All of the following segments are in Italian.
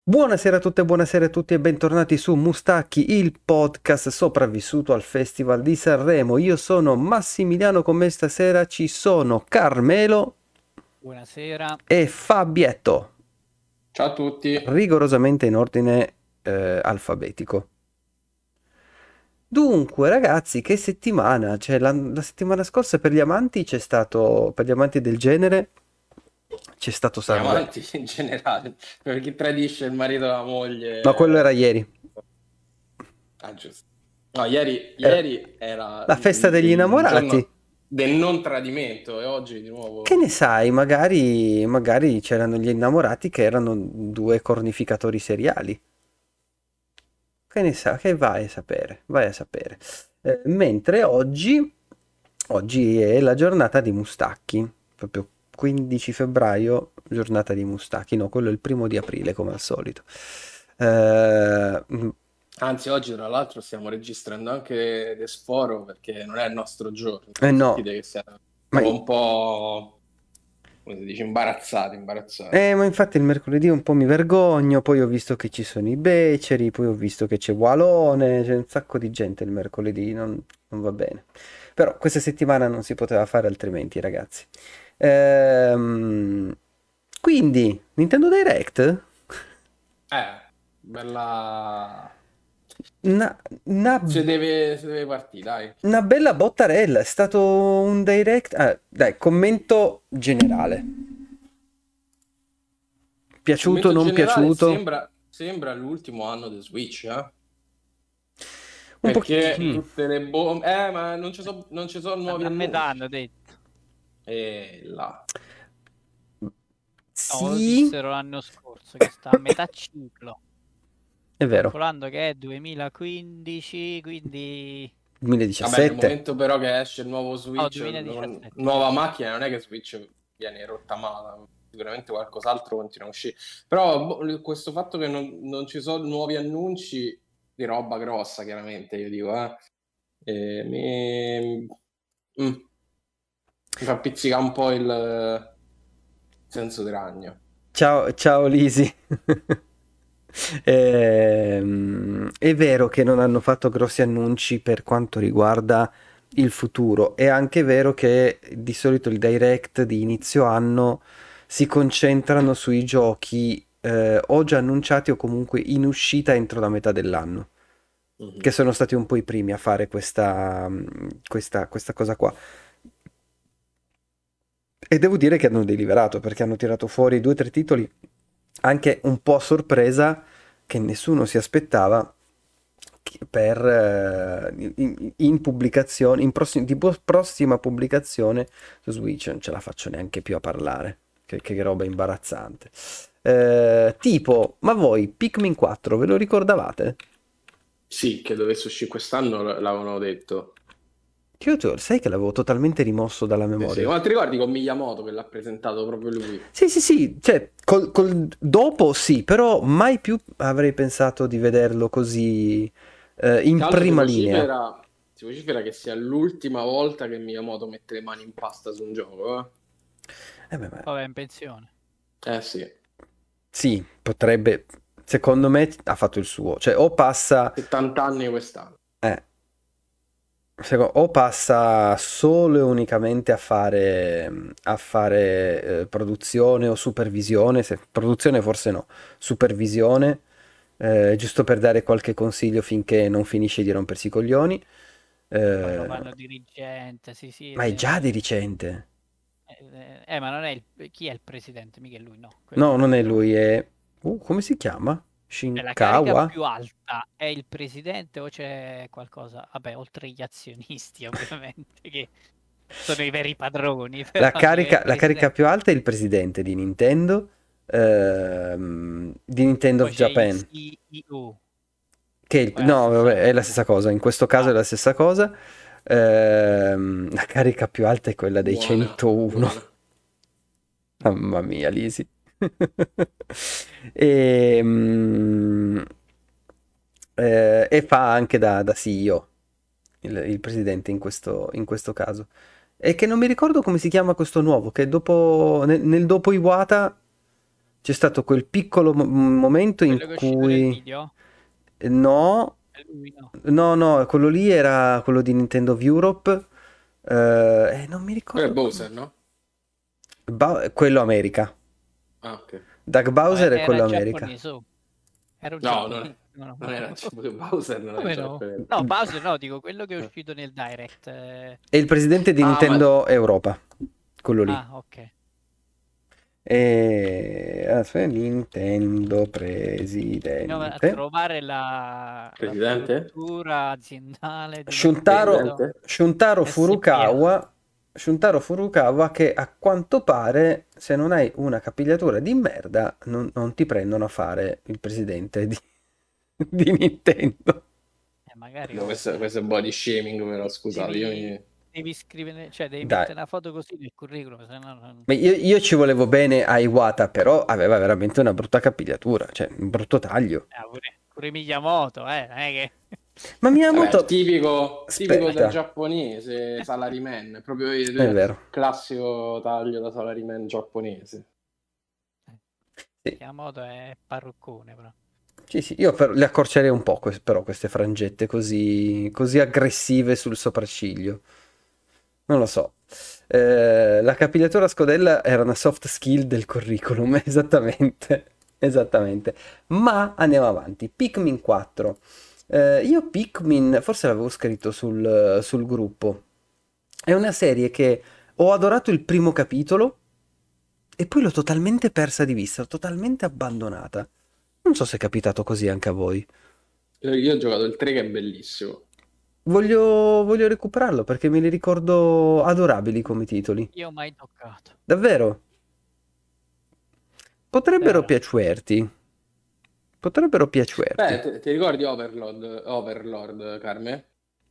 Buonasera a tutte, buonasera a tutti e bentornati su Mustacchi, il podcast sopravvissuto al Festival di Sanremo. Io sono Massimiliano, con me stasera ci sono Carmelo Buonasera. e Fabietto, Ciao a tutti. rigorosamente in ordine alfabetico. Dunque, ragazzi, che settimana? Cioè, la settimana scorsa per gli amanti per gli amanti del genere, c'è stato Gli Sanremo. amanti in generale, per chi tradisce il marito e la No, quello era moglie. ieri. Ah, giusto. No, ieri, Era ieri era la festa degli il innamorati. giorno del non tradimento e oggi di Che nuovo. ne sai, magari c'erano gli innamorati che erano due cornificatori seriali. Che ne sa, che vai a sapere, vai a sapere. Mentre oggi è la giornata di Mustacchi, proprio 15 febbraio, giornata di Mustacchi, no, quello è il primo di aprile come al solito. Eh, mm, Anzi, oggi tra l'altro stiamo registrando anche Desforo perché non è il nostro giorno. no, Sentite che ma siamo un po', come si dice, imbarazzati. Ma infatti il mercoledì un po' mi vergogno, poi ho visto che ci sono i beceri, poi ho visto che c'è Walone, c'è un sacco di gente il mercoledì, non va bene. Però questa settimana non si poteva fare altrimenti, ragazzi. Ehm, quindi, Nintendo Direct? Bella. Una, una- Se deve partire, dai. una bella bottarella, è stato un Direct... dai, commento generale. Piaciuto, Commento non generale, piaciuto? sembra l'ultimo anno di Switch, Un perché pochettino. Sì, tutte le bombe. Ma non ci so nuovi a metà annunci. hanno detto. E là. No, lo Sì, dissero l'anno scorso che sta a metà ciclo, è vero. calcolando che è 2015, quindi... Vabbè, nel 2017. momento però che esce il nuovo Oh, Switch, 2017, nuova scusa. macchina, non è che Switch viene rottamata. Sicuramente qualcos'altro continua a uscire. Però questo fatto che non ci sono nuovi annunci di roba grossa, chiaramente, io dico, mi fa pizzicare un po' il senso di ragno. Ciao, ciao Lisi. È vero che non hanno fatto grossi annunci per quanto riguarda il futuro. È anche vero che di solito il direct di inizio anno si concentrano sui giochi o già annunciati o comunque in uscita entro la metà dell'anno, che Mhm. sono stati un po' i primi a fare questa cosa qua. E devo dire che hanno deliberato perché hanno tirato fuori due o tre titoli anche un po' a sorpresa che nessuno si aspettava per in pubblicazione, prossima pubblicazione su Switch. Non ce la faccio neanche più a parlare. Che roba imbarazzante. Tipo, ma voi Pikmin 4 ve lo ricordavate? Sì, che dovesse uscire quest'anno l'avevano detto. Sai che l'avevo totalmente rimosso dalla Sì, sì. memoria. Ma ti ricordi con Miyamoto che l'ha presentato proprio lui? Sì, sì, sì, cioè, dopo sì, però mai più avrei pensato di vederlo così Tra in l'altro prima linea. si vocifera che sia l'ultima volta che Miyamoto mette le mani in pasta su un gioco, eh? Beh, ma Vabbè, in pensione. Eh sì, sì, potrebbe, secondo me ha fatto il suo, cioè o passa, 70 anni quest'anno. eh, o passa solo e unicamente a fare produzione o supervisione, produzione forse no, supervisione, giusto per dare qualche consiglio finché non finisce di rompersi i coglioni. Poi lo Eh, fanno dirigente, sì, sì. ma è già dirigente. Ma non è chi è il presidente? Mica è lui, no. Quello No, è non è quello... lui, è... come si chiama? La carica Shinkawa? più alta è il presidente o c'è qualcosa? Vabbè, oltre gli azionisti, ovviamente, che sono i veri padroni, La però c'è il carica, la carica presidente. più alta è il presidente di Nintendo of Poi c'è il Japan. CEO, o è la No, stessa vabbè, è la cosa? stessa cosa, in questo caso è Ah, la stessa cosa. La carica più alta è quella dei Buona, 101. buona. Mamma mia, Lisi. E, e fa anche da CEO, il presidente in questo caso. E che non mi ricordo come si chiama questo nuovo, che nel dopo Iwata C'è stato quel piccolo momento Quello in che è uscito nel cui... video? No, È lui, no. no, quello lì era quello di Nintendo of Europe. Non mi Quello è ricordo Bowser, no? quello America. Ah, ok. Doug No, Bowser è quello era America. giapponese. Oh. Era un No, non è, giapponese. No, non era no. Bowser, non è Come no? giapponese. No, Bowser no, dico quello che è uscito nel Direct. È il presidente di Ah, ma Nintendo Europa. Quello lì. Ah, ok. Aspetta, Nintendo Andiamo a presidente. trovare la presidente? struttura aziendale di Shuntaro, Nintendo Presidente? SPA. Shuntaro Furukawa che a quanto pare se non hai una capigliatura di merda non ti prendono a fare il presidente di Nintendo. Magari No, questo è body shaming, però scusate, devi scrivere, cioè devi Dai, mettere una foto così nel curriculum, se no ma io ci volevo bene a Iwata, però aveva veramente una brutta capigliatura, cioè un brutto taglio. pure Miyamoto, non è che... Ma Vabbè, Miyamoto... tipico da Aspetta, giapponese, salaryman, proprio è il vero. classico taglio da salaryman giapponese. Sì. Miyamoto è parruccone, però. Sì, sì, io le accorcerei un po', però queste frangette così aggressive sul sopracciglio. Non lo so. La capigliatura a scodella era una soft skill del curriculum, esattamente. Esattamente. Ma andiamo avanti. Pikmin 4. Io Pikmin, forse l'avevo scritto sul gruppo. È una serie che ho adorato il primo capitolo e poi l'ho totalmente persa di vista, l'ho totalmente abbandonata. Non so se è capitato così anche a voi. Io ho giocato il 3 che è bellissimo. Voglio recuperarlo perché me li ricordo adorabili come titoli. Io ho mai toccato. Davvero? Potrebbero Zero. piacerti. Potrebbero piacerti. Beh, ti ricordi Overlord, Carme?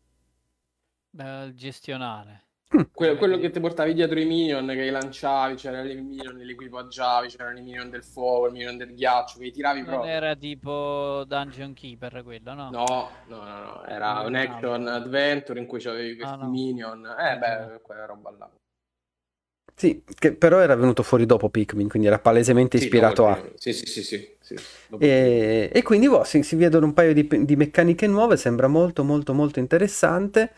Il gestionale. Hm. Quello che ti portavi dietro i minion, che li lanciavi, c'erano i minion, li equipaggiavi, c'erano i minion del fuoco, i minion del ghiaccio, che li tiravi Non proprio. era tipo Dungeon Keeper quello, no? No, era un Un action altro. adventure in cui c'avevi No, questi no. minion. Non giocato. Beh, quella roba là. Sì, che però era venuto fuori dopo Pikmin, quindi era palesemente Sì, dopo il ispirato a... primo. Sì, dopo il primo. E quindi boh, si vedono un paio di meccaniche nuove, sembra molto molto molto interessante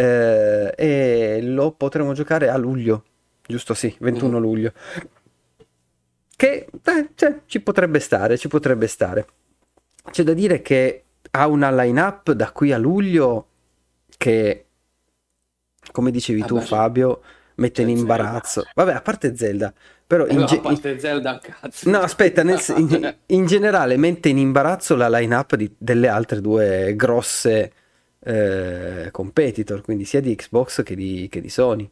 e lo potremo giocare a luglio, giusto? Sì, 21 Mhm. luglio. Che cioè, ci potrebbe stare, ci potrebbe stare. C'è da dire che ha una line-up da qui a luglio che, come dicevi tu Vabbè, Fabio, mette in c'è Zelda. imbarazzo. Vabbè, a parte Zelda, però No, a parte Zelda, un cazzo. no, aspetta, Cioè, in generale mette in imbarazzo la line-up delle altre due grosse competitor, quindi sia di Xbox che di Sony.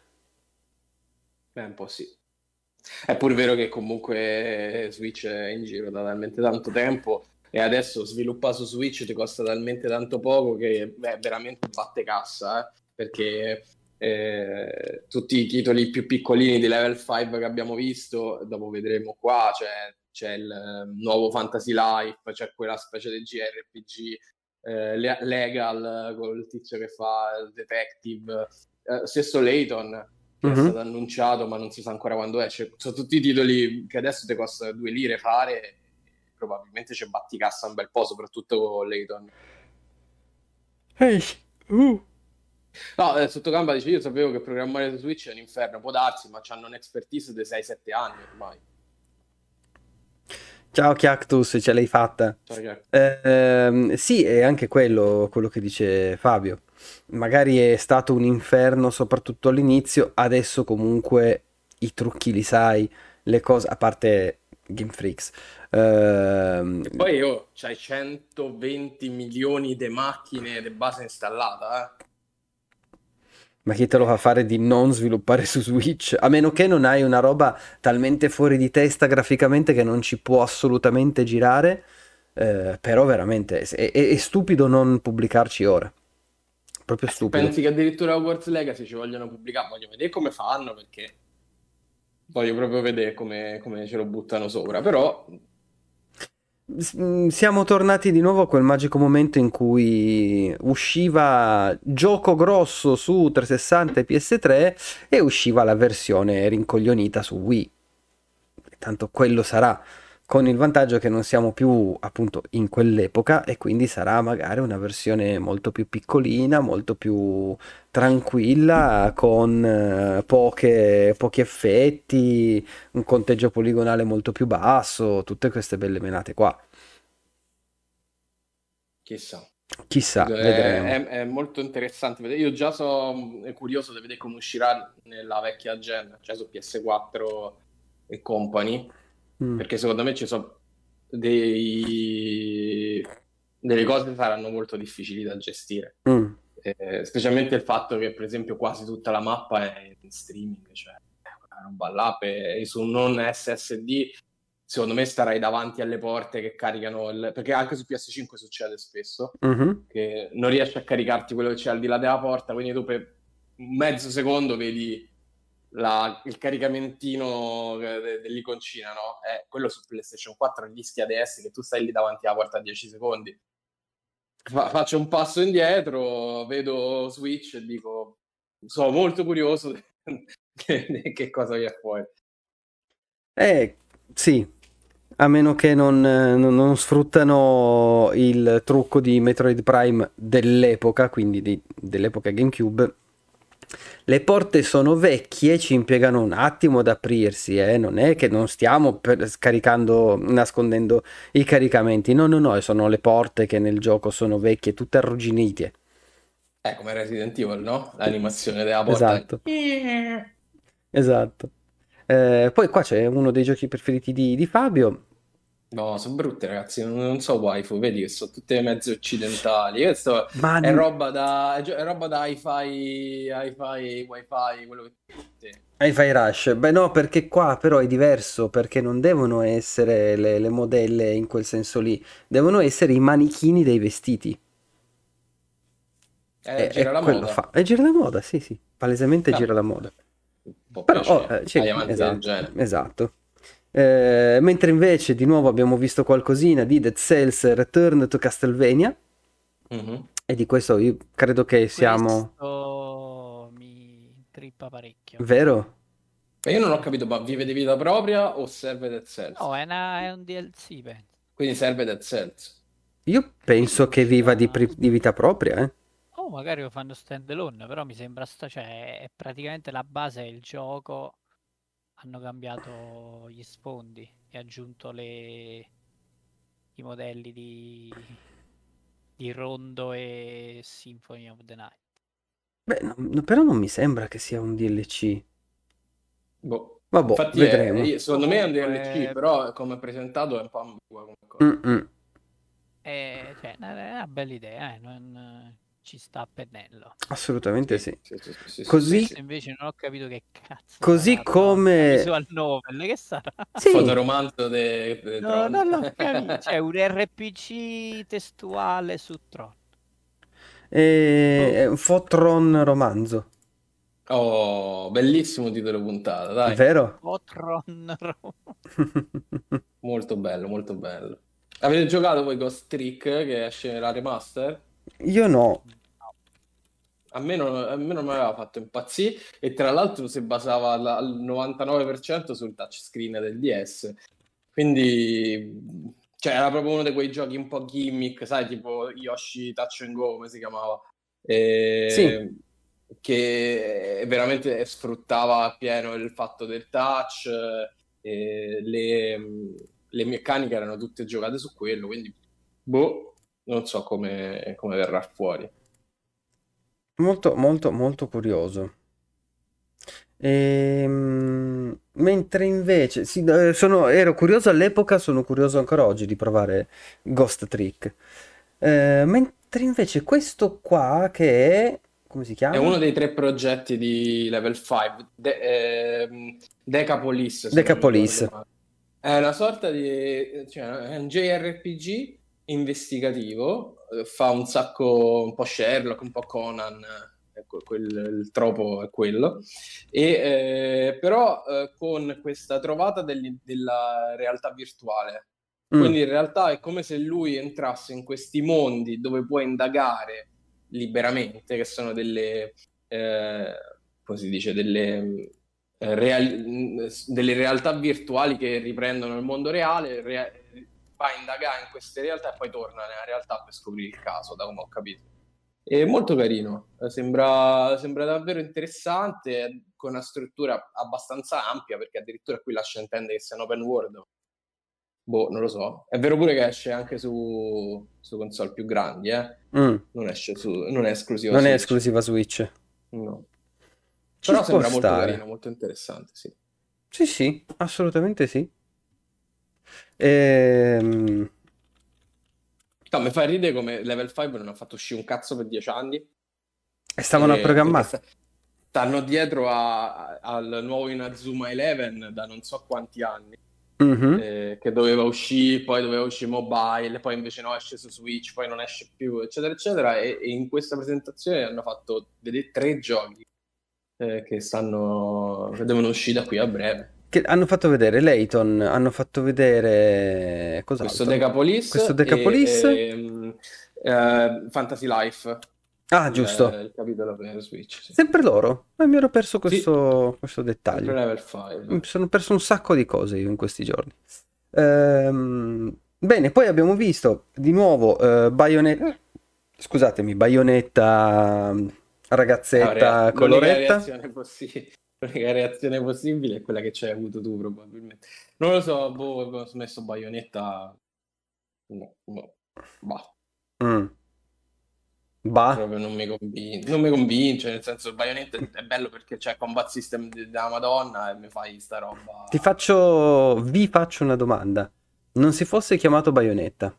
un po' sì. È pur vero che comunque Switch è in giro da talmente tanto tempo e adesso sviluppare su Switch ti costa talmente tanto poco che veramente batte cassa, perché tutti i titoli più piccolini di Level 5 che abbiamo visto, dopo vedremo qua, c'è il nuovo Fantasy Life, c'è quella specie di JRPG Legal col tizio che fa il detective, stesso Layton che è Mhm. stato annunciato, ma non si sa ancora quando è. Sono tutti i titoli che adesso ti costano 2 lire fare e probabilmente c'è batticassa un bel po', soprattutto con Layton. Ehi, uh. No, sotto gamba dice, io sapevo che programmare su Switch è un inferno, può darsi, ma hanno un'expertise di 6-7 anni ormai. Ciao Cactus, ce l'hai fatta. Cioè, Sì, è anche quello che dice Fabio. Magari è stato un inferno soprattutto all'inizio, adesso comunque i trucchi li sai, le cose, a parte Game Freaks. e poi io c'hai 120 milioni di macchine di base installata, Ma chi te lo fa fare di non sviluppare su Switch? A meno che non hai una roba talmente fuori di testa graficamente che non ci può assolutamente girare. Però veramente è stupido non pubblicarci ora. Proprio Se stupido. pensi che addirittura Hogwarts Legacy ci vogliono pubblicare, voglio vedere come fanno, perché voglio proprio vedere come ce lo buttano sopra. Però Siamo tornati di nuovo a quel magico momento in cui usciva gioco grosso su 360 e PS3 e usciva la versione rincoglionita su Wii. tanto quello sarà, con il vantaggio che non siamo più appunto in quell'epoca e quindi sarà magari una versione molto più piccolina, molto più tranquilla, con pochi effetti, un conteggio poligonale molto più basso, tutte queste belle menate qua. Chissà. Chissà, vedremo. È molto interessante vedere. Io già sono curioso di vedere come uscirà nella vecchia gen, cioè su PS4 e company, Mm, perché secondo me ci sono delle cose che saranno molto difficili da gestire. mm. Specialmente il fatto che, per esempio, quasi tutta la mappa è in streaming, cioè è una roba là su un non SSD. Secondo me starai davanti alle porte che caricano perché anche su PS5 succede spesso Mhm. che non riesci a caricarti quello che c'è al di là della porta, quindi tu per un mezzo secondo vedi il caricamentino dell'iconcina, no? Quello su PlayStation 4 rischia di essere che tu stai lì davanti alla porta a 10 secondi. Faccio un passo indietro, vedo Switch e dico sono molto curioso che cosa viene fuori. Sì, a meno che non sfruttano il trucco di Metroid Prime dell'epoca, quindi dell'epoca GameCube. Le porte sono vecchie, ci impiegano un attimo ad aprirsi, non è che non stiamo scaricando, nascondendo i caricamenti. No, no, no, sono le porte che nel gioco sono vecchie, tutte arrugginite. Come Resident Evil, no? L'animazione della porta. Esatto, esatto. Poi qua c'è uno dei giochi preferiti di Fabio. No, sono brutte ragazzi, non so waifu, vedi che sono tutte mezze occidentali. Questo Ma è roba da hi-fi, wifi, quello che sì. Hi-Fi Rush, beh no, perché qua però è diverso, perché non devono essere le modelle in quel senso lì, devono essere i manichini dei vestiti. Gira E la quello moda. fa. E gira la moda, sì, sì, palesemente gira la moda. Vabbè, può Però, piacere sì, agli amanti del esatto, genere. esatto. Mentre invece di nuovo abbiamo visto qualcosina di Dead Cells Return to Castlevania, Mhm. e di questo io credo che siamo... Questo mi intrippa parecchio. Vero? Ma io non ho capito, ma vive di vita propria o serve Dead Cells? No, è un DLC, penso. Quindi serve Dead Cells. Io Questo penso che viva di, uscirà. di vita propria, eh. Oh, magari lo fanno stand alone, però mi sembra cioè, è praticamente la base del gioco. Hanno cambiato gli sfondi e aggiunto i modelli di Rondo e Symphony of the Night. Beh, però non mi sembra che sia un DLC. Boh. Vabbè, Infatti, vedremo. secondo me è un DLC, Comunque, però come presentato è un po' ambigua come cosa. Mm-mm. cioè, è una bella idea, ci sta a pennello. Assolutamente Sì, sì. sì, sì, sì, sì, sì, Così, Questo sì. invece non ho capito che cazzo così sarà, però una come... visual novel, che sarà? Sì, Fotoromanzo di No, Tron. non l'ho capito. C'è un RPG testuale su Tron. è Boh. un Fotron romanzo, Oh, bellissimo titolo puntata, dai. vero? O Tron Molto bello, molto bello. Avete giocato voi Ghost Trick che esce la remaster? Io no, No. A me non mi aveva fatto impazzire e tra l'altro si basava al 99% sul touchscreen del DS. Quindi, cioè, era proprio uno di quei giochi un po' gimmick, sai, tipo Yoshi Touch and Go, come si chiamava? sì, E- che veramente sfruttava appieno il fatto del touch, e le meccaniche erano tutte giocate su quello, quindi boh, non so come verrà fuori. molto, molto, molto curioso. Mentre invece, sì, ero curioso all'epoca, sono curioso ancora oggi di provare Ghost Trick. Mentre invece questo qua che è... Come si È chiama? uno dei tre progetti di Level 5, Decapolis, se non mi ricordo Decapolis. male. È una sorta di, cioè, è un JRPG investigativo, fa un sacco, un po' Sherlock, un po' Conan, ecco, il tropo è quello, però con questa trovata della realtà virtuale. Mm, Quindi in realtà è come se lui entrasse in questi mondi dove può indagare liberamente, che sono delle, come si dice, delle realtà virtuali che riprendono il mondo reale, va a indagare in queste realtà e poi torna nella realtà per scoprire il caso, da come ho capito. È molto carino, sembra davvero interessante, con una struttura abbastanza ampia, perché addirittura qui lascia intendere che sia un open world. Boh, non lo so. È vero pure che esce anche su console più grandi, eh? Mm, Non è esclusiva non è Switch. esclusiva Switch. No. Ci Però può sembra molto carino, stare. molto interessante, sì. Sì, sì, assolutamente sì. Ehm, No, mi fa ridere come Level 5 non ha fatto uscire un cazzo per 10 anni, E stavano a perché programmare. stanno dietro al nuovo Inazuma Eleven da non so quanti anni, Mhm. che doveva uscire, poi doveva uscire mobile, poi invece no, esce su Switch, poi non esce più, eccetera, eccetera, e in questa presentazione hanno fatto vedere 3 giochi che devono uscire da qui a breve. Che hanno fatto vedere Layton, hanno fatto vedere Questo cos'altro? Questo Decapolis e Decapolis? Fantasy Life, Ah, giusto. il capitolo per Switch, sì. Sempre loro. Mi ero perso Sì, questo sempre dettaglio. level Mi 5. sono perso un sacco di cose io in questi giorni. Bene, poi abbiamo visto di nuovo Bayonetta. Scusatemi, Bayonetta ragazzetta L'unica coloretta. reazione possibile, l'unica reazione possibile è quella che ci hai avuto tu, probabilmente. Non lo so, boh, ho smesso Bayonetta. No, no. Bah, Mm. Bah. proprio non mi convince, nel senso, il Bayonetta è bello perché c'è combat system della Madonna e mi fai sta roba. Vi faccio una domanda. Non si fosse chiamato Bayonetta,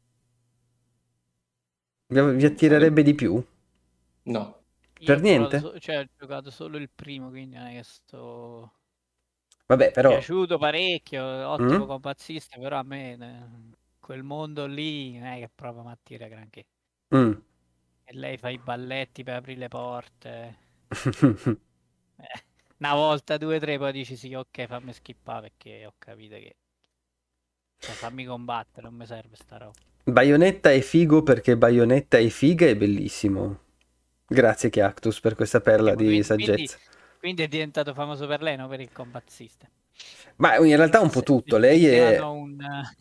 vi attirerebbe Sarebbe. di più? No. Io Per ho provato, niente? cioè ho giocato solo il primo, quindi non è che sto Vabbè, però... piaciuto parecchio, Mm? ottimo combat system, però a me quel mondo lì non è che proprio mi attira granché. Mm. E lei fa i balletti per aprire le porte. Una volta, due, tre, poi dici sì, ok, fammi skippare perché ho capito che... Cioè, fammi combattere, non mi serve sta roba. Bayonetta è figo perché Bayonetta è figa e bellissimo. Grazie Chiactus per questa perla Ma di quindi, saggezza. quindi è diventato famoso per lei, non per il combat system. Ma in realtà un po' Si tutto. è creato un...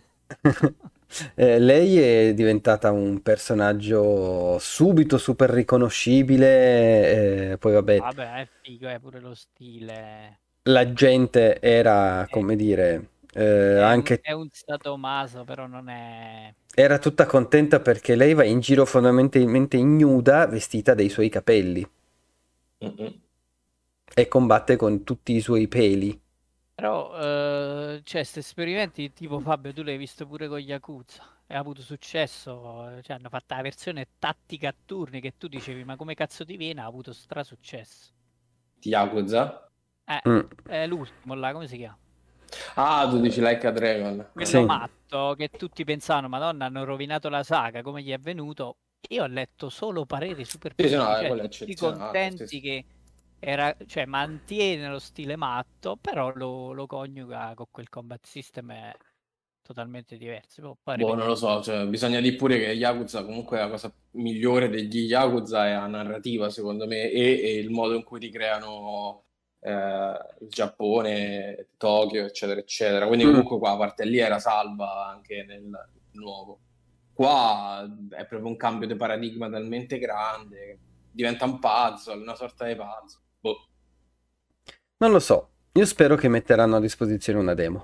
Lei è diventata un personaggio subito super riconoscibile. Poi vabbè, Vabbè, è figo, è pure lo stile. la gente era, È, come dire, anche è un sadomaso, però non è... era tutta contenta perché lei va in giro fondamentalmente ignuda, vestita dei suoi capelli Mm-mm. e combatte con tutti i suoi peli. Però, cioè, questi esperimenti tipo Fabio, tu l'hai visto pure con Yakuza. E ha avuto successo, cioè hanno fatto la versione tattica a turni che tu dicevi, ma come cazzo ti viene? Ha avuto strasuccesso. Yakuza? Mm, È l'ultimo là, come si chiama? Ah, tu dici Like a Dragon. Quello sì. matto che tutti pensavano, Madonna, hanno rovinato la saga, come gli è venuto? Io ho letto solo pareri super Sì, sì, positivi, no, cioè quello è tutti eccezionale. Sì, contenti sì. che era, cioè, mantiene lo stile matto, però lo coniuga con quel combat system totalmente diverso. Poi Boh, non lo ripeto, so, cioè, bisogna dire pure che Yakuza comunque la cosa migliore degli Yakuza è la narrativa, secondo me, e il modo in cui ricreano il Giappone, Tokyo, eccetera, eccetera. Quindi Mm. comunque qua la parte lì era salva anche nel nuovo. Qua è proprio un cambio di paradigma talmente grande, diventa un puzzle, una sorta di puzzle. Boh. Non lo so, io spero che metteranno a disposizione una demo.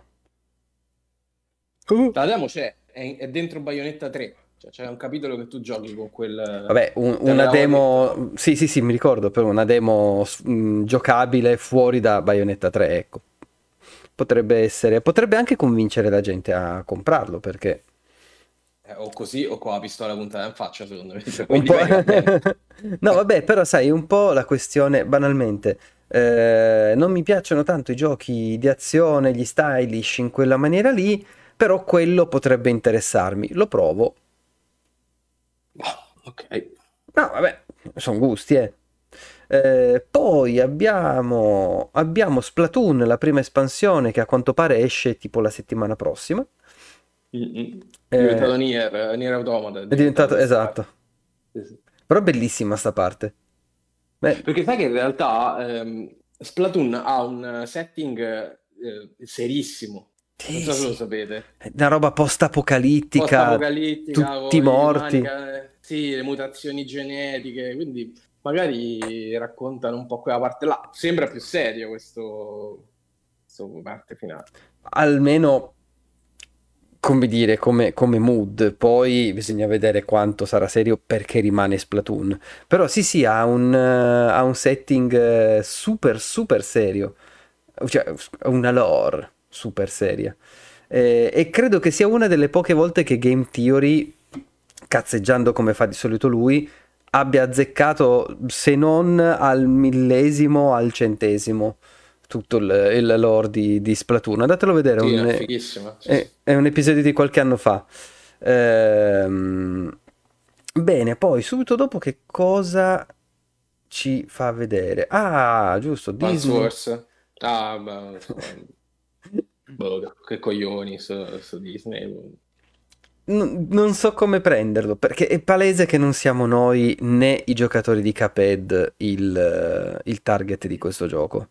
La demo c'è, è dentro Bayonetta 3, cioè c'è un capitolo che tu giochi con quel Vabbè, una telelavoretto. demo, sì, sì, sì, mi ricordo, però una demo giocabile fuori da Bayonetta 3, ecco. Potrebbe essere, potrebbe anche convincere la gente a comprarlo, perché O così o con la pistola puntata in faccia, secondo me, se poi un gli po'... fai va bene. No, vabbè, però sai, un po' la questione, banalmente, non mi piacciono tanto i giochi di azione, gli stylish in quella maniera lì, però quello potrebbe interessarmi. Lo provo. Boh, ok. No, vabbè, sono gusti, eh. Poi abbiamo Splatoon, la prima espansione che a quanto pare esce tipo la settimana prossima. Mm-mm. È diventato Eh, Nier Automata, è è diventato diventato, questa parte. esatto. Sì, sì. Però bellissima sta parte. Beh, Perché sai che in realtà Splatoon ha un setting serissimo, non Sì, so se lo sì. sapete. È una roba post-apocalittica, Post-apocalittica, tutti con i morti. sì, le mutazioni genetiche, quindi magari raccontano un po' quella parte là. Sembra più serio questo parte finale. Almeno, come dire, come mood. Poi bisogna vedere quanto sarà serio perché rimane Splatoon. Però sì, sì, ha un setting super, super serio. Cioè, una lore super seria. E credo che sia una delle poche volte che Game Theory, cazzeggiando come fa di solito lui, abbia azzeccato, se non al millesimo, al centesimo, tutto il lore di Splatoon. Andatelo a vedere, Sì, è fighissima. Sì, sì. è un episodio di qualche anno fa. Bene, poi subito dopo che cosa ci fa vedere? Ah, giusto, Advance Disney. Wars. Ah, beh, insomma, boh, che coglioni su Disney. Non so come prenderlo, perché è palese che non siamo noi né i giocatori di Cuphead il target di questo gioco.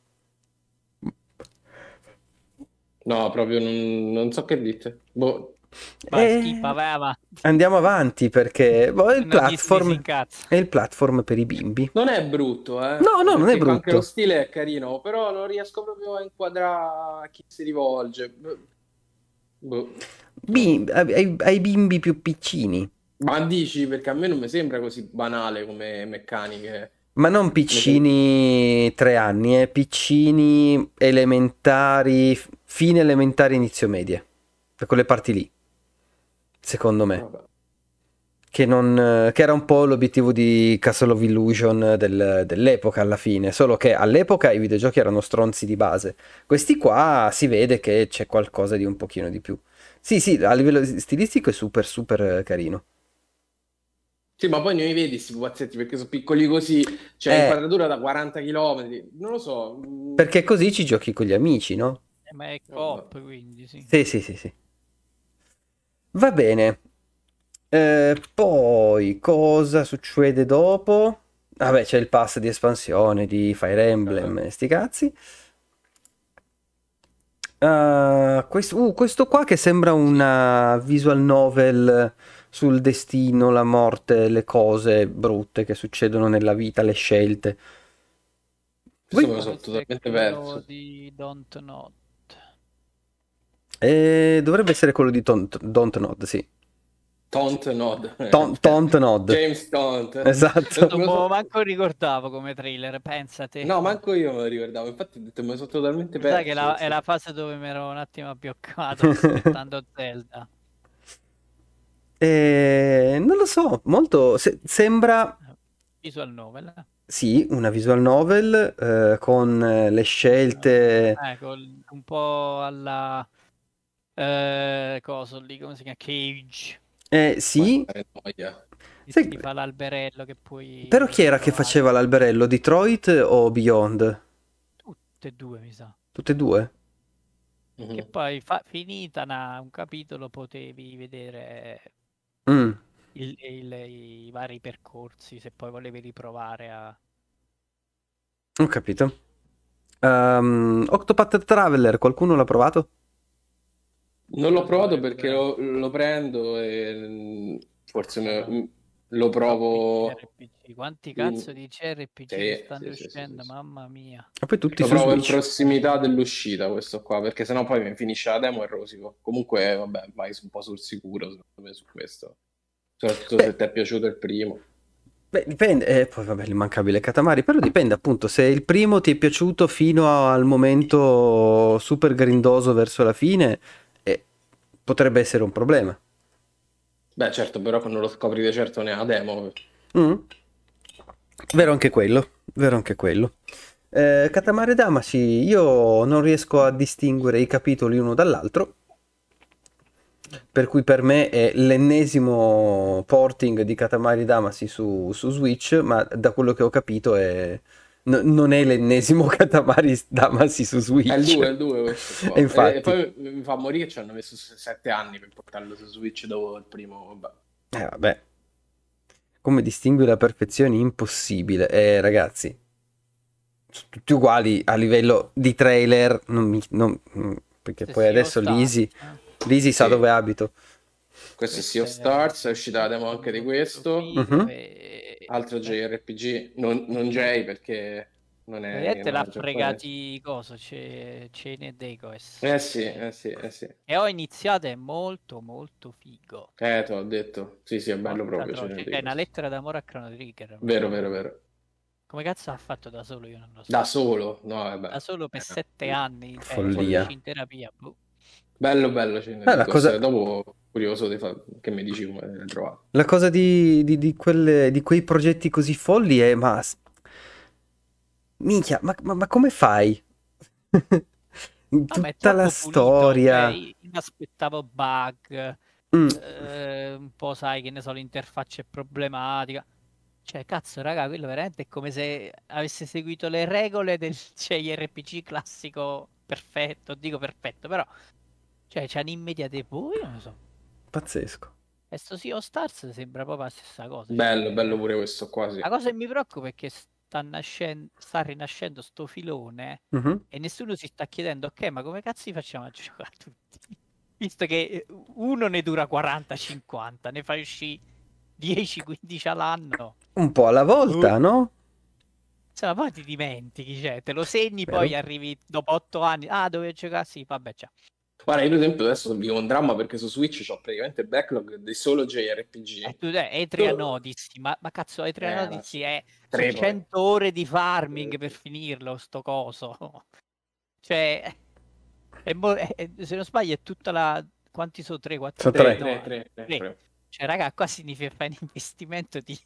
No, proprio non so che dite. Boh, Vai, E schippa, vai avanti. andiamo avanti perché boh, No, Disney si incazza. è il platform per i bimbi. non è brutto, No, no, non è perché anche lo brutto. stile è carino, però non riesco proprio a inquadrare a chi si rivolge. Boh, no. Ai bimbi più piccini. Ma dici, perché a me non mi sembra così banale come meccaniche. Ma non Mi sem- piccini 3 anni, piccini elementari, fine elementari, inizio medie. Per quelle parti lì, secondo me. Vabbè. Che era un po' l'obiettivo di Castle of Illusion dell'epoca alla fine, solo che all'epoca i videogiochi erano stronzi di base. Questi qua si vede che c'è qualcosa di un pochino di più. Sì, sì, a livello stilistico è super super carino. Sì, ma poi non li vedi questi pupazzetti perché sono piccoli così, c'è Eh, inquadratura da 40 km. Non lo so. perché così ci giochi con gli amici, no? Ma è Vabbè. coop, quindi sì. Sì, sì, sì, sì. Va bene. Poi cosa succede dopo? Vabbè, c'è il pass di espansione di Fire Emblem Eh. e sti cazzi. Questo qua che sembra una visual novel sul destino, la morte, le cose brutte che succedono nella vita, le scelte. Questo me Voi- lo Deve so essere totalmente quello perso. di Don't Not. Dovrebbe essere quello di Don't Nod, sì. Taunt Nod. Taunt Nod. James Taunt. Esatto. Me lo so- Manco ricordavo come trailer, pensate. No, manco io me lo ricordavo. Infatti ho detto, me lo sono totalmente Mi sa che perso. è la fase dove mi ero un attimo abbioccato aspettando Zelda. Non lo so, molto. Sembra. Visual novel. Sì, una visual novel con le scelte. Ecco, un po' alla coso lì, come si chiama? Cage. Ma Sì. che noia. Che Sai, ti fa l'alberello che però puoi chi era che ritrovare. faceva l'alberello? Detroit o Beyond? Tutte e due, mi sa. Tutte e due? Che Mhm. poi finita un capitolo potevi vedere Mm, i vari percorsi se poi volevi riprovare a... ho capito. Octopath Traveler, qualcuno l'ha provato? Non l'ho Quello provato perché dovrebbe... lo prendo e forse Madonna, lo troppi provo JRPG. Quanti in... cazzo di JRPG che Sì, stanno sì, sì, sì, sì, uscendo? sì. Mamma mia. E poi tutti Lo su provo in Switch. prossimità dell'uscita questo qua, perché sennò poi mi finisce la demo e rosico. Comunque, vabbè, vai un po' sul sicuro, secondo me, su questo. Soprattutto Beh, se ti è piaciuto il primo. beh, dipende, poi vabbè, l'immancabile Katamari, però dipende appunto se il primo ti è piaciuto fino al momento super grindoso verso la fine, potrebbe essere un problema. Beh, certo, però non lo scopri di certo nella demo. Mm. Vero anche quello, vero anche quello. Katamari Damacy, io non riesco a distinguere i capitoli uno dall'altro, per cui per me è l'ennesimo porting di Katamari Damacy su Switch, ma da quello che ho capito non è l'ennesimo Katamari Damacy su Switch. È il 2 questo E qua. E infatti, poi mi fa morire che ci hanno messo 7 anni per portarlo su Switch dopo il primo, vabbè. vabbè, come distinguere la perfezione? Impossibile. Ragazzi, sono tutti uguali a livello di trailer, perché Questo è poi Sea of adesso Stars, Lisi sa Sì, dove abito. questo è Sea questo of Stars, è è uscita la demo anche di molto questo, figo Mhm. e altro JRPG, non J perché non praticamente l'ha è giapponese. fregati coso, Chain e Decoes. Eh sì, eh sì, eh sì. E ho iniziato, è molto molto figo. Te l'ho detto. Sì, sì, è bello Porca proprio, ce troia, ne cioè, è una questo. lettera d'amore a Chrono Trigger, Vero, vero, vero. come cazzo ha fatto da solo, io non lo so. Da solo? No, Da vabbè. solo per 7 anni, cioè Follia. 10 in terapia, boh. Bello, bello, ce ne La dico. cosa, Dopo curioso che mi dici come l'hai trovato. la cosa di quei progetti così folli è, minchia, ma come fai? In No, ma è tutta la troppo pulito, cioè storia. io mi aspettavo bug, Mm, un po' sai che ne so, l'interfaccia è problematica. Cioè, cazzo, raga, quello veramente è come se avesse seguito le regole del JRPG classico perfetto, dico perfetto, però, cioè, c'è un'immediatezza, poi, non lo so. pazzesco. E sto Sea of Stars sembra proprio la stessa cosa, Bello, cioè... bello pure questo qua, sì. La cosa che mi preoccupa è che sta rinascendo sto filone Mhm. e nessuno si sta chiedendo, ok, ma come cazzo li facciamo a giocare tutti? Visto che uno ne dura 40-50, ne fai uscire 10-15 all'anno. Un po' alla Uh, volta, no? Insomma, poi ti dimentichi, cioè, te lo segni, poi Vero? arrivi dopo 8 anni. Ah, dovevo giocare? Sì, vabbè, ciao. Guarda, io ad esempio adesso vivo un dramma perché su Switch ho praticamente il backlog di solo E JRPG. tu Etrian Solo- Odyssey, ma cazzo, Etrian Ma Odyssey sì. sono Tre poi. 100 ore di farming per finirlo, sto coso. Cioè, se non sbaglio è tutta la... Quanti sono? 3, 4, Sono 3, tre. no, 3, 3, 3, 3. 3. Cioè, raga, qua significa fare un investimento di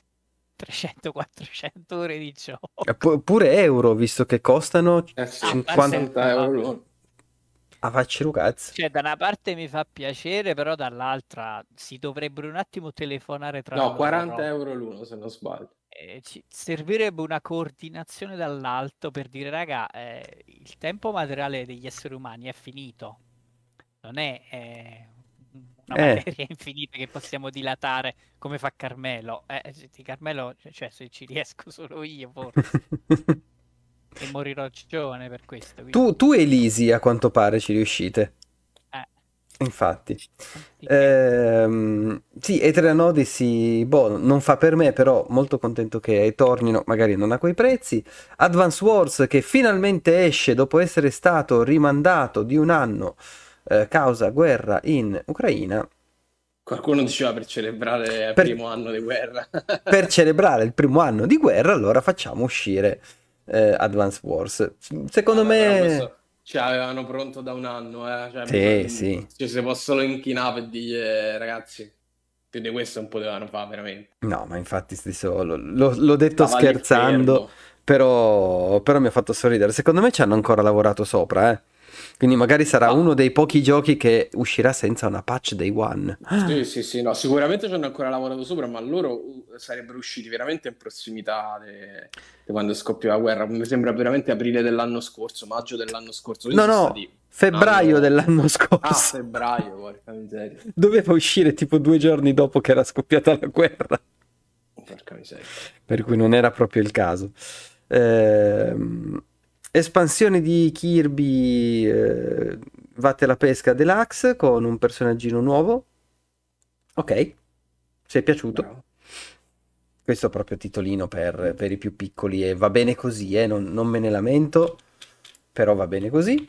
300-400 ore di gioco. Pure euro, visto che costano Eh sì, A parte, 50... 60 euro vabbè. l'uno. A facci cazzo. Cioè, da una parte mi fa piacere, però dall'altra si dovrebbero un attimo telefonare tra No, 40 loro. euro l'uno se non sbaglio. Servirebbe una coordinazione dall'alto per dire, raga, il tempo materiale degli esseri umani è finito, non è una Eh. materia infinita che possiamo dilatare come fa Carmelo. Di Carmelo, cioè, se ci riesco solo io, forse, e morirò giovane per questo, quindi, Tu e Lisi, a quanto pare, ci riuscite. eh, Infatti. dipende. Sì, Etrian Odyssey, boh, non fa per me, però molto contento che tornino, magari non a quei prezzi. Advance Wars che finalmente esce dopo essere stato rimandato di un anno causa guerra in Ucraina. Qualcuno diceva per celebrare il Per, primo anno di guerra. per celebrare il primo anno di guerra, allora facciamo uscire Advance Wars. Secondo Vabbè, però me, questo ci avevano pronto da un anno, eh. Cioè, sì, sì. ci si può solo inchinare per dire, ragazzi, più di questo non potevano fare veramente. No, ma infatti stesso, l'ho detto Stava lì scherzando, fermo. però mi ha fatto sorridere. Secondo me ci hanno ancora lavorato sopra, eh. Quindi magari sarà Ma uno dei pochi giochi che uscirà senza una patch day one. sì, sì, sì, no, sicuramente ci hanno ancora lavorato sopra, ma loro sarebbero usciti veramente in prossimità di quando scoppiò la guerra. Mi sembra veramente aprile dell'anno scorso, maggio dell'anno scorso, quindi No, sono no, stati un febbraio anno. dell'anno Ah, scorso. febbraio, porca miseria. Doveva uscire tipo 2 giorni dopo che era scoppiata la guerra. Porca miseria. Per cui non era proprio il caso. Ehm, Espansione di Kirby Vatte la pesca deluxe con un personaggino nuovo. Ok, ci è piaciuto. Bravo. Questo è proprio titolino per i più piccoli e va bene così, non me ne lamento, però va bene così.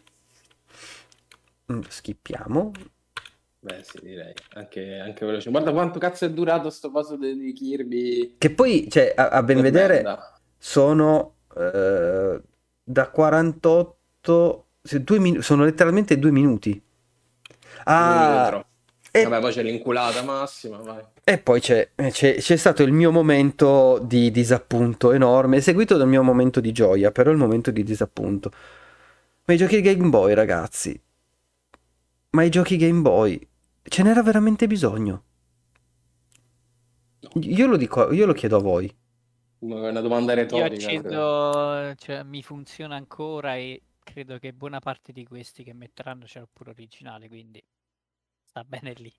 Schippiamo. Beh, sì, direi. Anche veloce. Guarda quanto cazzo è durato sto coso di Kirby. Che poi, cioè, a ben Che vedere, merda. sono da 48... sono letteralmente 2 minuti. 2 minuti è Ah, troppo. e, Vabbè, poi c'è l'inculata massima, vai. e poi c'è stato il mio momento di disappunto enorme, seguito dal mio momento di gioia, però il momento di disappunto. Ma i giochi Game Boy, ragazzi, ma i giochi Game Boy, ce n'era veramente bisogno? No, Io lo chiedo a voi. una domanda Io retorica pure. accendo, cioè, mi funziona ancora e credo che buona parte di questi che metteranno c'è il puro originale, quindi sta bene lì.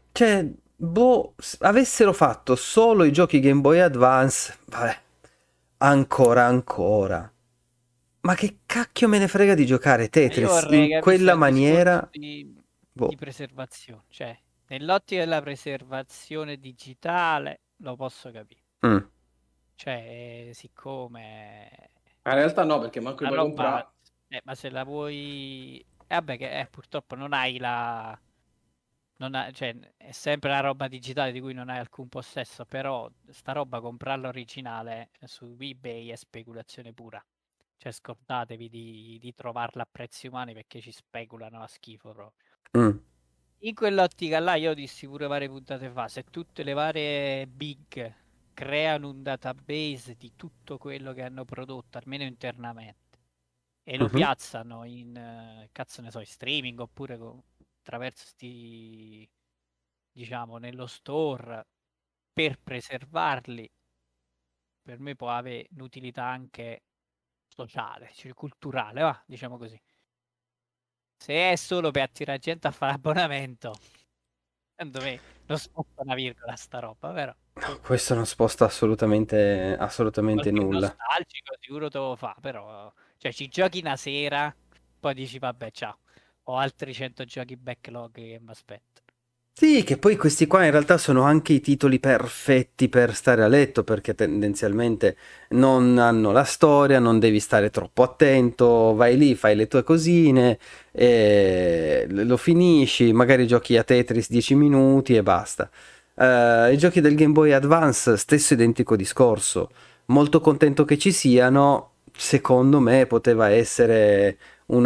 Cioè, boh, avessero fatto solo i giochi Game Boy Advance, vabbè, ancora. Ma che cacchio me ne frega di giocare Io Tetris vorrei in capire se è quella un discorso maniera? di Boh. preservazione, cioè nell'ottica della preservazione digitale lo posso capire, Mm. cioè siccome Ma in realtà no, perché manco li la puoi roba, comprare. ma se la vuoi, vabbè che purtroppo non hai la, non ha- cioè è sempre la roba digitale di cui non hai alcun possesso, però sta roba comprarla originale su eBay è speculazione pura. Cioè scordatevi di trovarla a prezzi umani perché ci speculano a schifo proprio. Mm. In quell'ottica là io dissi pure varie puntate fa, se tutte le varie big creano un database di tutto quello che hanno prodotto, almeno internamente, e lo Mhm. piazzano in, cazzo ne so, in streaming oppure attraverso sti, diciamo, nello store per preservarli, per me può avere un'utilità anche sociale, cioè culturale, va, diciamo così. Se è solo per attirare gente a fare abbonamento, secondo me non sposta una virgola sta roba, però No, questo non sposta assolutamente qualche nulla. nostalgico sicuro te lo fa, però cioè ci giochi una sera, poi dici vabbè ciao, ho altri 100 giochi backlog che mi aspettano. Sì, che poi questi qua in realtà sono anche i titoli perfetti per stare a letto, perché tendenzialmente non hanno la storia, non devi stare troppo attento, vai lì, fai le tue cosine, e lo finisci, magari giochi a Tetris 10 minuti e basta. I giochi del Game Boy Advance, stesso identico discorso. Molto contento che ci siano, secondo me poteva essere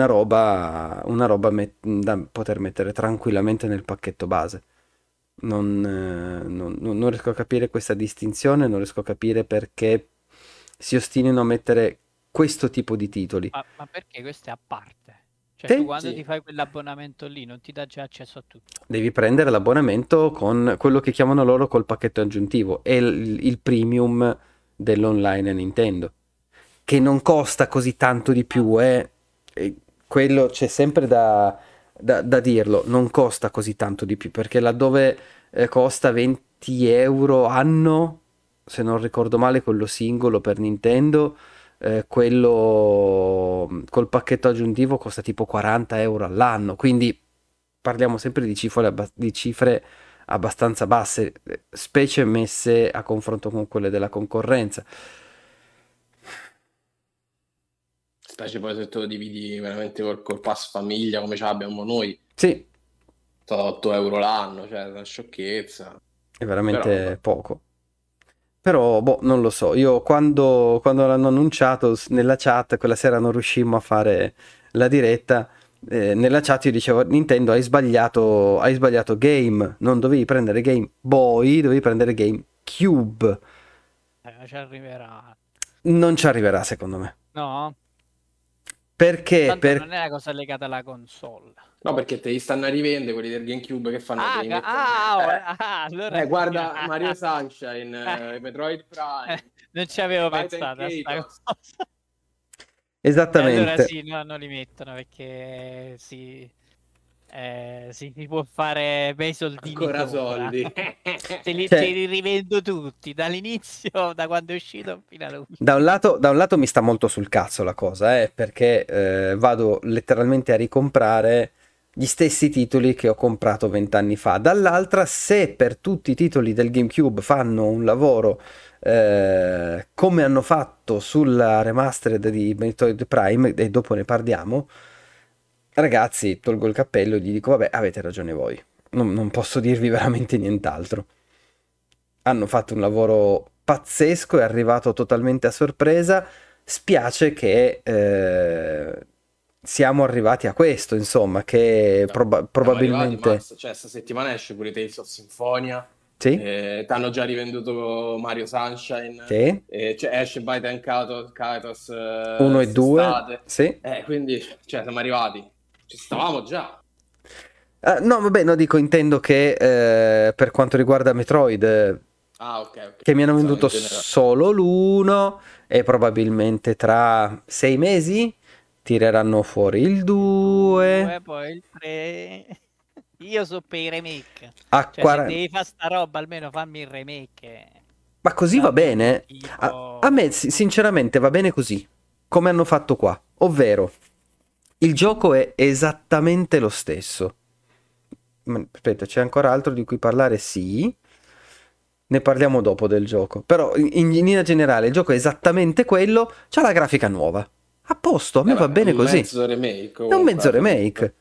da poter mettere tranquillamente nel pacchetto base. Non riesco a capire questa distinzione, non riesco a capire perché si ostinino a mettere questo tipo di titoli. Ma perché questo è a parte? Cioè tu Te quando ti Sì, fai quell'abbonamento lì non ti dà già accesso a tutto? devi prendere l'abbonamento con quello che chiamano loro col pacchetto aggiuntivo e il premium dell'online Nintendo, che non costa così tanto di Ah, più, eh. E quello c'è sempre da dirlo, non costa così tanto di più, perché laddove costa 20 euro anno, se non ricordo male, quello singolo per Nintendo, quello col pacchetto aggiuntivo costa tipo 40 euro all'anno, quindi parliamo sempre di cifre abbastanza basse, specie messe a confronto con quelle della concorrenza. specie poi se te lo dividi veramente col pass famiglia come ce l'abbiamo noi, Sì, 8 euro l'anno, cioè è una sciocchezza. è Però vabbè. veramente poco. Però, boh, non lo so. Io quando l'hanno annunciato nella chat, quella sera non riuscimmo a fare la diretta. Nella chat io dicevo: Nintendo, hai sbagliato game. Non dovevi prendere Game Boy, dovevi prendere Game Cube. ci arriverà. Non ci arriverà, secondo me. No? Perché? Tanto non è una cosa legata alla console. No, perché te li stanno a rivendere quelli del GameCube che fanno? Te li mettono. Allora sì. Guarda Mario Sunshine, Metroid Prime, Non ci avevo Titan pensato a sta Chaos. cosa. E allora Esattamente. sì, no, non li mettono perché si può fare bei soldini Ancora sopra. soldi. Te Cioè, li rivendo tutti, dall'inizio, da quando è uscito fino all'ultimo. da un lato mi sta molto sul cazzo la cosa, perché vado letteralmente a ricomprare gli stessi titoli che ho comprato 20 anni fa. Dall'altra, se per tutti i titoli del GameCube fanno un lavoro come hanno fatto sulla remastered di Metroid Prime, e dopo ne parliamo, ragazzi, tolgo il cappello e gli dico, vabbè, avete ragione voi. Non posso dirvi veramente nient'altro. Hanno fatto un lavoro pazzesco, è arrivato totalmente a sorpresa. Spiace che siamo arrivati a questo, insomma, che Siamo arrivati, probabilmente... Max. Cioè, sta settimana esce pure Tales of Symphonia. Sì, T'hanno già rivenduto Mario Sunshine. sì, Esce Byte Kaitos uno e due, quest'estate. sì. Quindi, cioè, siamo arrivati. Ci stavamo già. No, vabbè, no, dico, intendo che per quanto riguarda Metroid, Ah, ok, ok. che mi hanno Pensavo in venduto generale. solo l'uno e probabilmente tra 6 mesi tireranno fuori il Il 2 2, poi il 3. Io so per i remake. a Cioè, se 40... devi fare sta roba, almeno fammi il remake. Ma così va Dato di bene? A me tipo... sinceramente va bene così, come hanno fatto qua. Ovvero, il gioco è esattamente lo stesso. Aspetta, c'è ancora altro di cui parlare? Sì. Ne parliamo dopo del gioco. Però in linea generale il gioco è esattamente quello, c'ha la grafica nuova. A posto, a me va Vabbè, è bene un così. mezzo remake È un comunque mezzo alla fine. remake.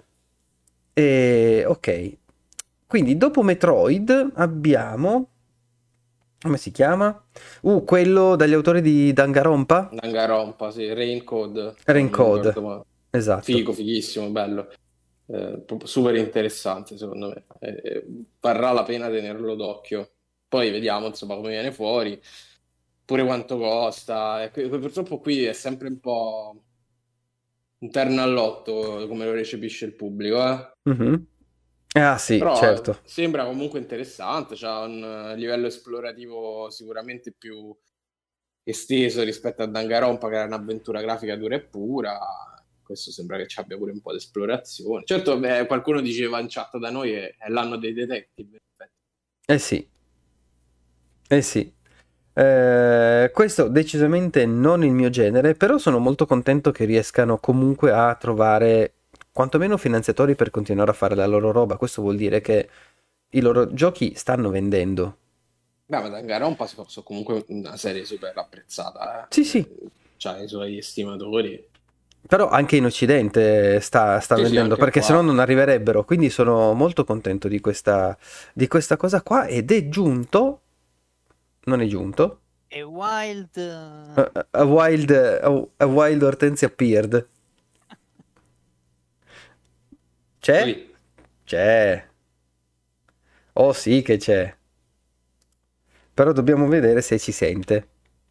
E ok. Quindi dopo Metroid abbiamo... Come si chiama? Quello dagli autori di Danganronpa? Danganronpa, sì, Rain Code, se Rain non mi Code. ricordo male. Esatto. Figo, fighissimo, bello. Proprio super interessante secondo me. Varrà la pena tenerlo d'occhio. Poi vediamo insomma come viene fuori, pure quanto costa. Purtroppo qui è sempre un po' un terno all'otto come lo recepisce il pubblico, eh. Mhm. Ah sì, Però certo. sembra comunque interessante, c'ha un livello esplorativo sicuramente più esteso rispetto a Danganronpa, che era un'avventura grafica dura e pura. Questo sembra che ci abbia pure un po' di esplorazione. Certo, beh, qualcuno diceva in chat da noi che è l'anno dei detective. In effetti. Eh sì, eh sì. Questo decisamente non il mio genere, però sono molto contento che riescano comunque a trovare quantomeno finanziatori per continuare a fare la loro roba. Questo vuol dire che i loro giochi stanno vendendo. Beh, ma Danganronpa comunque una serie super apprezzata, Sì, sì, c'ha i suoi estimatori. però anche in Occidente sta Sì, sì, vendendo, anche perché se no qua. non arriverebbero. Quindi sono molto contento di questa cosa qua ed è giunto, non è giunto, E Wild... a wild Hortensia appeared. C'è? Poi, C'è. Oh sì che c'è. Però dobbiamo vedere se ci sente.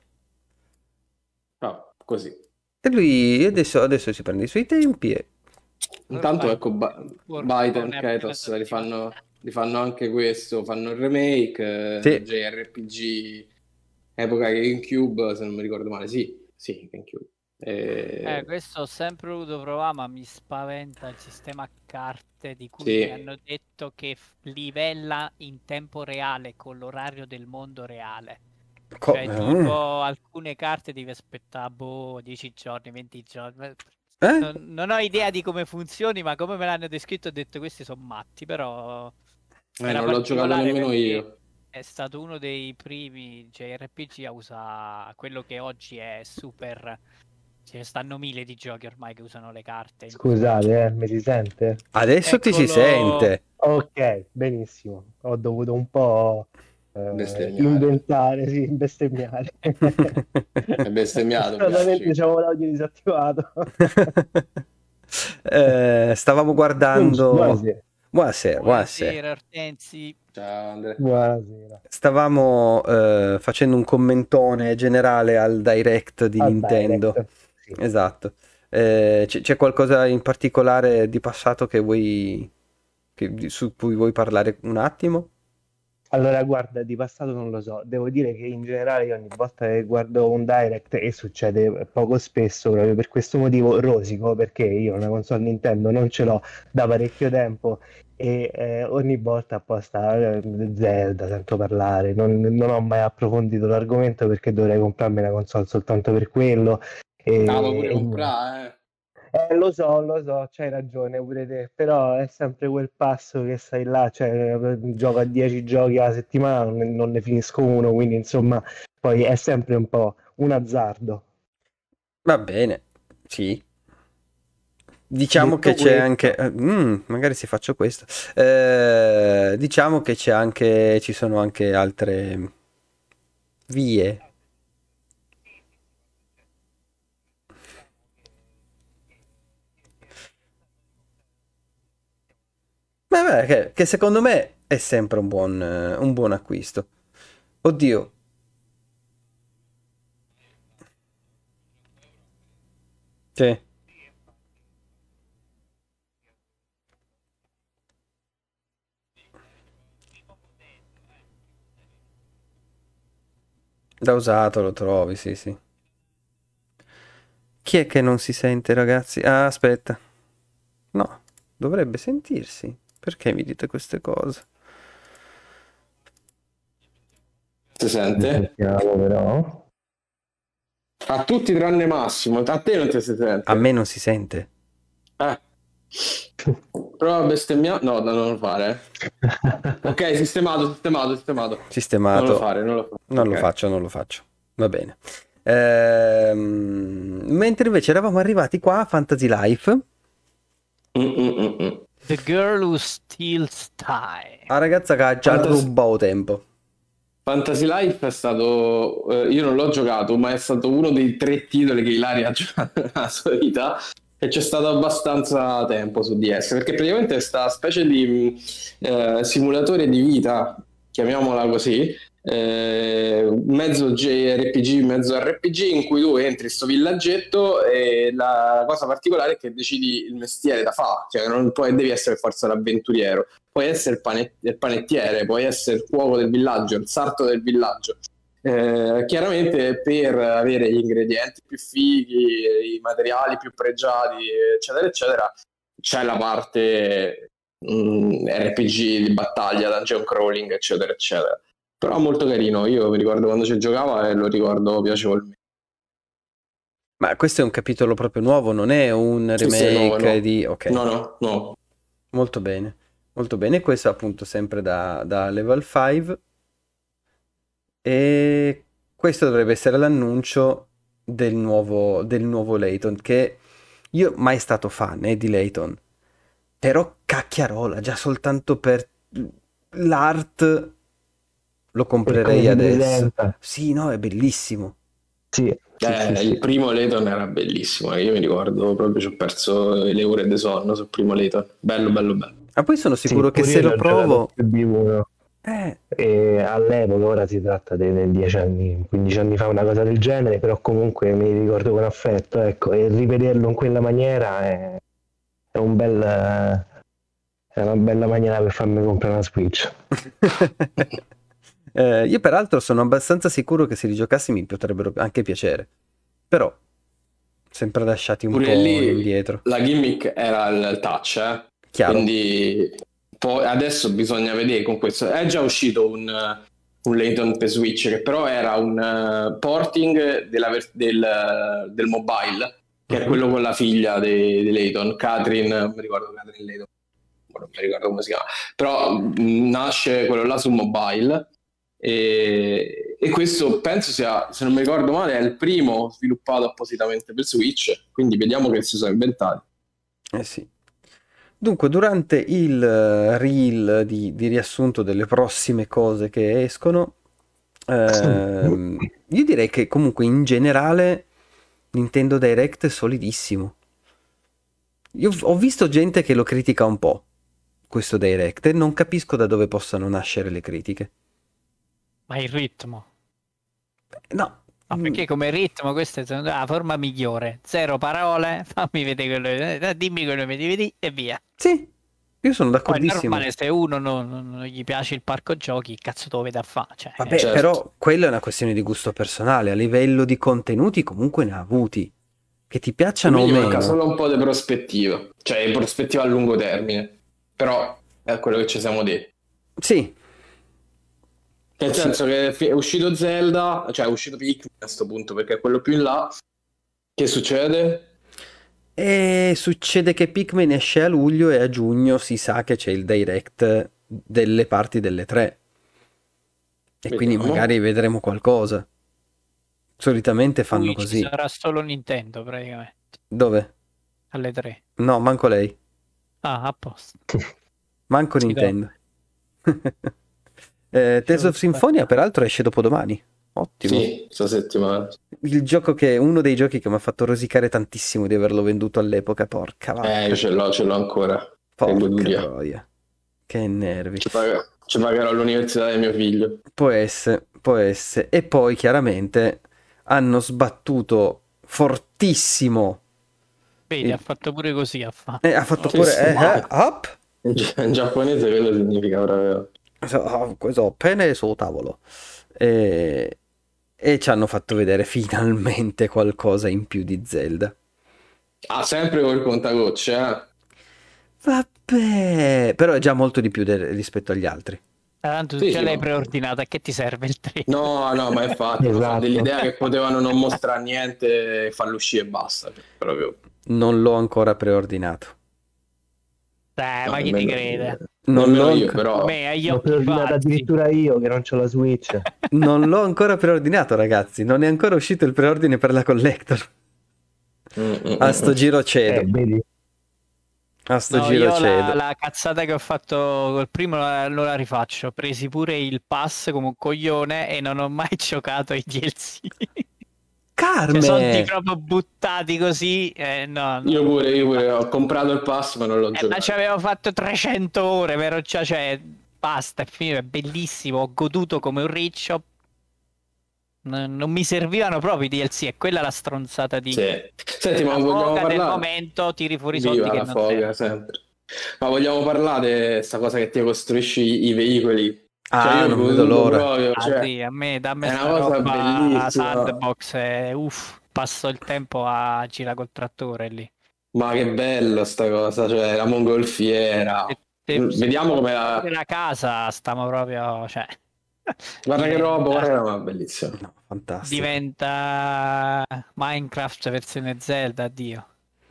no, così. E lui adesso si prende i suoi tempi e... Intanto Ormai ecco il Biden, porcone appena Kratos disattivato. rifanno anche questo, fanno il remake, Sì, JRPG epoca GameCube, se non mi ricordo male, sì, sì, GameCube. Questo ho sempre voluto provare, ma mi spaventa il sistema a carte di cui mi Sì, hanno detto che livella in tempo reale con l'orario del mondo reale. Cioè, come? tipo, alcune carte devi aspettare, boh, 10 giorni, 20 giorni. Eh? Non ho idea di come funzioni, ma come me l'hanno descritto ho detto questi sono matti, però era non l'ho giocato particolare nemmeno perché io. è stato uno dei primi JRPG a usare quello che oggi è super. Ce ne stanno mille di giochi ormai che usano le carte in questo modo. Scusate, mi si sente? Adesso ti si Eccolo. sente. Ok, benissimo. Ho dovuto un po' Bestemmiare. inventare, sì, bestemmiare. È bestemmiato, Fortunatamente Bianci. c'avevo l'audio disattivato. Stavamo Quindi, guardando... buonasera. Buonasera, buonasera. Buonasera Ortensi. Ciao Andrea. Buonasera. Stavamo facendo un commentone generale al Direct di Al Nintendo. direct. Sì. Esatto. C'è qualcosa in particolare di passato che vuoi, su cui vuoi parlare un attimo? Allora, guarda, di passato non lo so. Devo dire che in generale io ogni volta che guardo un direct, e succede poco spesso proprio per questo motivo, rosico, perché io una console Nintendo non ce l'ho da parecchio tempo e ogni volta apposta Zelda sento parlare. Non ho mai approfondito l'argomento perché dovrei comprarmi la console soltanto per quello. Ah, vuoi pure E niente. comprare, eh? Lo so, c'hai ragione pure te, però è sempre quel passo che stai là, cioè gioco a 10 giochi alla settimana, non ne finisco uno, quindi insomma, poi è sempre un po' un azzardo. Va bene, sì. Diciamo che Detto c'è anche... questo, magari se faccio questo. Diciamo che ci sono anche altre vie. Beh, che secondo me è sempre un buon acquisto. Oddio, sì, da usato lo trovi, sì, sì. Chi è che non si sente, ragazzi? Ah, aspetta. No, dovrebbe sentirsi. Perché mi dite queste cose? Si sente? Sentiamo però. A tutti tranne Massimo. A te non ti si sente? A me non si sente. Eh. Prova a bestemmiare. No, non lo fare. Ok, sistemato. Non lo Sistemato. fare, non lo fare. Non lo Ok. faccio, non lo faccio. Va bene. Mentre invece eravamo arrivati qua a Fantasy Life, The Girl Who Steals Time. la ragazza che ha già rubato tempo. Fantasy Life è stato, io non l'ho giocato, ma è stato uno dei 3 titoli che Ilaria ha giocato nella sua vita e c'è stato abbastanza tempo su DS, perché praticamente è sta specie di simulatore di vita, chiamiamola così, mezzo JRPG, mezzo RPG, in cui tu entri in sto villaggetto e la cosa particolare è che decidi il mestiere da fare, cioè non puoi, devi essere per forza l'avventuriero. Puoi essere il panettiere, puoi essere il cuoco del villaggio, il sarto del villaggio. Chiaramente per avere gli ingredienti più fighi, i materiali più pregiati, eccetera, eccetera, c'è la parte RPG di battaglia, dungeon crawling, eccetera, eccetera. Però molto carino, io mi ricordo quando ci giocava e lo ricordo piacevolmente. Ma questo è un capitolo proprio nuovo, non è un Sì, sì, remake no. di... Ok, No. molto bene. Molto bene, questo appunto sempre da Level 5. E questo dovrebbe essere l'annuncio del nuovo Layton, che io mai stato fan di Layton, però cacchiarola, già soltanto per l'art lo Per come comprerei si adesso. presenta. Sì, no, è bellissimo. Sì. Il primo Layton era bellissimo, io mi ricordo proprio ci ho perso le ore di sonno sul primo Layton. Bello. Ma poi sono sicuro che pure se io ne lo ho giocato provo... più di uno. Eh, E all'epoca, ora si tratta dei 10 anni, 15 anni fa, una cosa del genere, però comunque mi ricordo con affetto, ecco, e rivederlo in quella maniera è un bel, è una bella maniera per farmi comprare una Switch. io peraltro sono abbastanza sicuro che se li giocassi mi potrebbero anche piacere, però sempre lasciati un Pure po' lì indietro. la gimmick era il touch, Chiaro. quindi poi adesso bisogna vedere con questo. È già uscito un Layton per Switch che però era un porting del mobile, che è quello con la figlia di Layton, Catherine, non mi ricordo Catherine Layton, non mi ricordo come si chiama, però nasce quello là sul mobile e questo penso sia, se non mi ricordo male, è il primo sviluppato appositamente per Switch, quindi vediamo che si sono inventati. Eh sì. Dunque, durante il reel di riassunto delle prossime cose che escono, io direi che comunque in generale Nintendo Direct è solidissimo. Io ho visto gente che lo critica un po', questo Direct, e non capisco da dove possano nascere le critiche. Ma il ritmo. No, No, perché come ritmo questa è la forma migliore. Zero parole, fammi vedere quello, dimmi quello che mi devi dire e via. sì, io sono Poi è d'accordissimo. normale se uno non gli piace il parco giochi, cazzo te lo vede a fare. Cioè, Vabbè, Certo. però quella è una questione di gusto personale, a livello di contenuti comunque ne ha avuti. Che ti A piacciono me o gli manca meno. solo un po' di prospettiva, cioè prospettiva a lungo termine, però è quello che ci siamo detti. Sì, Nel sì. senso che è uscito Zelda, cioè è uscito Pikmin a questo punto, perché è quello più in là. Che succede? E succede che Pikmin esce a luglio e a giugno si sa che c'è il direct delle parti delle tre. E quindi Vediamo. magari vedremo qualcosa. Solitamente fanno Qui ci così. sarà solo Nintendo praticamente, Dove? alle 3. No, manco lei. Ah, a posto. Manco Si Nintendo. Ci Tales devo of Symphonia peraltro esce dopodomani. Ottimo. Sì, sta settimana. Il gioco che uno dei giochi che mi ha fatto rosicare tantissimo di averlo venduto all'epoca. Porca vacca. Io ce l'ho ancora. Che Porca goduria. troia. Che nervi. Ci pagherò all'università di mio figlio. Può essere, può essere. E poi chiaramente hanno sbattuto fortissimo. Vedi, ha fatto pure così a fa. Ha fatto Sì, pure sì. up. In giapponese quello significa proprio... Questo pene sul tavolo. E, e ci hanno fatto vedere finalmente qualcosa in più di Zelda. Ah, sempre col contagocce, eh? Vabbè, però è già molto di più rispetto agli altri. Tanto tu Sì, già sì, l'hai ma... preordinato, a che ti serve il trailer? No, no, ma infatti, ma sono Esatto. dell'idea che potevano non mostrare niente e farlo uscire e basta. Cioè, proprio... Non l'ho ancora preordinato. Ma No, chi ti crede? Non l'ho, nemmeno io, anco- però... Me agli L'ho occhi preordinato pazzi. addirittura io che non c'ho la Switch. non l'ho ancora preordinato, ragazzi. Non è ancora uscito il preordine per la collector. Mm, mm, A mm, sto mm. giro cedo. Vedi? A sto No, giro io la, cedo. la cazzata che ho fatto col primo non la rifaccio. Ho presi pure il pass come un coglione e non ho mai giocato ai DLC. Cioè, soldi Carme! proprio buttati così. No, no. Io pure ho comprato il pass, ma non l'ho Ma ci giocato. avevo fatto 300 ore, vero? Cioè, basta, è finito, è bellissimo. Ho goduto come un riccio. Non mi servivano proprio i DLC, è quella la stronzata Sì. di Senti, ma la vogliamo foga del parlare? momento, tiri fuori i soldi Viva che la non foga, servono. sempre. Ma vogliamo parlare di questa cosa che ti costruisci i veicoli? Cioè, Ah, io ho non vedo goduto l'ora. proprio, Ah cioè, sì, a me, dammi è una sta cosa roba bellissima. sandbox, passo il tempo a girare col trattore lì. Ma che bello sta cosa, cioè, la mongolfiera. Se mi Vediamo come compro pure la... la casa, stiamo proprio, cioè, Guarda che roba, diventa, guarda che roba bellissima. No, fantastico. diventa Minecraft versione Zelda, addio.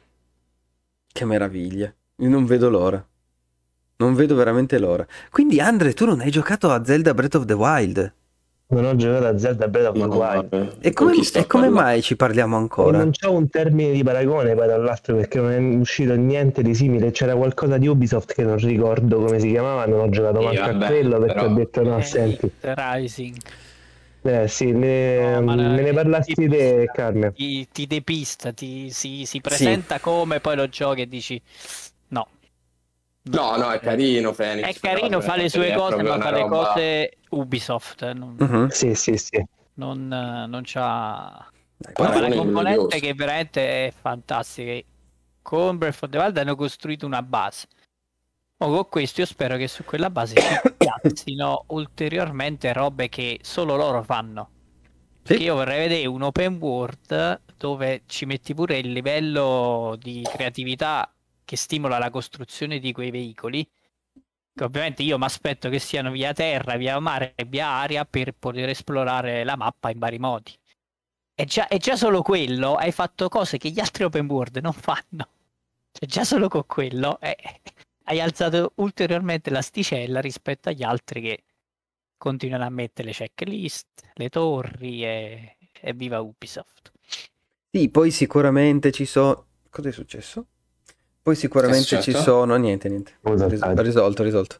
Che meraviglia. Io non vedo l'ora. Non vedo veramente l'ora. Quindi, Andre, tu non hai giocato a Zelda Breath of the Wild? Non ho giocato a Zelda Breath of the Ma Wild. con chi sto E a come parlare? mai ci parliamo E ancora? non c'ho un termine di paragone poi dall'altro perché non è uscito niente di simile. C'era qualcosa di Ubisoft che non ricordo come si chiamava, non ho giocato Sì, manco a vabbè, quello perché ho però... detto no, Hit senti. Rising. Sì, No, ma me ne ti parlassi te, pista, Carne. ti depista, si Sì, presenta come poi lo giochi e dici no, no. No, no, è carino Phoenix, È però carino, fa le cioè, sue è cose, proprio ma una fa le roba... cose Ubisoft, mhm. Sì, sì, sì. non c'ha... Dai, No, ma guarda, la Paragone componente glorioso. che veramente è fantastica. Con Breath of the Wild hanno costruito una base. Oh, con questo io spero che su quella base ci piazzino ulteriormente robe che solo loro fanno. Perché sì, io vorrei vedere un open world dove ci metti pure il livello di creatività che stimola la costruzione di quei veicoli. Che ovviamente io mi aspetto che siano via terra, via mare e via aria per poter esplorare la mappa in vari modi. E già solo quello hai fatto cose che gli altri open world non fanno. Cioè, già solo con quello hai alzato ulteriormente l'asticella rispetto agli altri che continuano a mettere le checklist, le torri e viva Ubisoft. sì, poi sicuramente ci sono... Cosa è successo? Poi Che è sicuramente ci successo? sono... Niente, niente. Come saltati. Risolto, risolto.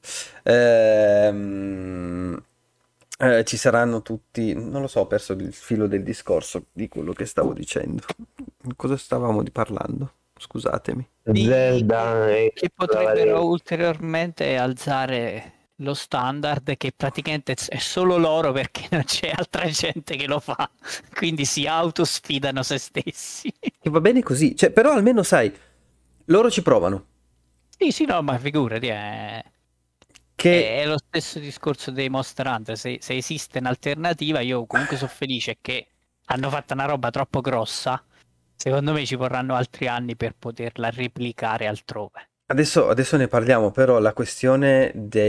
Ci saranno tutti... Non lo so, ho perso il filo del discorso di quello che stavo dicendo. Cosa stavamo parlando? Scusatemi. Zelda e Che la varia- potrebbero ulteriormente alzare lo standard che praticamente è solo loro perché non c'è altra gente che lo fa, quindi si autosfidano se stessi. E va bene così. Cioè, però almeno sai, loro ci provano. Sì, sì, no, ma figurati, Che... è lo stesso discorso dei Monster Hunter. Se esiste un'alternativa, io comunque sono felice che hanno fatto una roba troppo grossa. Secondo me ci vorranno altri anni per poterla replicare altrove. Adesso ne parliamo, però la questione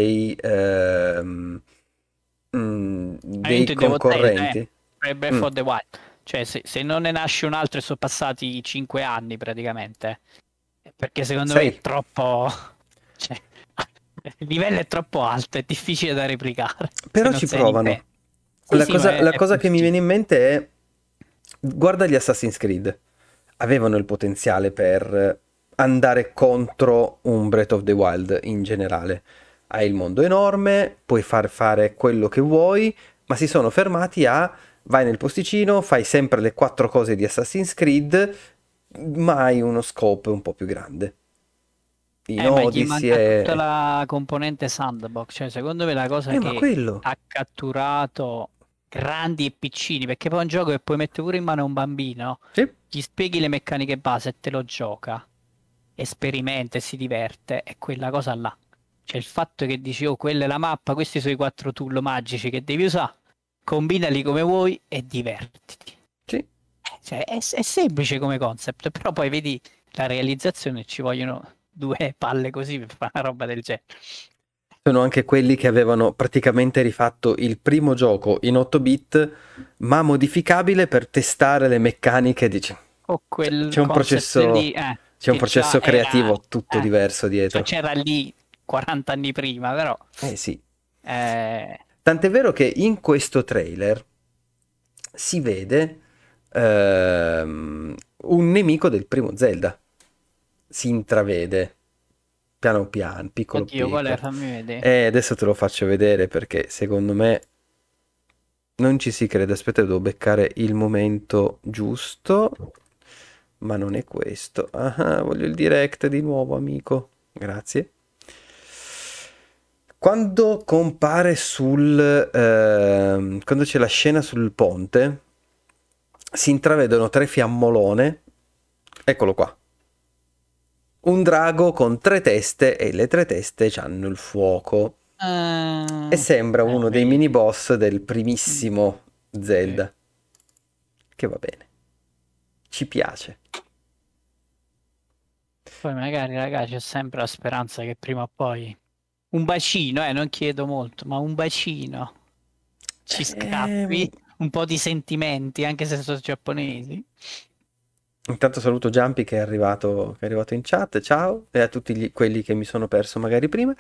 Io dei intendevo Zelda, concorrenti. Breath Mm, of the Wild. Cioè, se non ne nasce un altro e sono passati 5 anni praticamente, perché secondo me è sai, troppo... Cioè, il livello è troppo alto, è difficile da replicare se però non ci sei in provano. te. Sì, sì, ma La è cosa che mi possibile. viene in mente è, guarda gli Assassin's Creed. Avevano il potenziale per andare contro un Breath of the Wild in generale. Hai il mondo enorme, puoi fare quello che vuoi, ma si sono fermati a vai nel posticino, fai sempre le quattro cose di Assassin's Creed, ma hai uno scope un po' più grande. In Ma gli Odyssey manca tutta è... la componente sandbox, cioè secondo me la cosa Ma che quello... ha catturato grandi e piccini, perché poi è un gioco che puoi mettere pure in mano a un bambino, Sì, gli spieghi le meccaniche base e te lo gioca, sperimenta e si diverte, è quella cosa là. Cioè il fatto che dici, oh, quella è la mappa, questi sono i quattro tool magici che devi usare, combinali come vuoi e divertiti. sì. Cioè, è semplice come concept, però poi vedi la realizzazione ci vogliono due palle così per fare una roba del genere. Sono anche quelli che avevano praticamente rifatto il primo gioco in 8 bit, ma modificabile per testare le meccaniche. Dici, O quel c'è un concept lì, c'è un che già processo era, creativo tutto diverso già dietro. c'era lì 40 anni prima, però Eh sì. eh, Tant'è vero che in questo trailer si vede un nemico del primo Zelda. Si intravede piano piano, piccolo oddio, qual è? piccolo. Fammi vedere. E adesso te lo faccio vedere perché secondo me non ci si crede. Aspetta, devo beccare il momento giusto. Ma non è questo. Ah, voglio il direct di nuovo, amico. Grazie. Quando compare quando c'è la scena sul ponte, si intravedono 3 fiammolone. Eccolo qua. Un drago con 3 teste e le 3 teste hanno il fuoco. E sembra uno dei Vedi. mini boss del primissimo Zelda. Che va bene. Ci piace. Poi magari, ragazzi, c'è sempre la speranza che prima o poi un bacino, non chiedo molto, ma un bacino ci scappi, un po' di sentimenti, anche se sono giapponesi. Intanto saluto Giampi che è arrivato in chat, ciao, e a tutti quelli che mi sono perso magari prima.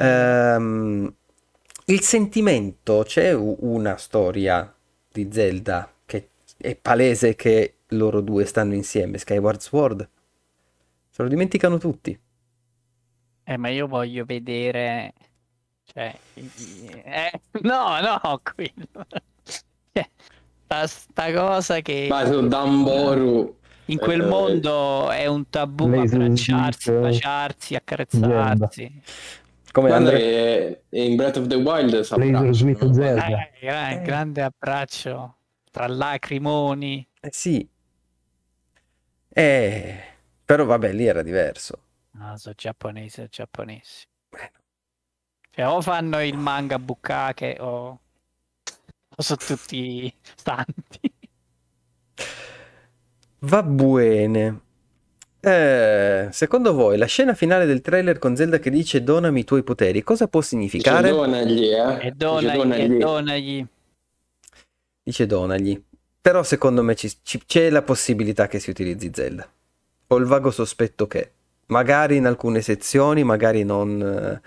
Il sentimento, c'è una storia di Zelda che è palese che loro due stanno insieme, Skyward Sword. Se lo dimenticano tutti. Ma io voglio vedere, cioè, no, no, quello. Cioè, sta cosa che Ma su Damboru, in quel mondo è un tabù Laser abbracciarsi, Sweet baciarsi, Zelda. accarezzarsi. Come guarda Andre? che in Breath of the Wild si Laser Sweet abbracciano. Zelda. Grande abbraccio tra lacrimoni. Sì, però vabbè, lì era diverso. No, sono giapponesi, giapponesi. Eh, Cioè, o fanno il manga bukkake o sono tutti stanti. Va bene. Secondo voi la scena finale del trailer con Zelda che dice donami i tuoi poteri, cosa può Dice significare? donagli, E Dice donagli, donagli. donagli. Dice donagli. Però secondo me c'è la possibilità che si utilizzi Zelda. Ho il vago sospetto che, magari in alcune sezioni, magari non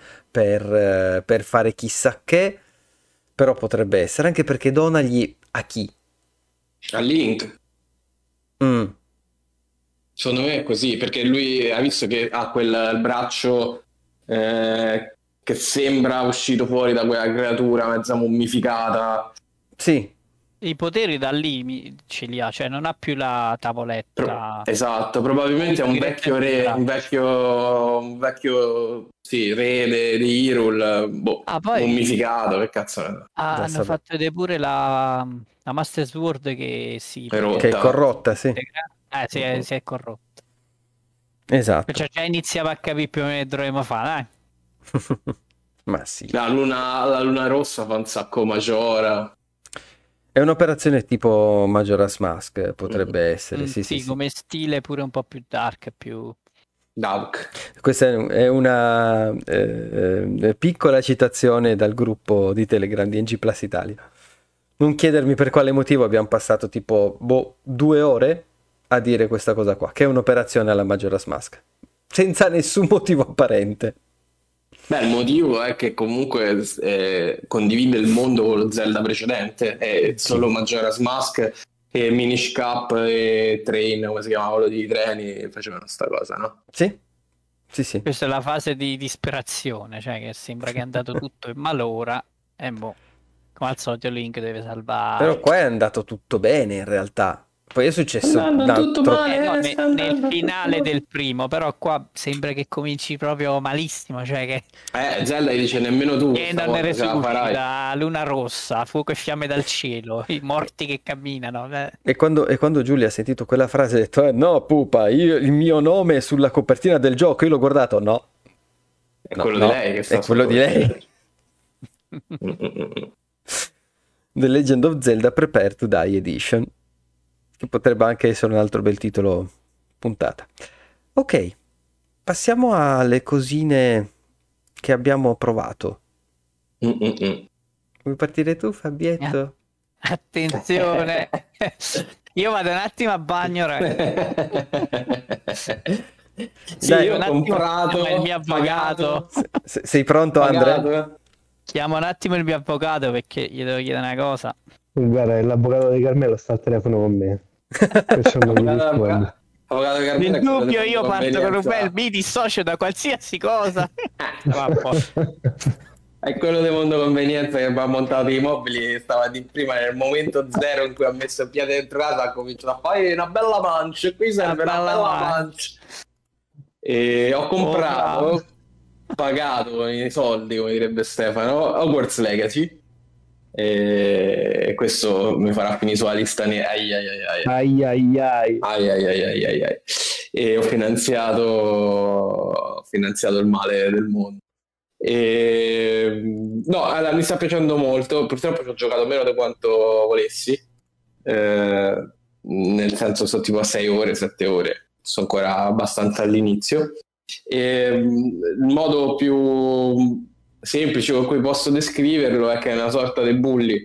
per fare chissà che, però potrebbe essere, anche perché donagli a chi? A Link. Mm, Secondo me è così, perché lui ha visto che ha quel braccio che sembra uscito fuori da quella creatura mezza mummificata. sì, I poteri da lì ce li ha, cioè non ha più la tavoletta. Esatto, probabilmente è un vecchio Direttamente re, bravo. un vecchio sì, re di Hyrule, boh, Poi mummificato, che cazzo è? da hanno sapere. fatto vedere pure la Master Sword che si È Che è rotta. corrotta, sì. si è corrotta. Esatto. Cioè, già iniziava a capire più o meno che dovremmo fare, Ma sì. La luna rossa fa un sacco Majora. È un'operazione tipo Majora's Mask, potrebbe essere, sì, sì, Sì, sì. come stile pure un po' più dark, più... Dark. Questa è una piccola citazione dal gruppo di Telegram di NG Plus Italia. Non chiedermi per quale motivo abbiamo passato tipo 2 ore a dire questa cosa qua, che è un'operazione alla Majora's Mask, senza nessun motivo apparente. Beh, il motivo è che comunque condivide il mondo con lo Zelda precedente, è solo Sì. Majora's Mask e Minish Cap e Train, come si chiama quello di treni, facevano sta cosa, no? Sì, sì, sì. Questa è la fase di disperazione, cioè che sembra che è andato tutto in malora e boh, come al solito Link deve Però salvare. qua è andato tutto bene in realtà. Poi è Sta successo un andando tutto altro... No, male, sta nel andando tutto finale male. del primo, però qua sembra che cominci proprio malissimo, cioè che Zelda gli dice nemmeno tu questa scendono e volta ce la farai. resuscita, luna rossa, fuoco e fiamme dal cielo, i morti che camminano. E quando Giulia ha sentito quella frase ha detto no pupa, il mio nome è sulla copertina del gioco, io l'ho guardato, no, È no, quello di no, lei che è sta quello sulla di lei. The Legend of Zelda Prepare to Die Edition, che potrebbe anche essere un altro bel titolo puntata. Ok, passiamo alle cosine che abbiamo provato Vuoi partire tu, Fabietto? Attenzione, io vado un attimo a bagno, Sì, Dai, io chiamo ho un attimo il mio comprato, avvocato, pagato, sei pronto, Andre? pagato. chiamo un attimo il mio avvocato perché gli devo chiedere una cosa. Guarda, l'avvocato di Carmelo sta al telefono con me, perciò non gli Avvocato, rispondo. avvocato Carmelo Nel è quello del dubbio fondo io parto con un bel convenienza. mi dissocio da qualsiasi cosa. Va a posto. È quello del mondo convenienza che va montato i mobili. Stava di prima nel momento zero in cui ha messo il piede dentro casa, ha cominciato a fare una bella mancia. Qui Una serve una bella bella mano. mancia. E ho Oh, bravo. comprato, pagato con i soldi, come direbbe Stefano, Hogwarts Legacy. E questo mi farà finire sulla lista. Ai, ai, ai, ai. Ai ai ai. Ai, ai, ai, ai, ai, ai. E ho finanziato il male del mondo. No, allora, mi sta piacendo molto. Purtroppo ci ho giocato meno di quanto volessi. Nel senso, sto tipo a 6 ore, 7 ore. Sono ancora abbastanza all'inizio. Il modo più semplice con cui posso descriverlo è che è una sorta di bully,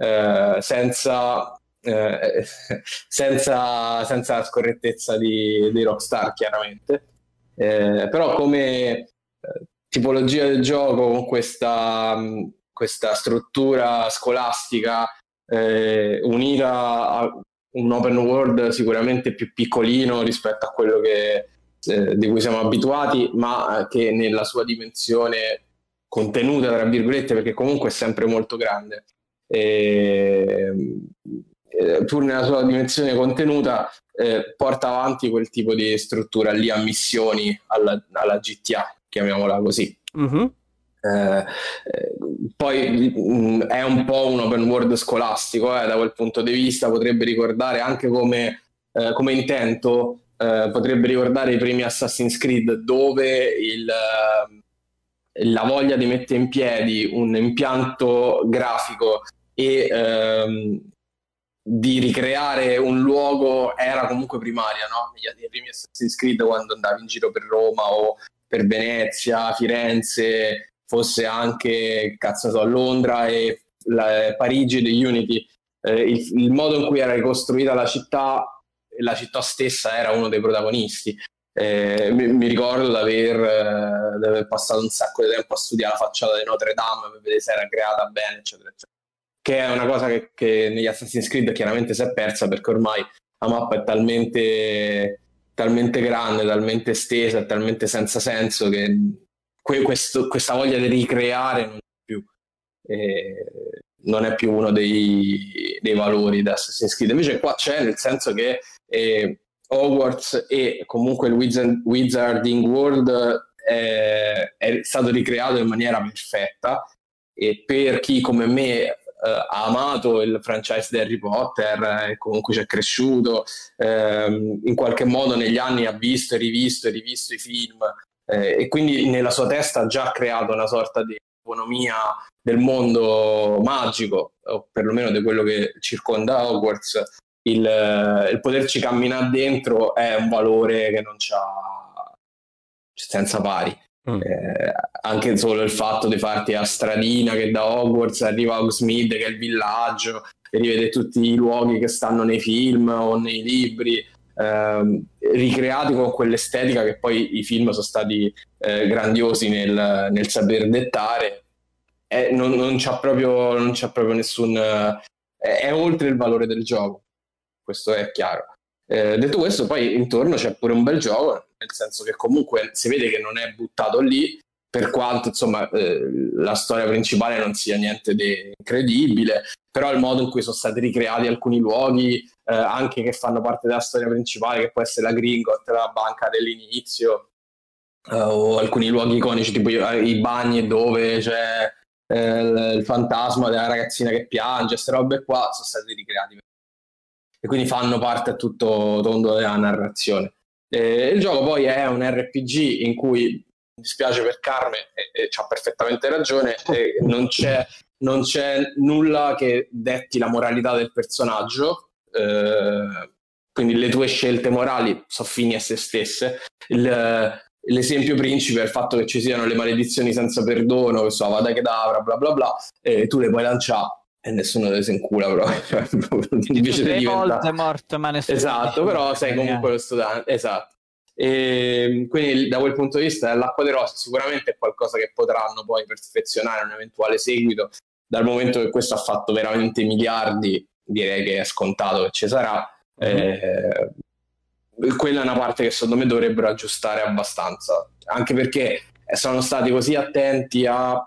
eh, senza la scorrettezza di Rockstar, chiaramente. Però come tipologia del gioco, con questa struttura scolastica unita a un open world sicuramente più piccolino rispetto a quello di cui siamo abituati, ma che nella sua dimensione contenuta, tra virgolette, perché comunque è sempre molto grande. E, pur nella sua dimensione contenuta, porta avanti quel tipo di struttura lì a missioni alla GTA, chiamiamola così. Mhm. Poi è un po' un open world scolastico, da quel punto di vista potrebbe ricordare anche come intento, potrebbe ricordare i primi Assassin's Creed, dove la voglia di mettere in piedi un impianto grafico e di ricreare un luogo era comunque primaria, no? Nei primi Assassin's Creed, quando andavi in giro per Roma o per Venezia, Firenze, fosse anche, cazzo so, Londra e Parigi di Unity, il modo in cui era ricostruita la città stessa era uno dei protagonisti. Mi ricordo di aver passato un sacco di tempo a studiare la facciata di Notre Dame per vedere se era creata bene, eccetera, eccetera. Che è una cosa che negli Assassin's Creed chiaramente si è persa, perché ormai la mappa è talmente grande, talmente estesa e talmente senza senso che questa voglia di ricreare non è più uno dei valori di Assassin's Creed. Invece qua c'è, nel senso che Hogwarts e comunque il Wizarding World è stato ricreato in maniera perfetta, e per chi come me ha amato il franchise di Harry Potter e comunque ci è cresciuto, in qualche modo negli anni ha visto e rivisto i film, e quindi nella sua testa ha già creato una sorta di economia del mondo magico, o perlomeno di quello che circonda Hogwarts. Il poterci camminare dentro è un valore che non c'ha senza pari. Anche solo il fatto di farti a stradina che da Hogwarts arriva a Hogsmeade, che è il villaggio, e rivede tutti i luoghi che stanno nei film o nei libri, ricreati con quell'estetica che poi i film sono stati grandiosi nel saper dettare. Non c'ha proprio nessun è oltre il valore del gioco, questo è chiaro. Detto questo, poi intorno c'è pure un bel gioco, nel senso che comunque si vede che non è buttato lì, per quanto insomma la storia principale non sia niente di incredibile, però il modo in cui sono stati ricreati alcuni luoghi, anche che fanno parte della storia principale, che può essere la Gringotts, la banca dell'inizio, o alcuni luoghi iconici, tipo i bagni dove c'è il fantasma della ragazzina che piange, queste robe qua sono stati ricreati e quindi fanno parte a tutto tondo della narrazione. Il gioco poi è un RPG in cui, mi dispiace per Carme, e c'ha perfettamente ragione, non c'è nulla che detti la moralità del personaggio, quindi le tue scelte morali sono fini a se stesse. l'esempio principe è il fatto che ci siano le maledizioni senza perdono, che so, Avada Kedavra, bla bla bla, e tu le puoi lanciare e nessuno te se incula proprio. Cioè, invece Sei di diventare... Voldemort, ma nessuno Esatto, dice però sei comunque lo studente, esatto. E quindi da quel punto di vista l'acqua dei rose sicuramente è qualcosa che potranno poi perfezionare in un eventuale seguito. Dal momento che questo ha fatto veramente miliardi, direi che è scontato che ci sarà. Quella è una parte che secondo me dovrebbero aggiustare abbastanza, anche perché sono stati così attenti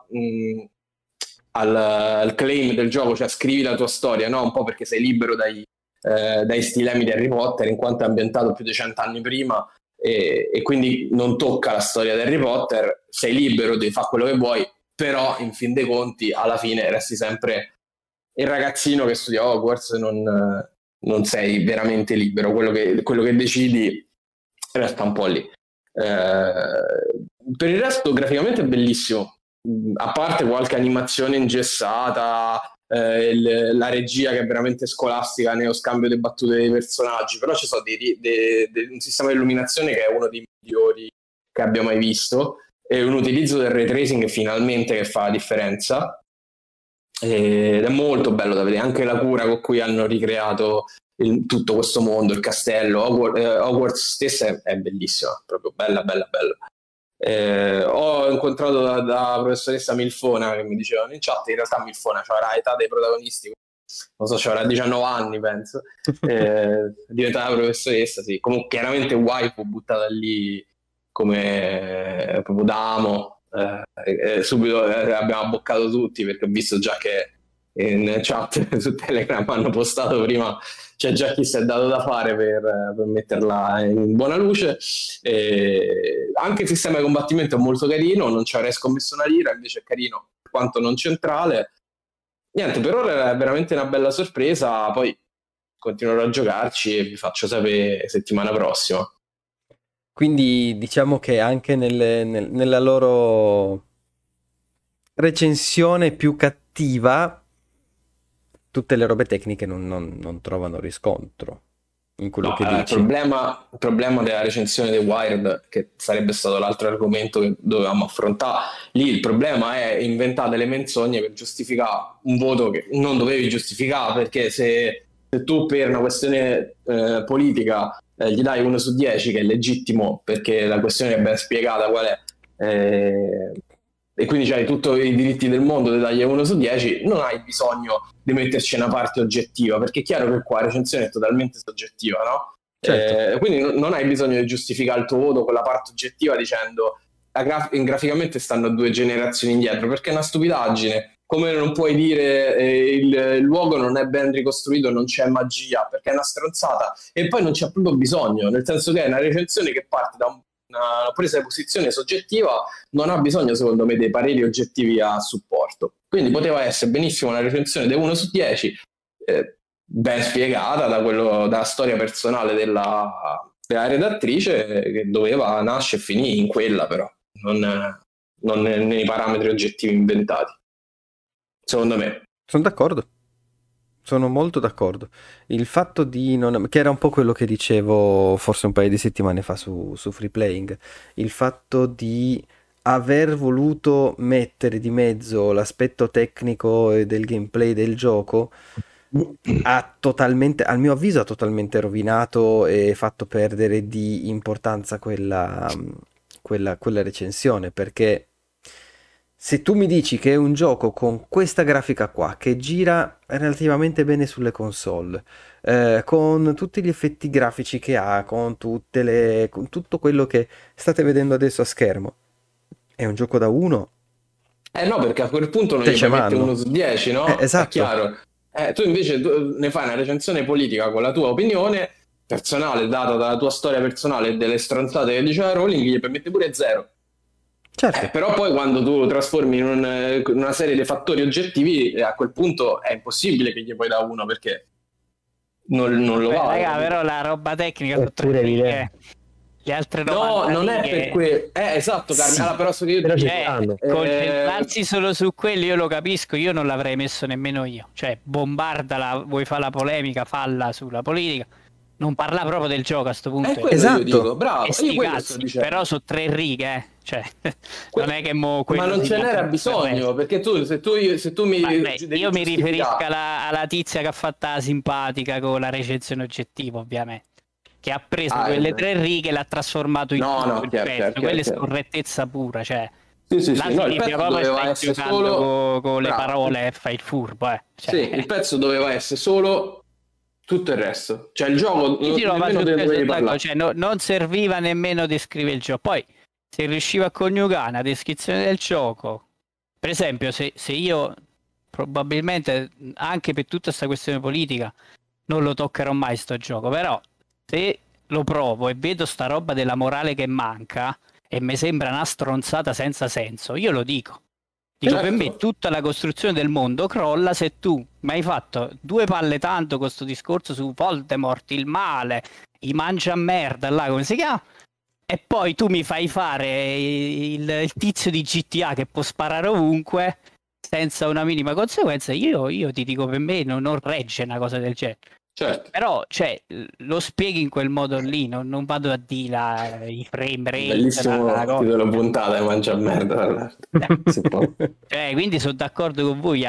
al claim del gioco, cioè scrivi la tua storia, no? Un po' perché sei libero dai stilemi di Harry Potter, in quanto è ambientato più di 100 anni prima, e quindi non tocca la storia di Harry Potter, sei libero di fare quello che vuoi, però in fin dei conti alla fine resti sempre il ragazzino che studia Hogwarts, non sei veramente libero, quello che decidi resta un po' lì. Per il resto graficamente è bellissimo, a parte qualche animazione ingessata, la regia che è veramente scolastica nello scambio di battute dei personaggi, però ci sono un sistema di illuminazione che è uno dei migliori che abbia mai visto, e un utilizzo del ray tracing finalmente che fa la differenza, ed è molto bello da vedere, anche la cura con cui hanno ricreato tutto questo mondo, il castello, Hogwarts stessa è bellissima, proprio bella bella bella. Ho incontrato da professoressa Milfona che mi dicevano in chat, in realtà Milfona c'era l'età dei protagonisti, non so, c'era 19 anni penso, diventata professoressa, sì, comunque chiaramente waifu buttata lì come proprio da amo, subito abbiamo abboccato tutti perché ho visto già che in chat su Telegram hanno postato prima, c'è già chi si è dato da fare per metterla in buona luce. Anche il sistema di combattimento è molto carino, non ci avrei scommesso una lira, invece è carino quanto non centrale. Niente, per ora è veramente una bella sorpresa, poi continuerò a giocarci e vi faccio sapere settimana prossima. Quindi diciamo che anche nella loro recensione più cattiva tutte le robe tecniche non trovano riscontro in quello No, che il dici. problema della recensione di Wired, che sarebbe stato l'altro argomento che dovevamo affrontare, lì il problema è inventare delle menzogne per giustificare un voto che non dovevi giustificare, perché se tu per una questione politica gli dai 1 su 10, che è legittimo perché la questione è ben spiegata qual è, e quindi c'hai tutti i diritti del mondo di dargli 1 su 10, non hai bisogno di metterci una parte oggettiva, perché è chiaro che qua la recensione è totalmente soggettiva, no? Certo. Quindi non hai bisogno di giustificare il tuo voto con la parte oggettiva dicendo graficamente stanno 2 generazioni indietro, perché è una stupidaggine. Come non puoi dire il luogo non è ben ricostruito, non c'è magia, perché è una stronzata, e poi non c'è proprio bisogno, nel senso che è una recensione che parte da una presa di posizione soggettiva, non ha bisogno secondo me dei pareri oggettivi a supporto, quindi poteva essere benissimo una recensione di 1 su 10, ben spiegata dalla storia personale della redattrice, che doveva nascere e finire in quella, però non nei parametri oggettivi inventati, secondo me. Sono d'accordo. Sono molto d'accordo. Il fatto di non... che era un po' quello che dicevo forse un paio di settimane fa su Free Playing, il fatto di aver voluto mettere di mezzo l'aspetto tecnico e del gameplay del gioco ha totalmente, al mio avviso, ha totalmente rovinato e fatto perdere di importanza quella recensione, perché se tu mi dici che è un gioco con questa grafica qua, che gira relativamente bene sulle console, con tutti gli effetti grafici che ha, con tutto quello che state vedendo adesso a schermo, è un gioco da uno, No, perché a quel punto non te gli ce puoi mettere 1 mando. su 10, no? È Esatto, chiaro. Tu invece ne fai una recensione politica con la tua opinione personale, data dalla tua storia personale e delle stronzate che diceva Rowling, gli permette pure 0. certo. Però poi quando tu trasformi in una serie di fattori oggettivi, a quel punto è impossibile che gli puoi da 1, perché non lo Beh, vale. raga, però la roba tecnica È sono pure 3 righe. evidente. Le altre No, 90 non è per righe. esatto, Carmine. Sì, Allora, però so che io Però ci ti... stanno. Concentrarsi solo su quelli, io lo capisco, io non l'avrei messo nemmeno io. Cioè, bombardala, vuoi fare la polemica, falla sulla politica. non parla proprio del gioco a sto È punto. quello Esatto. io dico, bravo, E io sti quello sto cazzi, dicendo. però su 3 righe, cioè, non è che mo Ma quello non si ce n'era lamenta per il resto. bisogno, perché se tu mi Vabbè, devi io mi riferisco giustificare. alla tizia che ha fatto la simpatica con la recensione oggettiva, ovviamente, che ha preso Ah, quelle 3 righe e l'ha trasformato in no, tutto no, il chiaro, chiaro, pezzo. chiaro, Quella è chiaro. scorrettezza pura, cioè, Sì, sì, là sì, no, il significa pezzo proprio doveva stai essere giocando solo. con le Bravo. parole e fai il furbo, Sì, cioè. il pezzo doveva essere solo tutto il resto. Cioè il gioco Sì, sì, no, ma nemmeno su te ne questo dovevi d'accordo, parlare. cioè, non serviva nemmeno descrivere il gioco. Poi, se riusciva a coniugare una descrizione del gioco, per esempio, se io probabilmente anche per tutta questa questione politica non lo toccherò mai sto gioco, però se lo provo e vedo sta roba della morale che manca e mi sembra una stronzata senza senso, io lo dico. Dico, per me Certo. tutta la costruzione del mondo crolla se tu mi hai fatto due palle tanto con questo discorso su Voldemort, il male, i mangia merda, là come si chiama, e poi tu mi fai fare il tizio di GTA che può sparare ovunque senza una minima conseguenza, io ti dico, per me non regge una cosa del genere. Certo. Però, cioè, lo spieghi in quel modo lì, non vado a dire i frame rate, la Bellissimo cosa. titolo puntata, mangia merda, tra l'altro. Si può. Quindi sono d'accordo con voi.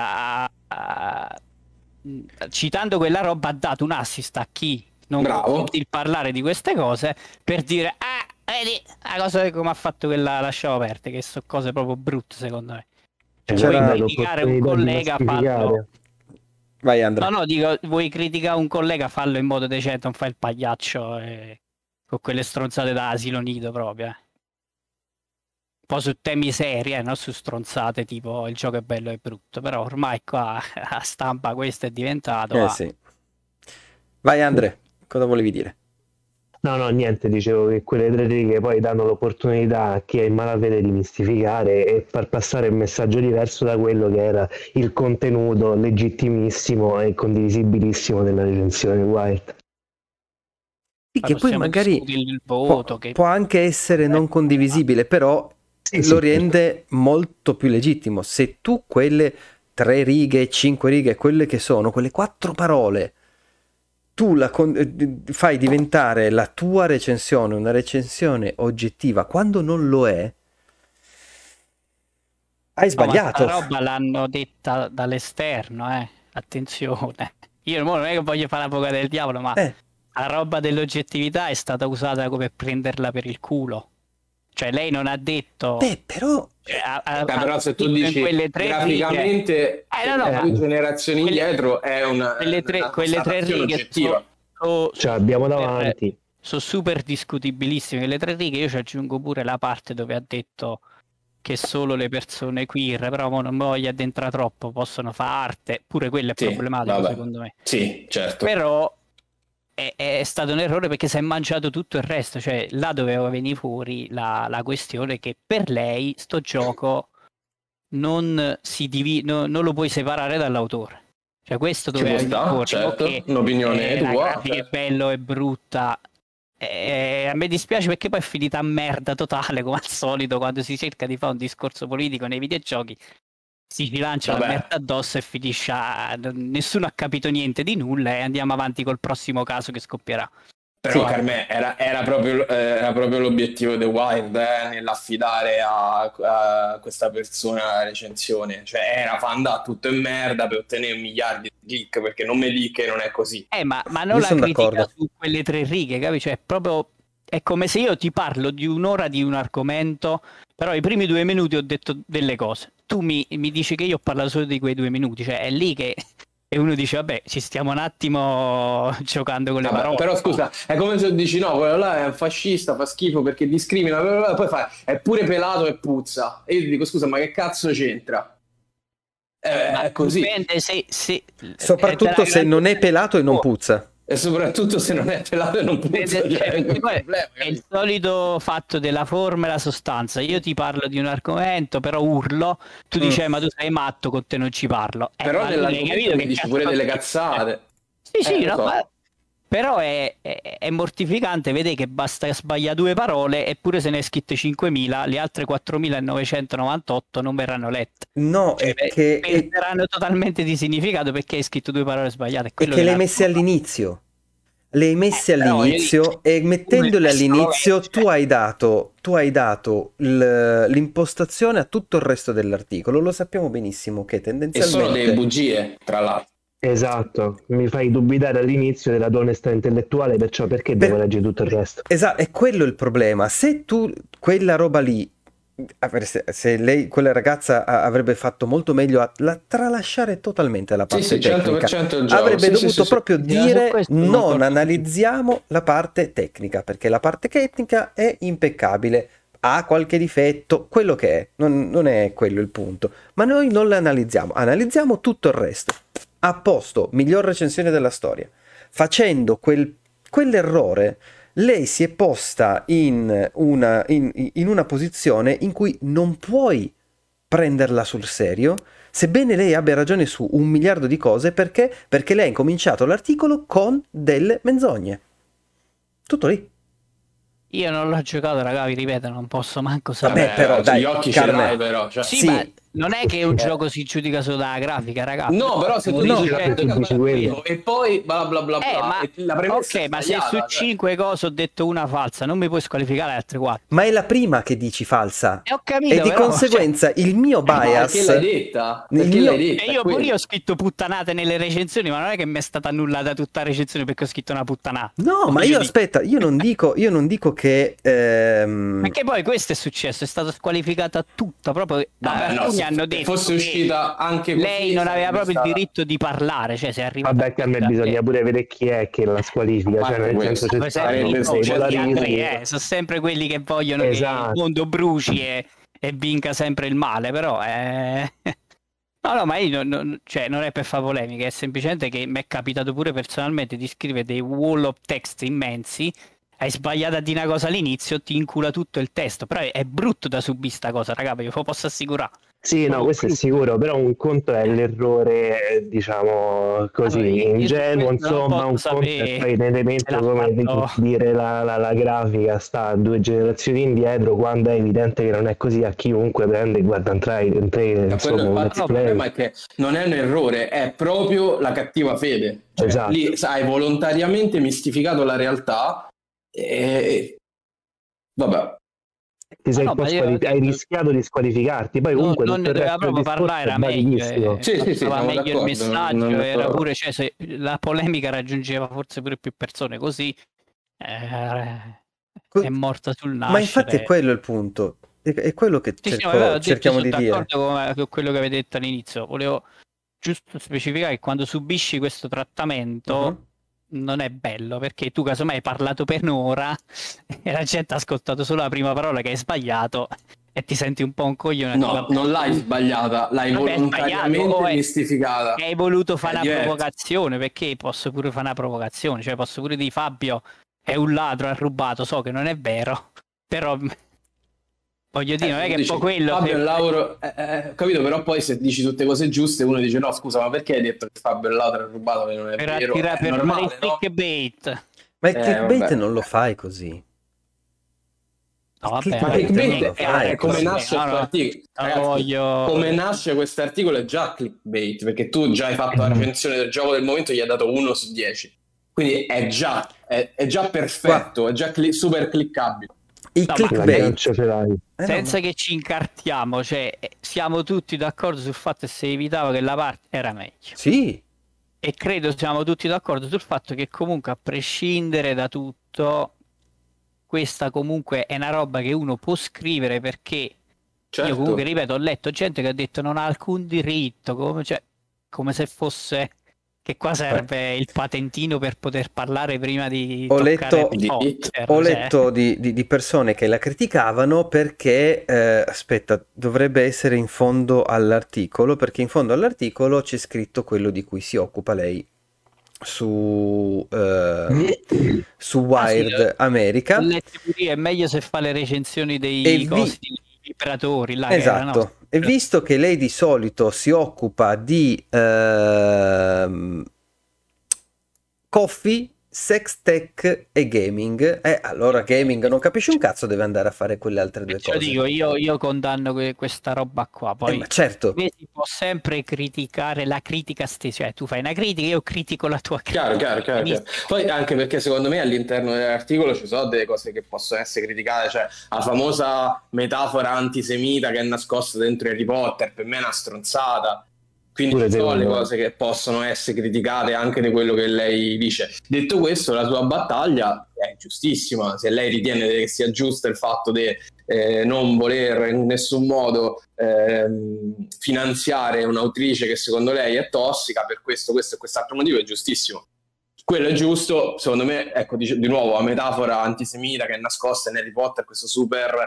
Citando quella roba, ha dato un assist a chi non può Bravo. sentir parlare di queste cose per dire: ah, vedi la cosa come ha fatto quella, lasciamo aperte, che sono cose proprio brutte, secondo me. Cioè, vuoi C'era- Dai criticare un l'opportunità di collega, fallo. massificare. Vai No, Andre. no, dico, vuoi criticare un collega, fallo in modo decente, non fai il pagliaccio con quelle stronzate da asilo nido proprio. Un po' su temi seri, non su stronzate tipo il gioco è bello e brutto, però ormai qua a stampa questo è diventato Sì. Vai Andre, cosa volevi dire? No, no, niente, dicevo che quelle 3 righe poi danno l'opportunità a chi è in malafede di mistificare e far passare un messaggio diverso da quello che era il contenuto legittimissimo e condivisibilissimo della recensione Wild. Sì, poi che poi possiamo magari discutere il voto che può anche essere non condivisibile, però Sì, lo sì, certo. rende molto più legittimo. Se tu quelle 3 righe, 5 righe, quelle che sono, quelle 4 parole, tu fai diventare la tua recensione una recensione oggettiva quando non lo è, hai No, ma sta sbagliato. roba l'hanno detta dall'esterno, attenzione. Io mo non è che voglio fare l'avvocato del diavolo, ma Eh, la roba dell'oggettività è stata usata come prenderla per il culo. Cioè lei non ha detto, però cioè, ha Però se tu scritto in dici quelle 3 righe. graficamente, No, no, per ma 2 generazioni quelle, indietro è quelle tre, una quelle tre constatazione righe sono oggettiva. Ce l'abbiamo super, davanti. super discutibilissime. Quelle 3 righe io ci aggiungo pure la parte dove ha detto che solo le persone queer, però mo non mi voglio addentrare troppo, possono fare arte, pure quello è Sì, problematico vabbè. secondo me. Sì, certo. Però è stato un errore perché si è mangiato tutto il resto, cioè là doveva venire fuori la questione che per lei sto gioco non lo puoi separare dall'autore. Cioè questo Ci può doveva venire stare, fuori, non certo. che Un'opinione la tua, grafica è certo. bello e brutta. A me dispiace perché poi è finita a merda totale, come al solito, quando si cerca di fare un discorso politico nei videogiochi, si rilancia la Vabbè. merda addosso e finisce nessuno ha capito niente di nulla e andiamo avanti col prossimo caso che scoppierà. Però sì, per me era proprio l'obiettivo di Wild nell'affidare a questa persona la recensione. Cioè era fanda tutto in merda per ottenere miliardi di click, perché non mi dica che non è così. Ma non io la sono critica d'accordo. su quelle 3 righe, capisci? Cioè, proprio è come se io ti parlo di un'ora di un argomento, però i primi 2 minuti ho detto delle cose. Tu mi dici che io ho parlato solo di quei 2 minuti, cioè è lì che e uno dice, vabbè, ci stiamo un attimo giocando con le Vabbè, parole. però scusa, è come se dici no, quello là è un fascista, fa schifo perché discrimina, bla bla bla, poi fa, è pure pelato e puzza. E io ti dico scusa, ma che cazzo c'entra? Ma È così. dipende se è della Soprattutto se non è grandezza del pelato e non tuo. puzza. E soprattutto se non è pelato e non puzza, Cioè, cioè, è perché un poi problema, è il capito? solito fatto della forma e la sostanza. Io ti parlo di un argomento, però urlo, tu dici, Mm. ma tu sei matto, con te non ci parlo. Però Ma allora hai nell'argomento capito mi che dici pure cazzo delle dici? cazzate. Sì, sì, Lo no, so. però è mortificante vedere che basta sbagliare 2 parole eppure se ne è scritte 5.000, le altre 4.998 non verranno lette. No, Cioè, perderanno totalmente di significato perché hai scritto 2 parole sbagliate. È è quello che che le hai la messe all'inizio. le hai messe Però voglio all'inizio dire, e mettendole uno è all'inizio estrolo, tu hai dato l'impostazione a tutto il resto dell'articolo. Lo sappiamo benissimo che E sono delle tendenzialmente... bugie, tra l'altro. Esatto, mi fai dubitare all'inizio della tua onestà intellettuale, perciò perché devo Per- leggere tutto il resto? Esatto, è quello il problema. Se tu quella roba lì, se lei, quella ragazza avrebbe fatto molto meglio a tralasciare totalmente la Sì, parte sì, tecnica, 100% il gioco. avrebbe Sì, sì, sì, dovuto sì. proprio sì, ma su dire questo non concordo con te. analizziamo la parte tecnica, perché la parte tecnica è impeccabile, ha qualche difetto, quello che è, non è quello il punto. Ma noi non la analizziamo, analizziamo tutto il resto. A posto, miglior recensione della storia. Facendo quell'errore, lei si è posta in una posizione in cui non puoi prenderla sul serio, sebbene lei abbia ragione su 1 miliardo di cose, perché lei ha incominciato l'articolo con delle menzogne. Tutto lì. Io non l'ho giocato, raga, vi ripeto, non posso manco Vabbè, sapere. però Gli dai, occhi ce l'hai, Carne. però. Cioè. Sì, ma Sì, non è che un gioco si giudica solo dalla grafica, raga. No, però se Stiamo tu dici no. che Se tu dici quello. e poi bla bla bla bla, Ma e la premessa ok, è ma se su sbagliata. Cioè. 5 cose ho detto una falsa, non mi puoi squalificare le altre 4. Ma è la prima che dici falsa. E ho E capito, di però, cioè, conseguenza il mio Ma perché l'hai bias, detta? il Perché l'hai mio... detta? e È io pure io quello. ho scritto puttanate nelle recensioni, ma non è che mi è stata annullata tutta la recensione perché ho scritto una puttanata. No, ma Voglio io dire. aspetta, io non dico che... Perché poi questo è successo, è stata squalificata tutta, proprio Vabbè, no, alcuni se, hanno se detto fosse che uscita anche lei così non aveva sarebbe proprio il stata. diritto di parlare, cioè se è arrivata Vabbè, che a me questa... bisogna pure vedere chi è che la squalifica, A cioè parte nel senso questo, c'è Poi sempre stato sarebbe i dei soliti successo. polarismi. Andrea, sono sempre quelli che vogliono che il Esatto. mondo bruci e vinca sempre il male, però no, no, ma io cioè, non è per fare polemiche, è semplicemente che mi è capitato pure personalmente di scrivere dei wall of text immensi, hai sbagliato a dire una cosa all'inizio, ti incula tutto il testo, però è brutto da subire sta cosa, raga, ve lo posso assicurare. Sì, no, Proprio questo è brutto. sicuro, però un conto è l'errore, diciamo Allora, così, io su ingenuo, questo non insomma, posso un conto è sapere poi un se elemento l'ha come fatto... dire la grafica sta 2 generazioni indietro, quando è evidente che non è così, a chiunque prende e guarda entrare, insomma, un Ma let's no, il play. problema è che non è un errore, è proprio la cattiva fede. Cioè, Esatto. lì hai volontariamente mistificato la realtà e vabbè. Ti Ma sei no, un po' ma io ho hai detto, rischiato di squalificarti, poi comunque non tutto ne il doveva resto del proprio discorso parlare, è era meglio, validissimo. Sì, sì, sì, passava siamo meglio il d'accordo. messaggio, era pure, cioè, se la polemica raggiungeva forse pure più persone, così è morta sul Ma infatti è nascere. quello il punto, è quello che Sì, sì, vabbè, ho detto, cerchiamo sono di dire. d'accordo con quello che avete detto all'inizio. Volevo giusto specificare che quando subisci questo Mhm. trattamento non è bello, perché tu casomai hai parlato per un'ora e la gente ha ascoltato solo la prima parola che hai sbagliato e ti senti un po' un coglione. No, Vabbè, non l'hai sbagliata, l'hai vabbè, hai sbagliato, volontariamente mistificata. hai voluto È fare una diverso. provocazione, perché posso pure fare una provocazione, cioè posso pure dire Fabio è un ladro, ha rubato, so che non è vero, però voglio dire, non Se è tu che è poi dici quello, Fabio se... è un lavoro, ho capito, però poi se dici tutte cose giuste uno dice no, scusa, ma perché hai detto che Fabio è un ladro e ha rubato che non è per vero? attirare, È per fare il normale, no? clickbait. Ma il clickbait Vabbè. non lo fai così. No, Il vabbè, Ma clickbait non clickbait lo è fai come vabbè, così. nasce il tuo no, articolo. non lo Ragazzi, come voglio... nasce questo articolo è già clickbait, perché tu già hai fatto la recensione del gioco del momento e gli hai dato 1 su 10. Quindi è già Guarda, perfetto, è già super cliccabile. il No, ma clickbait... L'aggancio ce l'hai. No, ma... senza che ci incartiamo, cioè, siamo tutti d'accordo sul fatto che se evitava che la parte era meglio. Sì, E credo siamo tutti d'accordo sul fatto che comunque, a prescindere da tutto, questa comunque è una roba che uno può scrivere perché io comunque, Certo. ripeto, ho letto gente che ha detto non ha alcun diritto, come, cioè, come se fosse che qua beh, serve il patentino per poter parlare prima di ho toccare letto, Diritto. ho Twitter, cioè. letto di persone che la criticavano perché, aspetta, dovrebbe essere in fondo all'articolo, perché in fondo all'articolo c'è scritto quello di cui si occupa lei su Ah sì, Wired ho America. letto pure io, è meglio se fa le recensioni E dei vi, cosi, dei vibratori, là che erano. esatto, e visto che lei di solito si occupa di Coffee, sex tech e gaming. Allora gaming non capisci un cazzo, deve andare a fare quelle altre due Perciò cose. dico, io condanno questa roba qua. Poi Ma certo, si può sempre criticare la critica stessa, cioè tu fai una critica, io critico la tua critica. Chiaro. Poi anche perché secondo me all'interno dell'articolo ci sono delle cose che possono essere criticate, cioè la famosa metafora antisemita che è nascosta dentro Harry Potter, per me è una stronzata. Quindi Pure ci sono le secondo me. cose che possono essere criticate anche di quello che lei dice. Detto questo, la sua battaglia è giustissima. Se lei ritiene che sia giusto il fatto di non voler in nessun modo finanziare un'autrice che secondo lei è tossica per questo e quest'altro motivo, è giustissimo. Quello è giusto, secondo me, ecco, di nuovo, la metafora antisemita che è nascosta in Harry Potter, questo super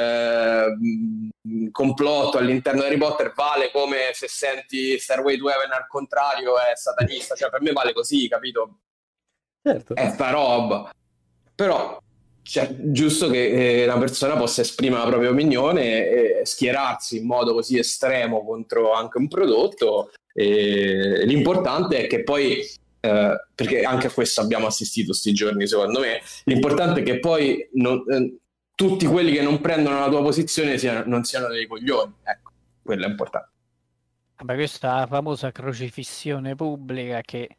complotto all'interno di Harry Potter, vale come se senti Stairway to Heaven al contrario è satanista, cioè per me vale così, capito? certo. È sta roba. Però cioè, giusto che una persona possa esprimere la propria opinione e schierarsi in modo così estremo contro anche un prodotto. L'importante è che poi, perché anche a questo abbiamo assistito sti giorni, secondo me, l'importante è che poi tutti quelli che non prendono la tua posizione non siano dei coglioni. Ecco, quello è importante. Vabbè, questa è la famosa crocifissione pubblica che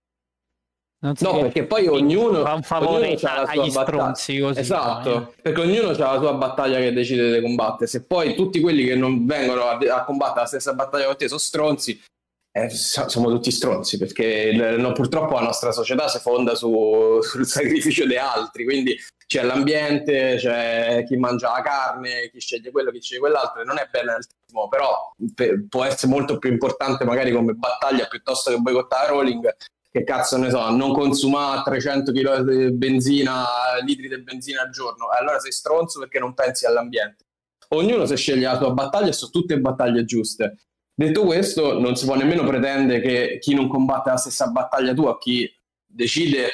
non si No, riesce perché poi a ognuno fa un favore ha la sua agli battaglia. stronzi così. Esatto, perché ognuno ha la sua battaglia che decide di combattere. Se poi tutti quelli che non vengono a combattere la stessa battaglia con te sono stronzi, siamo tutti stronzi, perché purtroppo la nostra società si fonda sul sacrificio di altri, quindi c'è l'ambiente, c'è chi mangia la carne, chi sceglie quello, chi sceglie quell'altro, e non è benaltrismo, però può essere molto più importante magari come battaglia piuttosto che boicottare Rowling, che cazzo ne so, non consuma 300 kg di benzina, litri di benzina al giorno, allora sei stronzo perché non pensi all'ambiente. Ognuno si sceglie la sua battaglia e sono tutte battaglie giuste. Detto questo, non si può nemmeno pretendere che chi non combatte la stessa battaglia tua, chi decide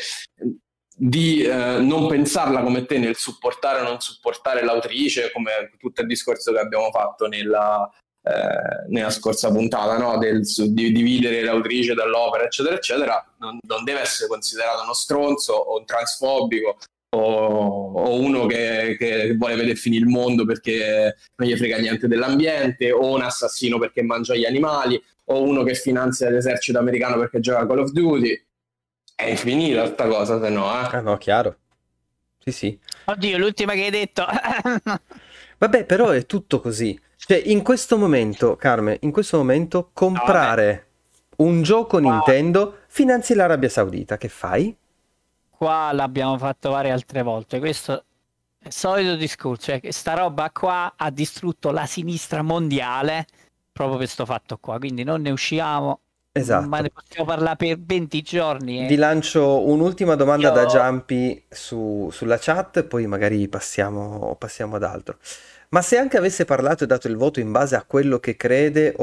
di non pensarla come te nel supportare o non supportare l'autrice, come tutto il discorso che abbiamo fatto nella scorsa puntata, no? Di dividere l'autrice dall'opera, eccetera, eccetera, non deve essere considerato uno stronzo o un transfobico o uno che vuole vedere finire il mondo perché non gli frega niente dell'ambiente, o un assassino perché mangia gli animali, o uno che finanzia l'esercito americano perché gioca a Call of Duty. È infinita sta cosa, se no, Ah no, chiaro. Sì. Oddio, l'ultima che hai detto. Vabbè, però è tutto così. Cioè, in questo momento, Carme, in questo momento comprare un gioco Nintendo finanzi l'Arabia Saudita. Che fai? Qua l'abbiamo fatto varie altre volte. Questo è il solito discorso, cioè che sta roba qua ha distrutto la sinistra mondiale proprio per questo fatto qua. Quindi non ne usciamo, ma ne Esatto. possiamo parlare per 20 giorni. Vi lancio un'ultima domanda da Io Jumpy sulla chat, poi magari passiamo ad altro. Ma se anche avesse parlato e dato il voto in base a quello che crede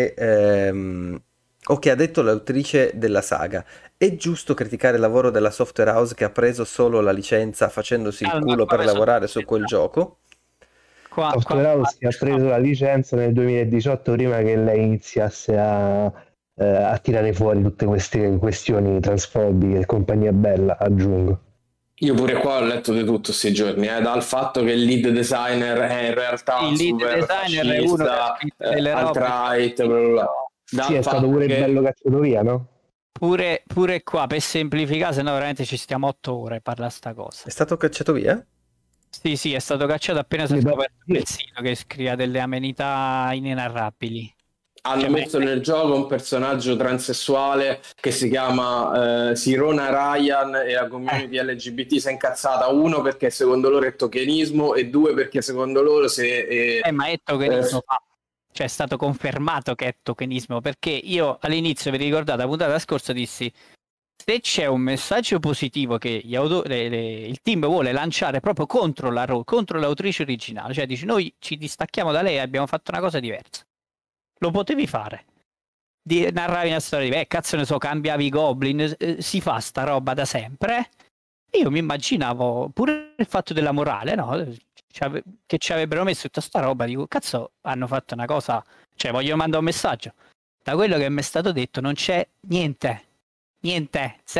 o che ha detto l'autrice della saga, è giusto criticare il lavoro della software house che ha preso solo la licenza facendosi il calma, culo qua per mi sono lavorare su quel gioco? Software House che ha preso la licenza nel 2018 prima che lei iniziasse a tirare fuori tutte queste questioni transfobiche e compagnia bella, aggiungo. Io pure qua ho letto di tutto questi giorni, dal fatto che il lead designer è in realtà un il lead super designer è uno che ha fascista, scritto delle robe alt-right, bla bla bla. Sì, Dal è stato fatto pure che bello cazzato via, no? pure qua per semplificare, se no veramente ci stiamo 8 ore a parlare sta cosa. È stato cacciato via? Sì, è stato cacciato appena si è Sì, scoperto quel sito che scrive delle amenità inenarrabili. hanno Cioè, ma messo nel gioco un personaggio transessuale che si chiama Sirona Ryan, e la community LGBT si è incazzata, uno perché secondo loro è tokenismo e due perché secondo loro se ma è tokenismo fatto. Cioè è stato confermato che è tokenismo, perché io all'inizio, vi ricordate, la puntata scorsa dissi se c'è un messaggio positivo che il team vuole lanciare proprio contro contro l'autrice originale, cioè dici noi ci distacchiamo da lei e abbiamo fatto una cosa diversa, lo potevi fare. Narravi una storia di cazzo ne so, cambiavi i goblin, si fa sta roba da sempre. Io mi immaginavo pure il fatto della morale, no? Che ci avrebbero messo tutta sta roba, dico, cazzo, hanno fatto una cosa, cioè voglio mandare un messaggio. Da quello che mi è stato detto non c'è niente, zero.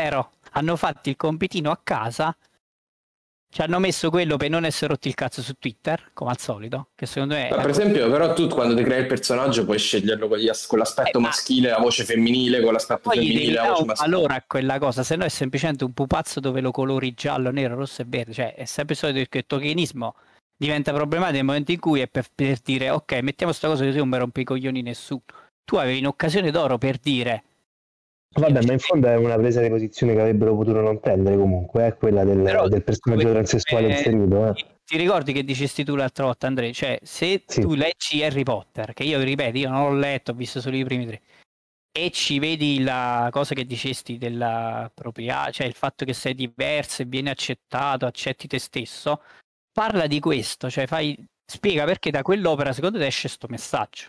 hanno fatto il compitino a casa, ci hanno messo quello per non essere rotti il cazzo su Twitter, come al solito, che secondo me Ma per esempio, però tu quando ti crei il personaggio puoi sceglierlo con l'aspetto ma maschile, la voce femminile, con l'aspetto poi gli devi femminile, la dare voce un maschile. valore a quella cosa, se no è semplicemente un pupazzo dove lo colori giallo, nero, rosso e verde, cioè è sempre il solito che il tokienismo diventa problematico nel momento in cui è per dire ok, mettiamo sta cosa così non mi rompe i coglioni nessuno. Tu avevi un'occasione d'oro per dire Vabbè, ma in fondo è una presa di posizione che avrebbero potuto non prendere comunque, è quella però del personaggio transessuale inserito. ti ricordi che dicesti tu l'altra volta, Andrea? Cioè, se Sì. tu leggi Harry Potter, che io ripeto, io non l'ho letto, ho visto solo i primi tre, e ci vedi la cosa che dicesti della proprietà, cioè il fatto che sei diverso e vieni accettato, accetti te stesso, parla di questo, cioè spiega perché da quell'opera secondo te esce sto messaggio.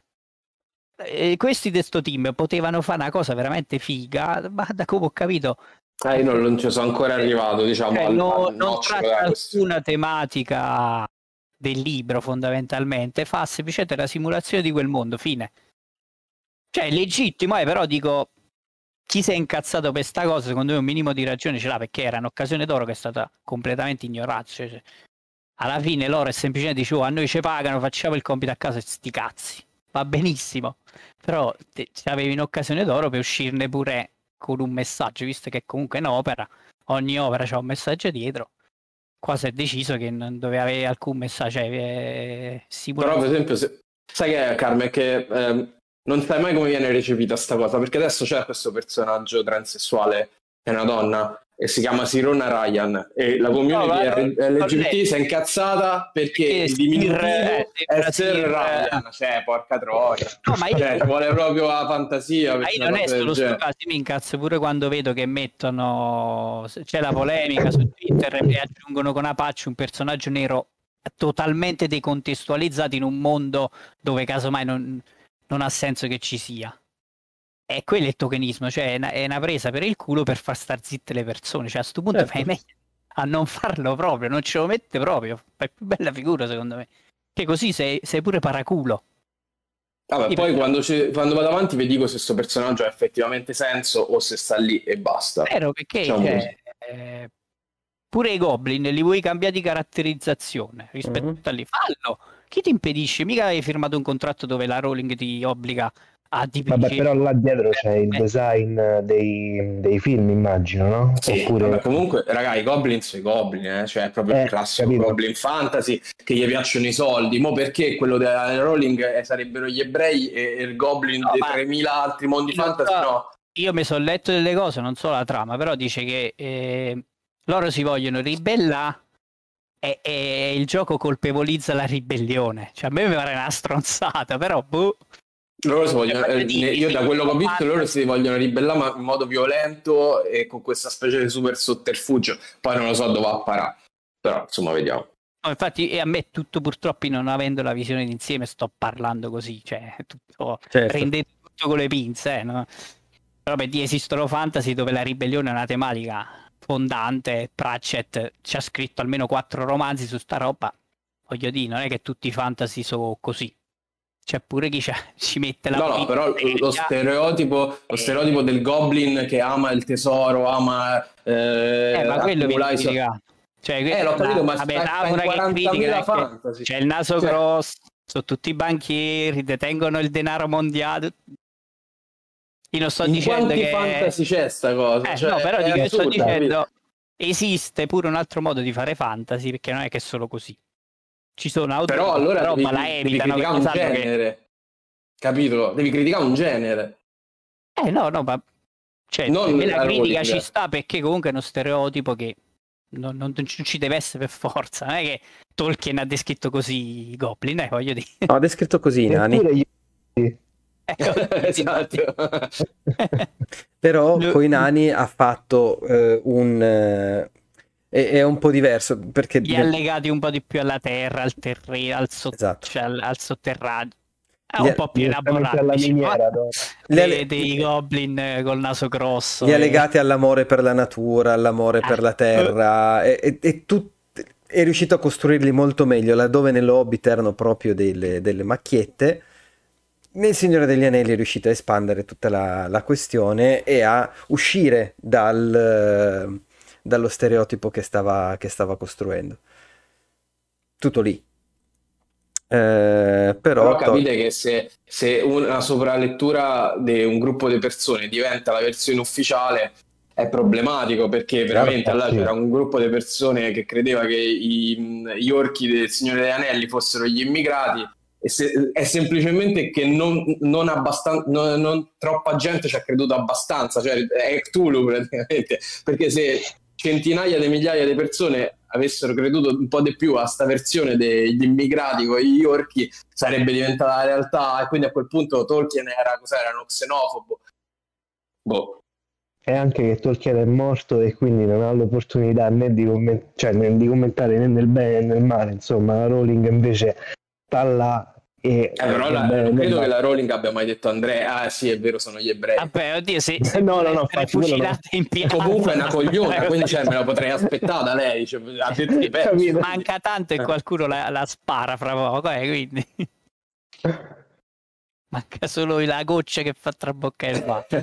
E questi di sto team potevano fare una cosa veramente figa, ma da come ho capito Io non ci sono ancora arrivato, diciamo, cioè, al non nocciolo tratta della questione. alcuna tematica del libro fondamentalmente, fa semplicemente la simulazione di quel mondo, fine. Cioè, è legittimo, però dico, chi si è incazzato per sta cosa, secondo me un minimo di ragione ce l'ha, perché era un'occasione d'oro che è stata completamente ignorata. Cioè, alla fine loro è semplicemente dice, a noi ci pagano, facciamo il compito a casa e sti cazzi. Va benissimo, però avevi un'occasione d'oro per uscirne pure con un messaggio, visto che comunque è un'opera, ogni opera c'ha un messaggio dietro. Qua si è deciso che non doveva avere alcun messaggio, cioè, Però, per esempio, sai che è, Carmen, che non sai mai come viene recepita sta cosa, perché adesso c'è questo personaggio transessuale che è una donna e si chiama Sirona Ryan e la community LGBT si è incazzata perché il diminutivo è Sir Ryan, cioè porca troia. No, ma io Cioè, ci vuole proprio la fantasia ma per io una non è cosa del solo sto genere. caso, io mi incazzo pure quando vedo che mettono, c'è la polemica su Twitter e aggiungono con Apache un personaggio nero totalmente decontestualizzato in un mondo dove casomai non ha senso che ci sia. E quello è il tokenismo, cioè è una presa per il culo per far star zitte le persone, cioè a sto punto Certo. fai meglio a non farlo proprio, non ce lo mette proprio, fai più bella figura secondo me, che così sei pure paraculo. Vabbè, Sì, poi perché- quando vado avanti vi dico se questo personaggio ha effettivamente senso o se sta lì e basta. Vero, perché Diciamo cioè, così. pure i Goblin li vuoi cambiare di caratterizzazione rispetto Mhm. a lì, fallo! Chi ti impedisce? Mica hai firmato un contratto dove la Rowling ti obbliga a Vabbè, dipingere. però là dietro c'è il design dei film, immagino, no? Sì, vabbè, Oppure... comunque, raga, i Goblin sono i Goblin, cioè è proprio il classico capito? Goblin Fantasy che gli piacciono i soldi. Mo' perché quello della Rowling sarebbero gli ebrei e il Goblin No, dei ma 3000 altri mondi non fantasy? so, No. io mi sono letto delle cose, non so la trama, però dice che loro si vogliono ribellare e il gioco colpevolizza la ribellione. Cioè, a me mi pare una stronzata, però boh. Loro si Cioè, vogliono, voglio dire, io da quello che ho visto, loro fantasy. si vogliono ribellare ma in modo violento e con questa specie di super sotterfugio. Poi non lo so dove va a parare, però insomma vediamo. No, infatti, e a me tutto purtroppo, non avendo la visione d'insieme, sto parlando così, cioè, Certo. prendete tutto con le pinze, no? Però per dire, esistono fantasy dove la ribellione è una tematica fondante, Pratchett ci ha scritto almeno 4 romanzi su sta roba, voglio dire, non è che tutti i fantasy sono così, c'è pure chi ci mette la No, però lo stereotipo del Goblin che ama il tesoro, ama ma quello viene accumulare i soldi. criticato. Cioè, L'ho capito, ma la sta in metafora che critica 40.000 è che fantasy. c'è il naso Cioè, grosso, sono tutti i banchieri, detengono il denaro mondiale. Io non sto in dicendo quanti che... fantasy c'è sta cosa? no, Cioè, però è dico, io sto assurdo, capito? dicendo esiste pure un altro modo di fare fantasy, perché non è che è solo così. Ci sono autori Però che allora sta roba la devi evitano criticare perché un sanno che... genere, capito? Devi criticare un genere, No, no, ma... Cioè, per non me la la critica ci Rowling. sta perché comunque è uno stereotipo che non ci deve essere per forza. Non è che Tolkien ha descritto così i Goblin, voglio dire. Ho descritto così i nani, Neppure gli... Ecco, Esatto. però coi nani ha fatto è un po' diverso perché gli allegati un po' di più alla terra, al terreno, esatto. cioè al sotterraneo. È Gli, un po' più Direttamente elaborato, alla diciamo, miniera, no? gli alle- dei goblin col naso gli grosso. è legati all'amore per la natura, all'amore per la Eh, terra, è riuscito a costruirli molto meglio, laddove nello Hobbit erano proprio delle macchiette, nel Signore degli Anelli è riuscito a espandere tutta la questione e a uscire dallo stereotipo che stava costruendo. Tutto lì. Però Però capite che se una sovralettura di un gruppo di persone diventa la versione ufficiale è problematico, perché chiaro, veramente allora sì. c'era un gruppo di persone che credeva che gli orchi del Signore degli Anelli fossero gli immigrati, e è semplicemente che non troppa gente ci ha creduto abbastanza, cioè è Cthulhu praticamente, perché se centinaia di migliaia di persone avessero creduto un po' di più a sta versione degli immigrati con gli orchi, sarebbe diventata la realtà, e quindi a quel punto Tolkien era uno xenofobo. Boh. È anche che Tolkien è morto e quindi non ha l'opportunità né né di commentare né nel bene né nel male, insomma, la Rowling invece sta là e Però nel bene e non nel credo che male. la Rowling abbia mai detto Andrea, ah sì, è vero, sono gli ebrei. Vabbè, oddio, se No, vuole no, essere infatti quello no. fucilata in piazza, Comunque è una cogliona, quindi cosa- me la potrei aspettare da lei, cioè, ha detto di peggio. Capito? manca tanto e qualcuno la spara fra poco, quindi manca solo la goccia che fa traboccare il vaso.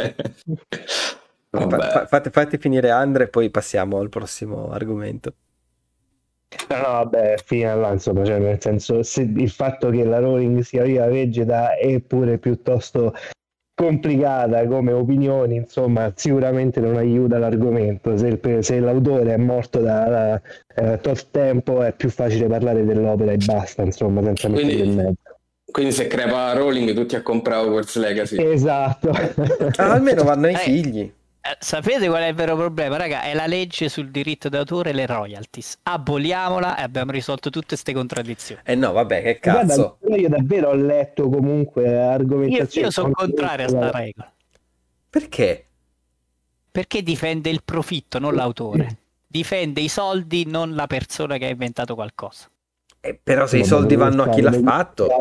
Vabbè. fate finire Andre e poi passiamo al prossimo argomento. No, vabbè, fino là, insomma, cioè, nel senso, il fatto che la Rowling sia viva vegeta è pure piuttosto complicata come opinioni, insomma, sicuramente non aiuta l'argomento. Se l'autore è morto da tot tempo è più facile parlare dell'opera e basta, insomma, senza metterlo in Quindi, mezzo. quindi se crepa Rowling tutti a comprare Hogwarts Legacy. Esatto. Almeno vanno ai Eh, figli. sapete qual è il vero problema, raga? È la legge sul diritto d'autore e le royalties. Aboliamola e abbiamo risolto tutte queste contraddizioni. Eh no, vabbè, che Guarda, cazzo. io davvero ho letto comunque Io argomentazioni sono contrario a sta regola, Perché? perché difende il profitto, non l'autore. Difende i soldi, non la persona che ha inventato qualcosa. Però se i Vabbè, soldi quello vanno a chi l'ha fatto.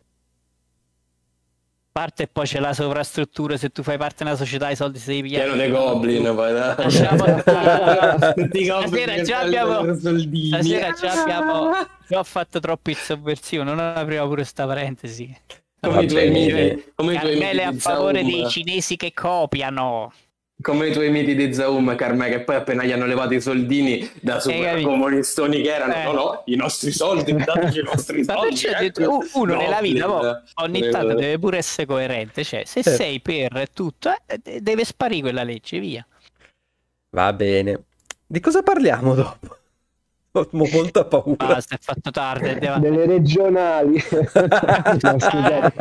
Parte e poi c'è la sovrastruttura, se tu fai parte di una società i soldi se devi pigliare. Pieno dei goblin, poi Lasciamo stare. tutti i goblin Stasera che già abbiamo soldini. stasera già ho fatto troppo il sovversivo, non apriamo pure sta parentesi. Va bene. Come i tuoi miti Carmele a di favore dei Zaum. cinesi che copiano. Come i tuoi miti di Zaum, Carmè, che poi appena gli hanno levato i soldini da super Capito? comunistoni che erano, no, i nostri soldi, dateci i nostri Ma soldi. perciò ho detto, ecco, uno nella vita goblin. ogni tanto deve pure essere coerente, cioè se Certo. sei per tutto deve sparire quella legge, via. Va bene. Di cosa parliamo dopo? Ho molta paura. Basta, è fatto tardi, andiamo. Delle regionali. No, scusate.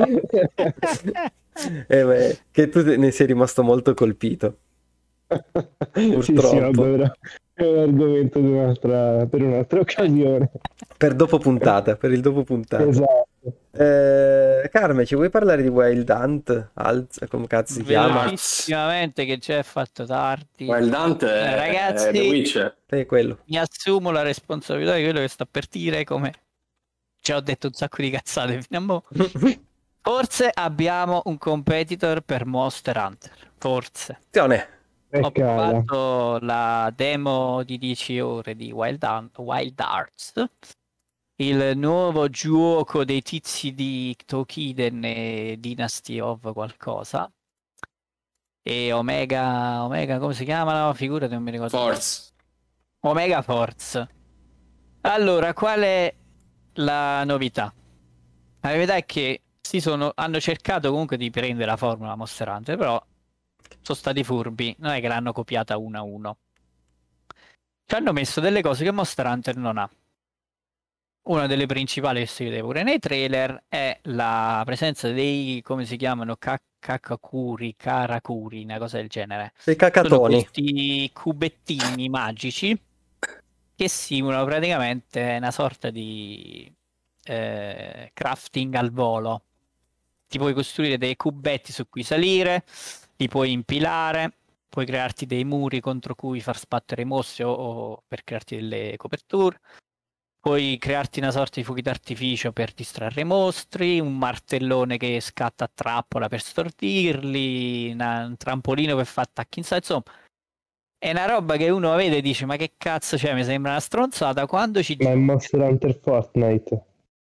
Beh, che tu ne sei rimasto molto colpito. Sì, sì, vabbè, Purtroppo. però è un argomento per un'altra occasione. Per dopo puntata, per il dopo puntata. Esatto. Carme, ci vuoi parlare di Wild Hunt? Come cazzo si chiama? Velocissimamente che già è fatto tardi. Wild Hunt è The Ragazzi, Witcher. È quello. mi assumo la responsabilità di quello che sto per dire, come già ho detto un sacco di cazzate fino a mo'. Forse abbiamo un competitor per Monster Hunter. Forse. Attenzione. Ho Peccata. fatto la demo di 10 ore di Wild Arts, il nuovo gioco dei tizi di Tokiden e Dynasty of qualcosa. E Omega, come si chiamano? Figurati, non mi ricordo. Force. Omega Force. Allora, qual è la novità? La novità è che hanno cercato comunque di prendere la formula Monster Hunter, però sono stati furbi, non è che l'hanno copiata uno a uno. Ci hanno messo delle cose che Monster Hunter non ha. Una delle principali che si vede pure nei trailer è la presenza dei, come si chiamano, Karakuri, una cosa del genere. Dei Sono cacatoni. questi cubettini magici che simulano praticamente una sorta di crafting al volo. Ti puoi costruire dei cubetti su cui salire, li puoi impilare, puoi crearti dei muri contro cui far sbattere i mostri o per crearti delle coperture. Puoi crearti una sorta di fuochi d'artificio per distrarre i mostri, un martellone che scatta a trappola per stordirli, un trampolino per fare attacchi inside, insomma. È una roba che uno vede e dice, ma che cazzo c'è, mi sembra una stronzata, quando ci Ma è giochi. Monster Hunter Fortnite.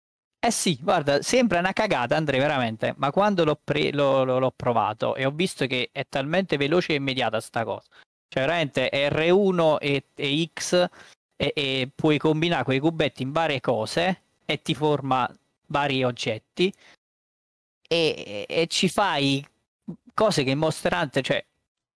Eh sì, guarda, sembra una cagata, Andrea, veramente, ma quando l'ho provato e ho visto che è talmente veloce e immediata sta cosa, cioè veramente R1 e X e puoi combinare quei cubetti in varie cose e ti forma vari oggetti e ci fai cose che in Monster Hunter, cioè,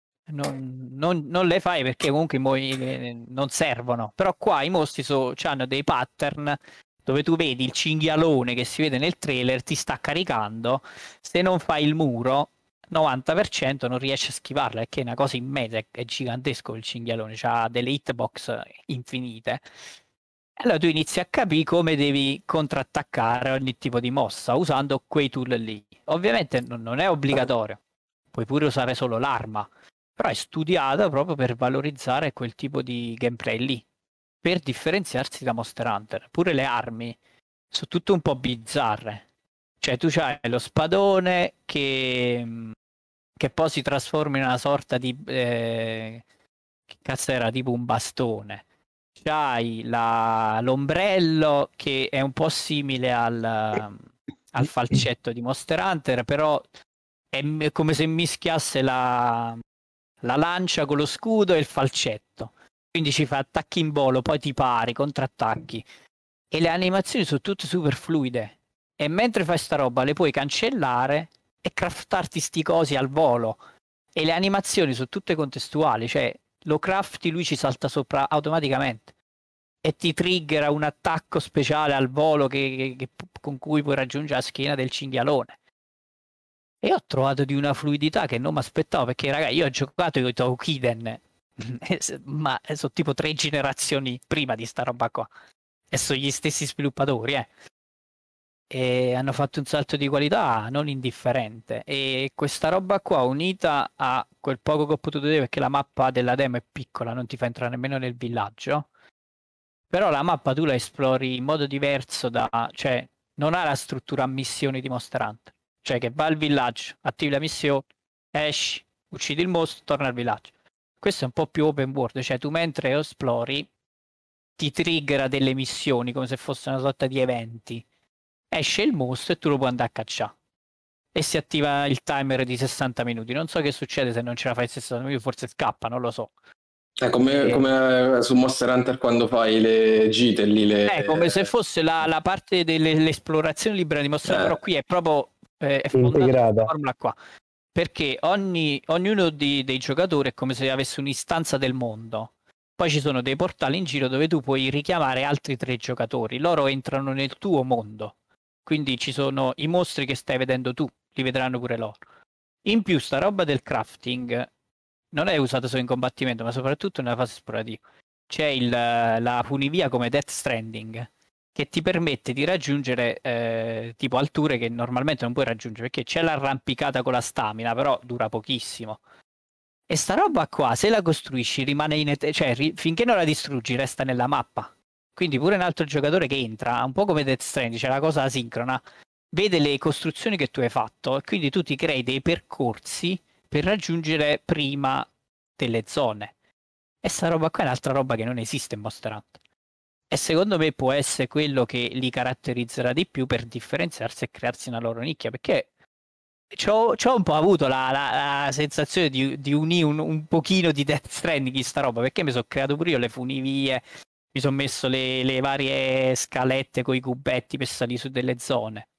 non le fai perché comunque non servono, però qua i mostri hanno dei pattern dove tu vedi il cinghialone che si vede nel trailer, ti sta caricando, se non fai il muro 90% non riesci a schivarla, perché è una cosa immensa, è gigantesco il cinghialone, ha delle hitbox infinite. Allora tu inizi a capire come devi contrattaccare ogni tipo di mossa usando quei tool lì. Ovviamente non è obbligatorio, puoi pure usare solo l'arma, però è studiata proprio per valorizzare quel tipo di gameplay lì, per differenziarsi da Monster Hunter. Pure le armi sono tutte un po' bizzarre. Cioè tu c'hai lo spadone che poi si trasforma in una sorta di... che cazzo era? Tipo un bastone. C'hai l'ombrello che è un po' simile al falcetto di Monster Hunter, però è come se mischiasse la lancia con lo scudo e il falcetto. Quindi ci fa attacchi in volo, poi ti pari, contrattacchi. E le animazioni sono tutte super fluide. E mentre fai sta roba le puoi cancellare e craftarti sti cosi al volo. E le animazioni sono tutte contestuali, cioè lo crafti, lui ci salta sopra automaticamente. E ti triggera un attacco speciale al volo con cui puoi raggiungere la schiena del cinghialone. E ho trovato di una fluidità che non mi aspettavo, perché raga, io ho giocato con i Toukiden, ma sono tipo 3 generazioni prima di sta roba qua. E sono gli stessi sviluppatori, eh. E hanno fatto un salto di qualità non indifferente. E questa roba qua, unita a quel poco che ho potuto vedere, perché la mappa della demo è piccola, non ti fa entrare nemmeno nel villaggio. Però la mappa tu la esplori in modo diverso cioè, non ha la struttura a missioni di Monster Hunter. Cioè che va al villaggio, attivi la missione, esci, uccidi il mostro, torna al villaggio. Questo è un po' più open world, cioè tu mentre esplori ti triggera delle missioni come se fosse una sorta di eventi. Esce il mostro e tu lo puoi andare a cacciare. E si attiva il timer di 60 minuti. Non so che succede se non ce la fai in 60 minuti, forse scappa, non lo so. È come su Monster Hunter quando fai le gite lì, È come se fosse la parte dell'esplorazione libera di mostrare, però qui è proprio è fondata sulla integrata. formula qua. Perché ognuno dei giocatori è come se avesse un'istanza del mondo. Poi ci sono dei portali in giro dove tu puoi richiamare altri 3 giocatori. Loro entrano nel tuo mondo. Quindi ci sono i mostri che stai vedendo tu, li vedranno pure loro. In più, sta roba del crafting non è usata solo in combattimento, ma soprattutto nella fase esplorativa. C'è la funivia come Death Stranding, che ti permette di raggiungere tipo alture che normalmente non puoi raggiungere, perché c'è l'arrampicata con la stamina, però dura pochissimo. E sta roba qua, se la costruisci, rimane cioè finché non la distruggi, resta nella mappa. Quindi pure un altro giocatore che entra, un po' come Death Stranding, c'è la cosa asincrona, vede le costruzioni che tu hai fatto e quindi tu ti crei dei percorsi per raggiungere prima delle zone. E sta roba qua è un'altra roba che non esiste in Monster Hunter. E secondo me può essere quello che li caratterizzerà di più per differenziarsi e crearsi una loro nicchia. Perché c'ho un po' avuto la sensazione di unire un pochino di Death Stranding in sta roba. Perché mi sono creato pure io le funivie, mi sono messo le varie scalette con i cubetti per salire su delle zone.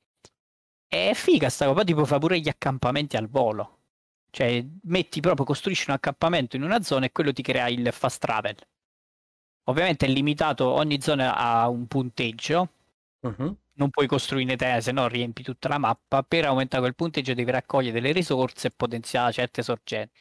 È figa sta roba, tipo fa pure gli accampamenti al volo. Cioè, metti proprio, costruisci un accampamento in una zona e quello ti crea il fast travel. Ovviamente è limitato, ogni zona ha un punteggio, Mhm. non puoi costruire te, se no riempi tutta la mappa. Per aumentare quel punteggio devi raccogliere delle risorse e potenziare certe sorgenti.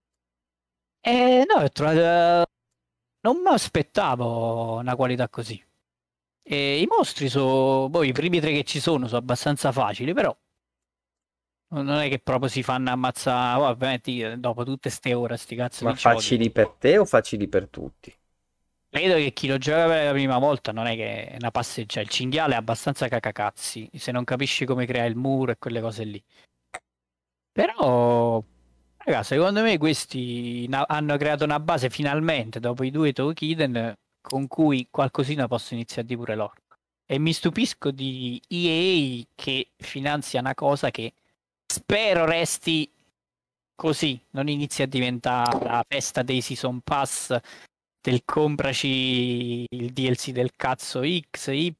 E no, non mi aspettavo una qualità così. E i mostri sono, poi i primi 3 che ci sono abbastanza facili, però non è che proprio si fanno ammazzare, oh, ovviamente dopo tutte ste ore, sti cazzo Ma di giochi. facili per te o facili per tutti? Credo che chi lo gioca per la prima volta non è che è una passeggiata. Il cinghiale è abbastanza cacacazzi, se non capisci come crea il muro e quelle cose lì. Però, raga, secondo me questi hanno creato una base finalmente, dopo i 2 Toukiden, con cui qualcosina posso iniziare di pure loro. E mi stupisco di EA che finanzia una cosa che spero resti così, non inizi a diventare la festa dei Season Pass del compraci il DLC del cazzo X, Y,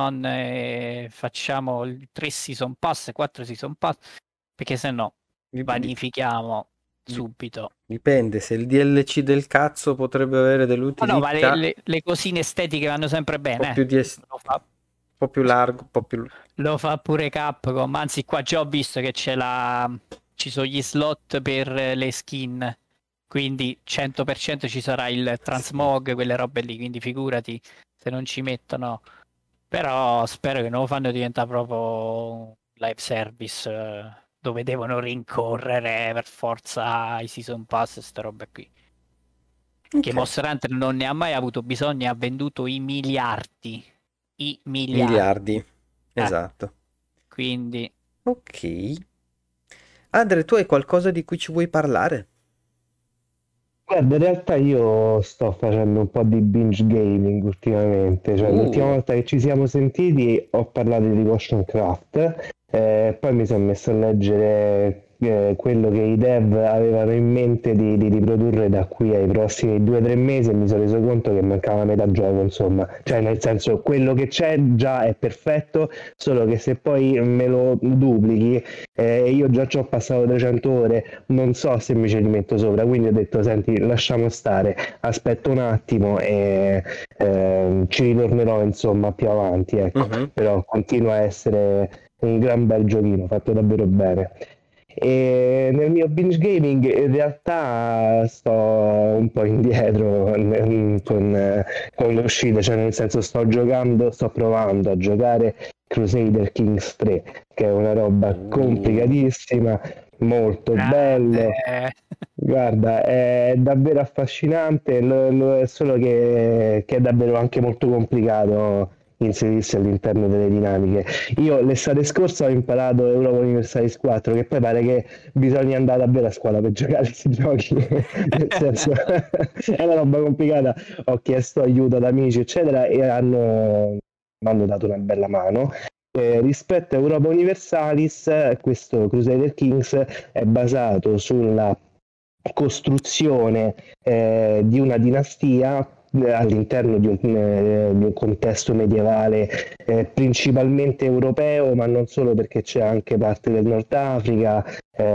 e facciamo 3 Season Pass, 4 Season Pass, perché se no vanifichiamo subito. Dipende, se il DLC del cazzo potrebbe avere No, ma dell'utilità, le cosine estetiche vanno sempre un po' bene. più un po' più largo, un po' più... Lo fa pure Capcom, anzi qua già ho visto che ci sono gli slot per le skin, quindi 100% ci sarà il transmog, quelle robe lì, quindi figurati se non ci mettono. Però spero che non lo fanno diventare proprio un live service dove devono rincorrere per forza i season pass e ste robe qui. Che Ok. Monster Hunter non ne ha mai avuto bisogno e ha venduto i miliardi. I miliardi. Miliardi, esatto. Quindi Ok. Andre, tu hai qualcosa di cui ci vuoi parlare? Guarda, in realtà io sto facendo un po' di binge gaming ultimamente, cioè l'ultima volta che ci siamo sentiti ho parlato di Potion Craft, poi mi sono messo a leggere quello che i dev avevano in mente di riprodurre da qui ai prossimi 2 o 3 mesi e mi sono reso conto che mancava metà gioco, insomma, cioè nel senso quello che c'è già è perfetto, solo che se poi me lo duplichi io già ci ho passato 300 ore, non so se mi ci rimetto sopra, quindi ho detto senti lasciamo stare, aspetto un attimo e ci ritornerò insomma più avanti, ecco, però continua a essere un gran bel giochino, fatto davvero bene. E nel mio binge gaming in realtà sto un po' indietro con le uscite, cioè nel senso sto provando a giocare Crusader Kings 3, che è una roba complicatissima, molto bello. Guarda, è davvero affascinante, è solo che è davvero anche molto complicato inserirsi all'interno delle dinamiche. Io l'estate scorsa ho imparato Europa Universalis 4, che poi pare che bisogna andare davvero a scuola per giocare questi giochi, nel senso è una roba complicata. Ho chiesto aiuto ad amici, eccetera, e mi hanno dato una bella mano. Rispetto a Europa Universalis, questo Crusader Kings è basato sulla costruzione di una dinastia all'interno di un contesto medievale principalmente europeo, ma non solo, perché c'è anche parte del Nord Africa,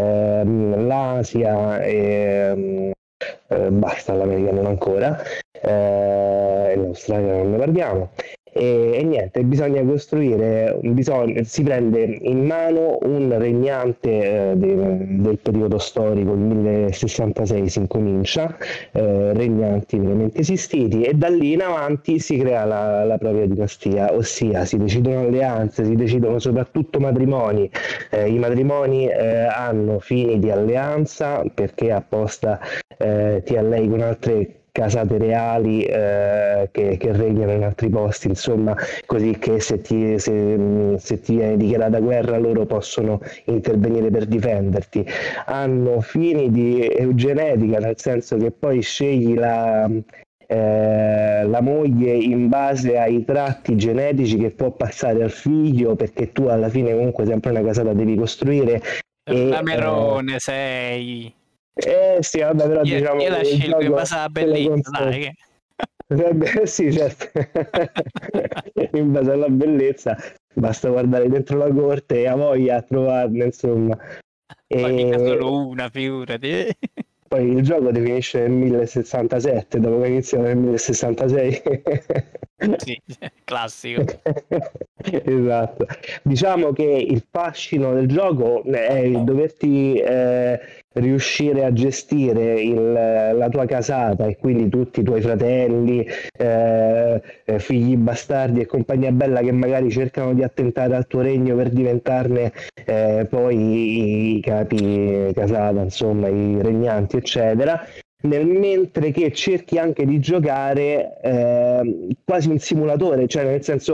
l'Asia e basta, l'America non ancora, e l'Australia non ne parliamo. E niente, bisogna costruire, si prende in mano un regnante del periodo storico, il 1066 si incomincia, regnanti veramente esistiti, e da lì in avanti si crea la propria dinastia, ossia si decidono alleanze, si decidono soprattutto matrimoni. I matrimoni hanno fini di alleanza perché apposta ti allei con altre casate reali che regnano in altri posti, insomma, così che se ti viene dichiarata guerra loro possono intervenire per difenderti. Hanno fini di eugenetica, nel senso che poi scegli la moglie in base ai tratti genetici che può passare al figlio, perché tu alla fine comunque sempre una casata devi costruire. La Merone sei. Sì, vabbè, però diciamo io la che il scelgo in gioco base alla te lo bellezza, consente. dai. Sì, certo. In base alla bellezza basta guardare dentro la corte e a voglia a trovarne, insomma. Poi mica E solo una, figurati. poi il gioco ti finisce nel 1067, dopo che iniziamo nel 1066. Sì, classico. Esatto. Diciamo che il fascino del gioco è il doverti riuscire a gestire la tua casata e quindi tutti i tuoi fratelli, figli bastardi e compagnia bella che magari cercano di attentare al tuo regno per diventarne poi i capi casata, insomma, i regnanti, eccetera. Mentre che cerchi anche di giocare quasi un simulatore, cioè nel senso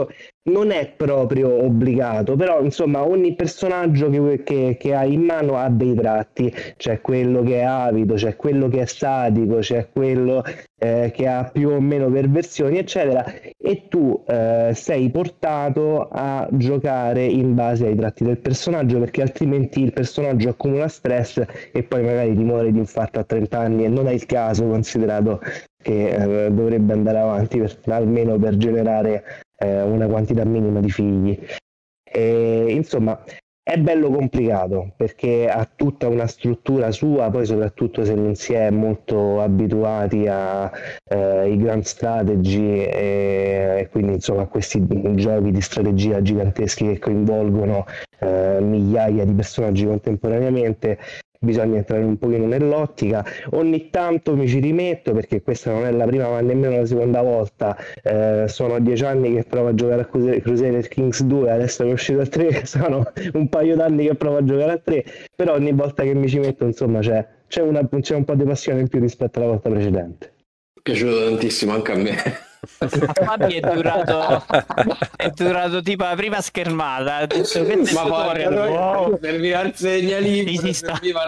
non è proprio obbligato, però insomma ogni personaggio che hai in mano ha dei tratti, c'è quello che è avido, c'è quello che è sadico, c'è quello che ha più o meno perversioni, eccetera, e tu sei portato a giocare in base ai tratti del personaggio, perché altrimenti il personaggio accumula stress e poi magari ti muore di infarto a 30 anni e non è il caso, considerato che dovrebbe andare avanti almeno per generare una quantità minima di figli. E, insomma, è bello complicato perché ha tutta una struttura sua, poi soprattutto se non si è molto abituati ai grand strategy e quindi insomma a questi giochi di strategia giganteschi che coinvolgono migliaia di personaggi contemporaneamente. Bisogna entrare un pochino nell'ottica. Ogni tanto mi ci rimetto perché questa non è la prima ma nemmeno la seconda volta. Sono 10 anni che provo a giocare a Crusader Kings 2, adesso è uscito il 3, sono un paio d'anni che provo a giocare a 3, però ogni volta che mi ci metto insomma c'è un po' di passione in più rispetto alla volta precedente. È piaciuto tantissimo anche a me. A Fabi è durato tipo la prima schermata. Ha detto, questo è Ma il tutorial. Wow. serviva il segnalibro, Sì, sta. serviva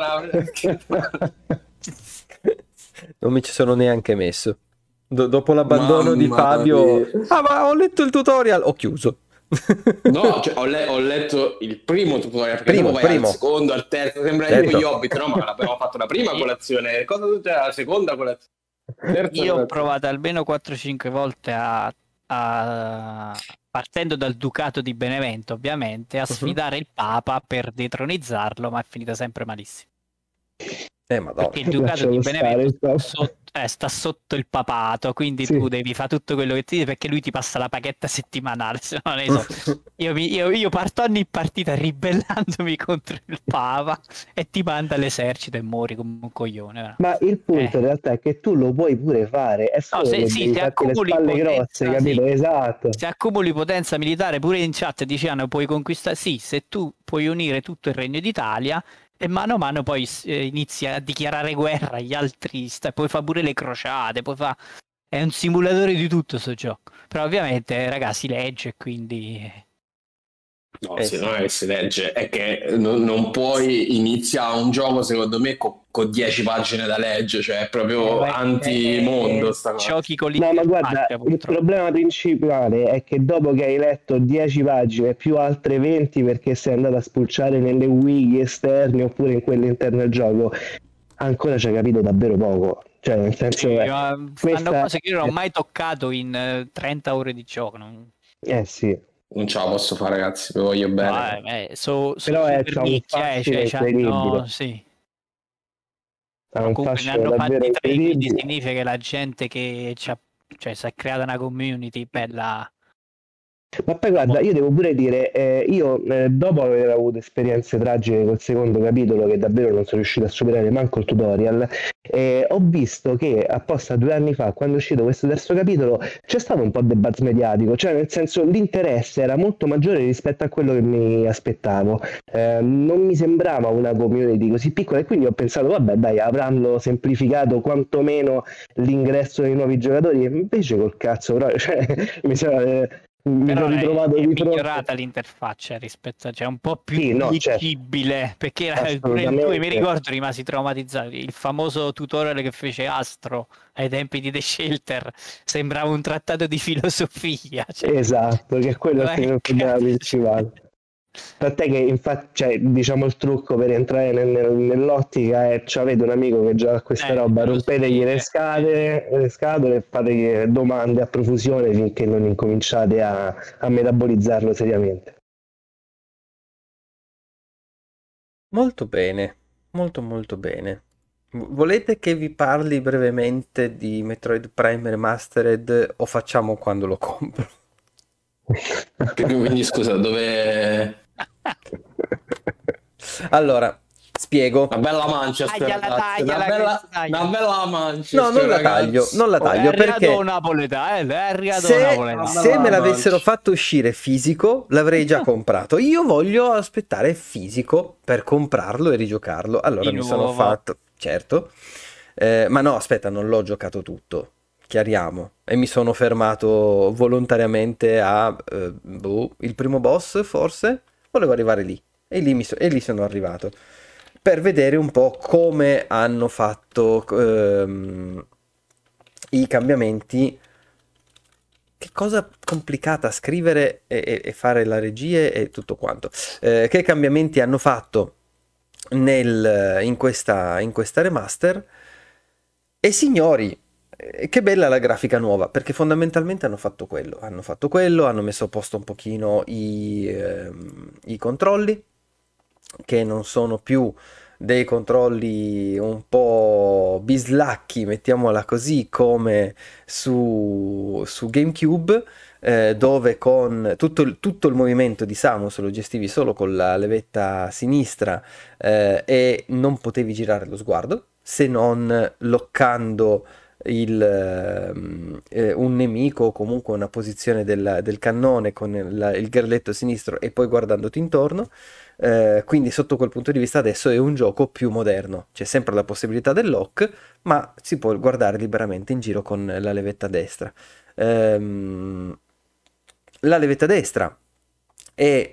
Non mi ci sono neanche messo. Dopo l'abbandono di Mamma Fabio, mia. ma ho letto il tutorial, ho chiuso. No, cioè, ho letto il primo tutorial, perché dopo vai Primo. al secondo, al terzo, sembra Certo. tipo gli Hobbit, no? Ma abbiamo fatto la prima colazione, cosa c'era la seconda colazione? Terza Io ho colazione. provato almeno 4-5 volte partendo dal Ducato di Benevento, ovviamente, a sfidare il Papa per detronizzarlo, ma è finita sempre malissimo. Madonna. Perché il Ducato di Benevento sta sotto il papato, quindi Sì. tu devi fare tutto quello che ti dice, perché lui ti passa la paghetta settimanale, se non ne so. Io parto ogni partita ribellandomi contro il Papa e ti manda l'esercito e muori come un coglione. Ma il punto in realtà è che tu lo puoi pure fare, è solo che devi farti le spalle grosse, capito? sì. Esatto. Se accumuli potenza militare, pure in chat dicevano puoi conquistare, sì, se tu puoi unire tutto il Regno d'Italia e mano a mano poi inizi a dichiarare guerra agli altri, puoi fare pure le crociate, è un simulatore di tutto sto gioco, però ovviamente ragazzi legge, quindi No, sì, non è che si legge, è che non puoi iniziare un gioco, secondo me, con 10 pagine da legge, cioè è proprio anti-mondo sta cosa. giochi con No, ma guarda, il problema principale è che dopo che hai letto 10 pagine più altre 20 perché sei andato a spulciare nelle wiki esterne oppure in quelle interne al gioco, ancora ci hai capito davvero poco. Cioè, nel senso stanno cose che io non ho mai toccato in 30 ore di gioco. Sì. Non ce la posso fare, ragazzi, vi voglio bene. Però c'ha un fascino incredibile. Sì. Ha un Comunque ne fascino hanno davvero fatti 3, quindi incredibile. significa che la gente che si è creata una community bella. Ma poi guarda, io devo pure dire, io dopo aver avuto esperienze tragiche col secondo capitolo, che davvero non sono riuscito a superare manco il tutorial, ho visto che apposta 2 anni fa, quando è uscito questo terzo capitolo, c'è stato un po' di buzz mediatico, cioè nel senso l'interesse era molto maggiore rispetto a quello che mi aspettavo. Non mi sembrava una community così piccola e quindi ho pensato, vabbè dai, avranno semplificato quantomeno l'ingresso dei nuovi giocatori, e invece col cazzo, però, cioè, mi sono ritrovato è di fronte. migliorata l'interfaccia rispetto a, cioè un po' più Sì, no, leggibile, perché pure il 2 mi ricordo rimasi traumatizzato, il famoso tutorial che fece Astro ai tempi di The Shelter sembrava un trattato di filosofia, cioè, esatto, che quello è il problema principale. Tant'è che infatti, cioè, diciamo il trucco per entrare nell'ottica è avete un amico che gioca a questa roba, rompetegli le scatole e fategli domande a profusione finché non incominciate a metabolizzarlo seriamente. Molto bene, molto molto bene. Volete che vi parli brevemente di Metroid Prime Remastered o facciamo quando lo compro? Quindi scusa, dove... Allora, spiego. Una bella Manchester, ragazzi, una bella Manchester. No, non la taglio, non la taglio perché se me l'avessero fatto uscire fisico l'avrei già comprato. Io voglio aspettare fisico per comprarlo e rigiocarlo. Allora mi sono fatto, certo, ma no, aspetta, non l'ho giocato tutto. chiariamo, e mi sono fermato volontariamente il primo boss, forse, volevo arrivare lì, e lì sono arrivato, per vedere un po' come hanno fatto i cambiamenti. Che cosa complicata scrivere e fare la regia e tutto quanto. Che cambiamenti hanno fatto in questa remaster? E signori, che bella la grafica nuova, perché fondamentalmente hanno fatto quello. Hanno messo a posto un pochino i controlli, che non sono più dei controlli un po' bislacchi, mettiamola così, come su GameCube, dove con tutto il movimento di Samus lo gestivi solo con la levetta sinistra, e non potevi girare lo sguardo se non loccando un nemico o comunque una posizione del cannone con il grilletto sinistro e poi guardandoti intorno. Quindi sotto quel punto di vista adesso è un gioco più moderno, c'è sempre la possibilità del lock, ma si può guardare liberamente in giro con la levetta destra. Ehm, la levetta destra è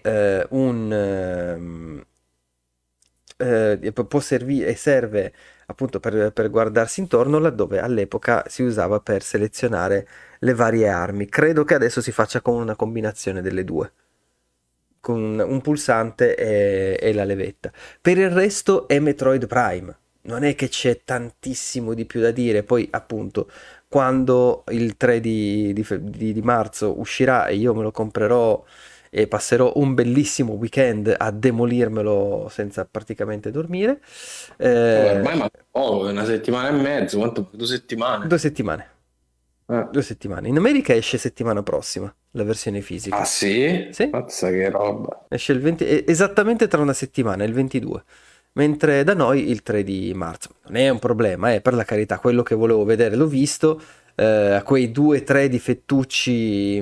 può servire e serve appunto per guardarsi intorno, laddove all'epoca si usava per selezionare le varie armi. Credo che adesso si faccia con una combinazione delle due, con un pulsante e la levetta. Per il resto è Metroid Prime, non è che c'è tantissimo di più da dire. Poi appunto quando il 3 di marzo uscirà e io me lo comprerò e passerò un bellissimo weekend a demolirmelo senza praticamente dormire. Ormai manca poco, una settimana e mezzo, quanto? 2 settimane. 2 settimane. Eh. 2 settimane. In America esce settimana prossima la versione fisica. Ah sì? Sì, Mazza che roba. esce il 20, esattamente tra una settimana, il 22. Mentre da noi il 3 di marzo. Non è un problema, per la carità, quello che volevo vedere l'ho visto. Quei 2 o 3 difettucci,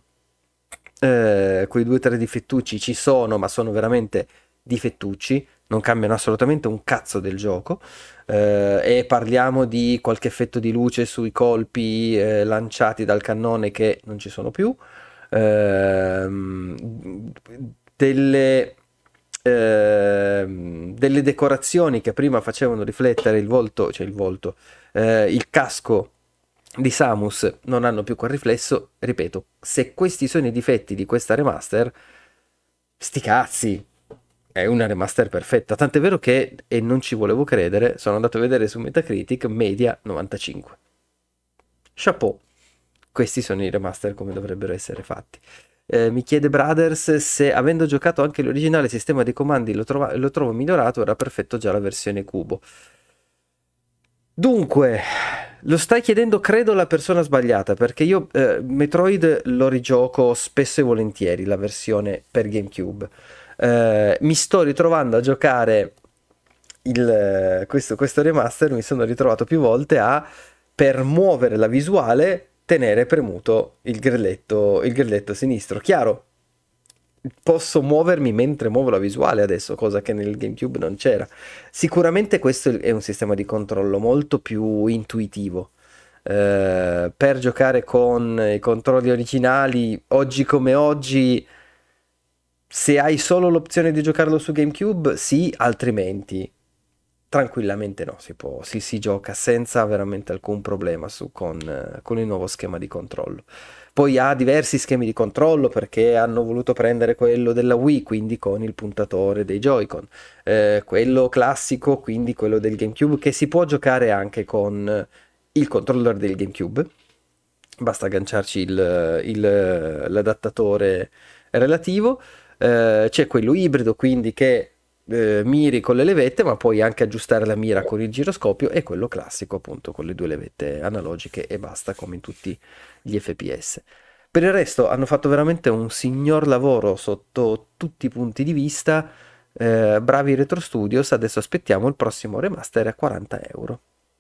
quei 2 o 3 difettucci ci sono, ma sono veramente difettucci, non cambiano assolutamente un cazzo del gioco. E parliamo di qualche effetto di luce sui colpi lanciati dal cannone che non ci sono più, ehm, delle decorazioni che prima facevano riflettere il volto, cioè il casco di Samus non hanno più quel riflesso. Ripeto, se questi sono i difetti di questa remaster, sti cazzi, è una remaster perfetta. Tant'è vero che, e non ci volevo credere, sono andato a vedere su Metacritic, media 95. Chapeau, questi sono i remaster come dovrebbero essere fatti. Mi chiede Brothers se, avendo giocato anche l'originale sistema di comandi, lo trovo migliorato, era perfetto già la versione cubo. Dunque, lo stai chiedendo credo alla persona sbagliata, perché io Metroid lo rigioco spesso e volentieri, la versione per GameCube. Mi sto ritrovando a giocare questo remaster, mi sono ritrovato più volte per muovere la visuale, tenere premuto il grilletto sinistro. Chiaro, posso muovermi mentre muovo la visuale adesso, cosa che nel GameCube non c'era. Sicuramente questo è un sistema di controllo molto più intuitivo. Per giocare con i controlli originali, oggi come oggi, se hai solo l'opzione di giocarlo su GameCube, sì, altrimenti tranquillamente no, si gioca senza veramente alcun problema con il nuovo schema di controllo. Poi ha diversi schemi di controllo perché hanno voluto prendere quello della Wii, quindi con il puntatore dei Joy-Con, quello classico, quindi quello del GameCube, che si può giocare anche con il controller del GameCube. Basta agganciarci l'adattatore relativo. C'è quello ibrido, quindi che miri con le levette, ma puoi anche aggiustare la mira con il giroscopio, e quello classico appunto con le 2 levette analogiche e basta, come in tutti gli FPS. Per il resto hanno fatto veramente un signor lavoro sotto tutti i punti di vista. Bravi Retro Studios, adesso aspettiamo il prossimo remaster a 40 euro,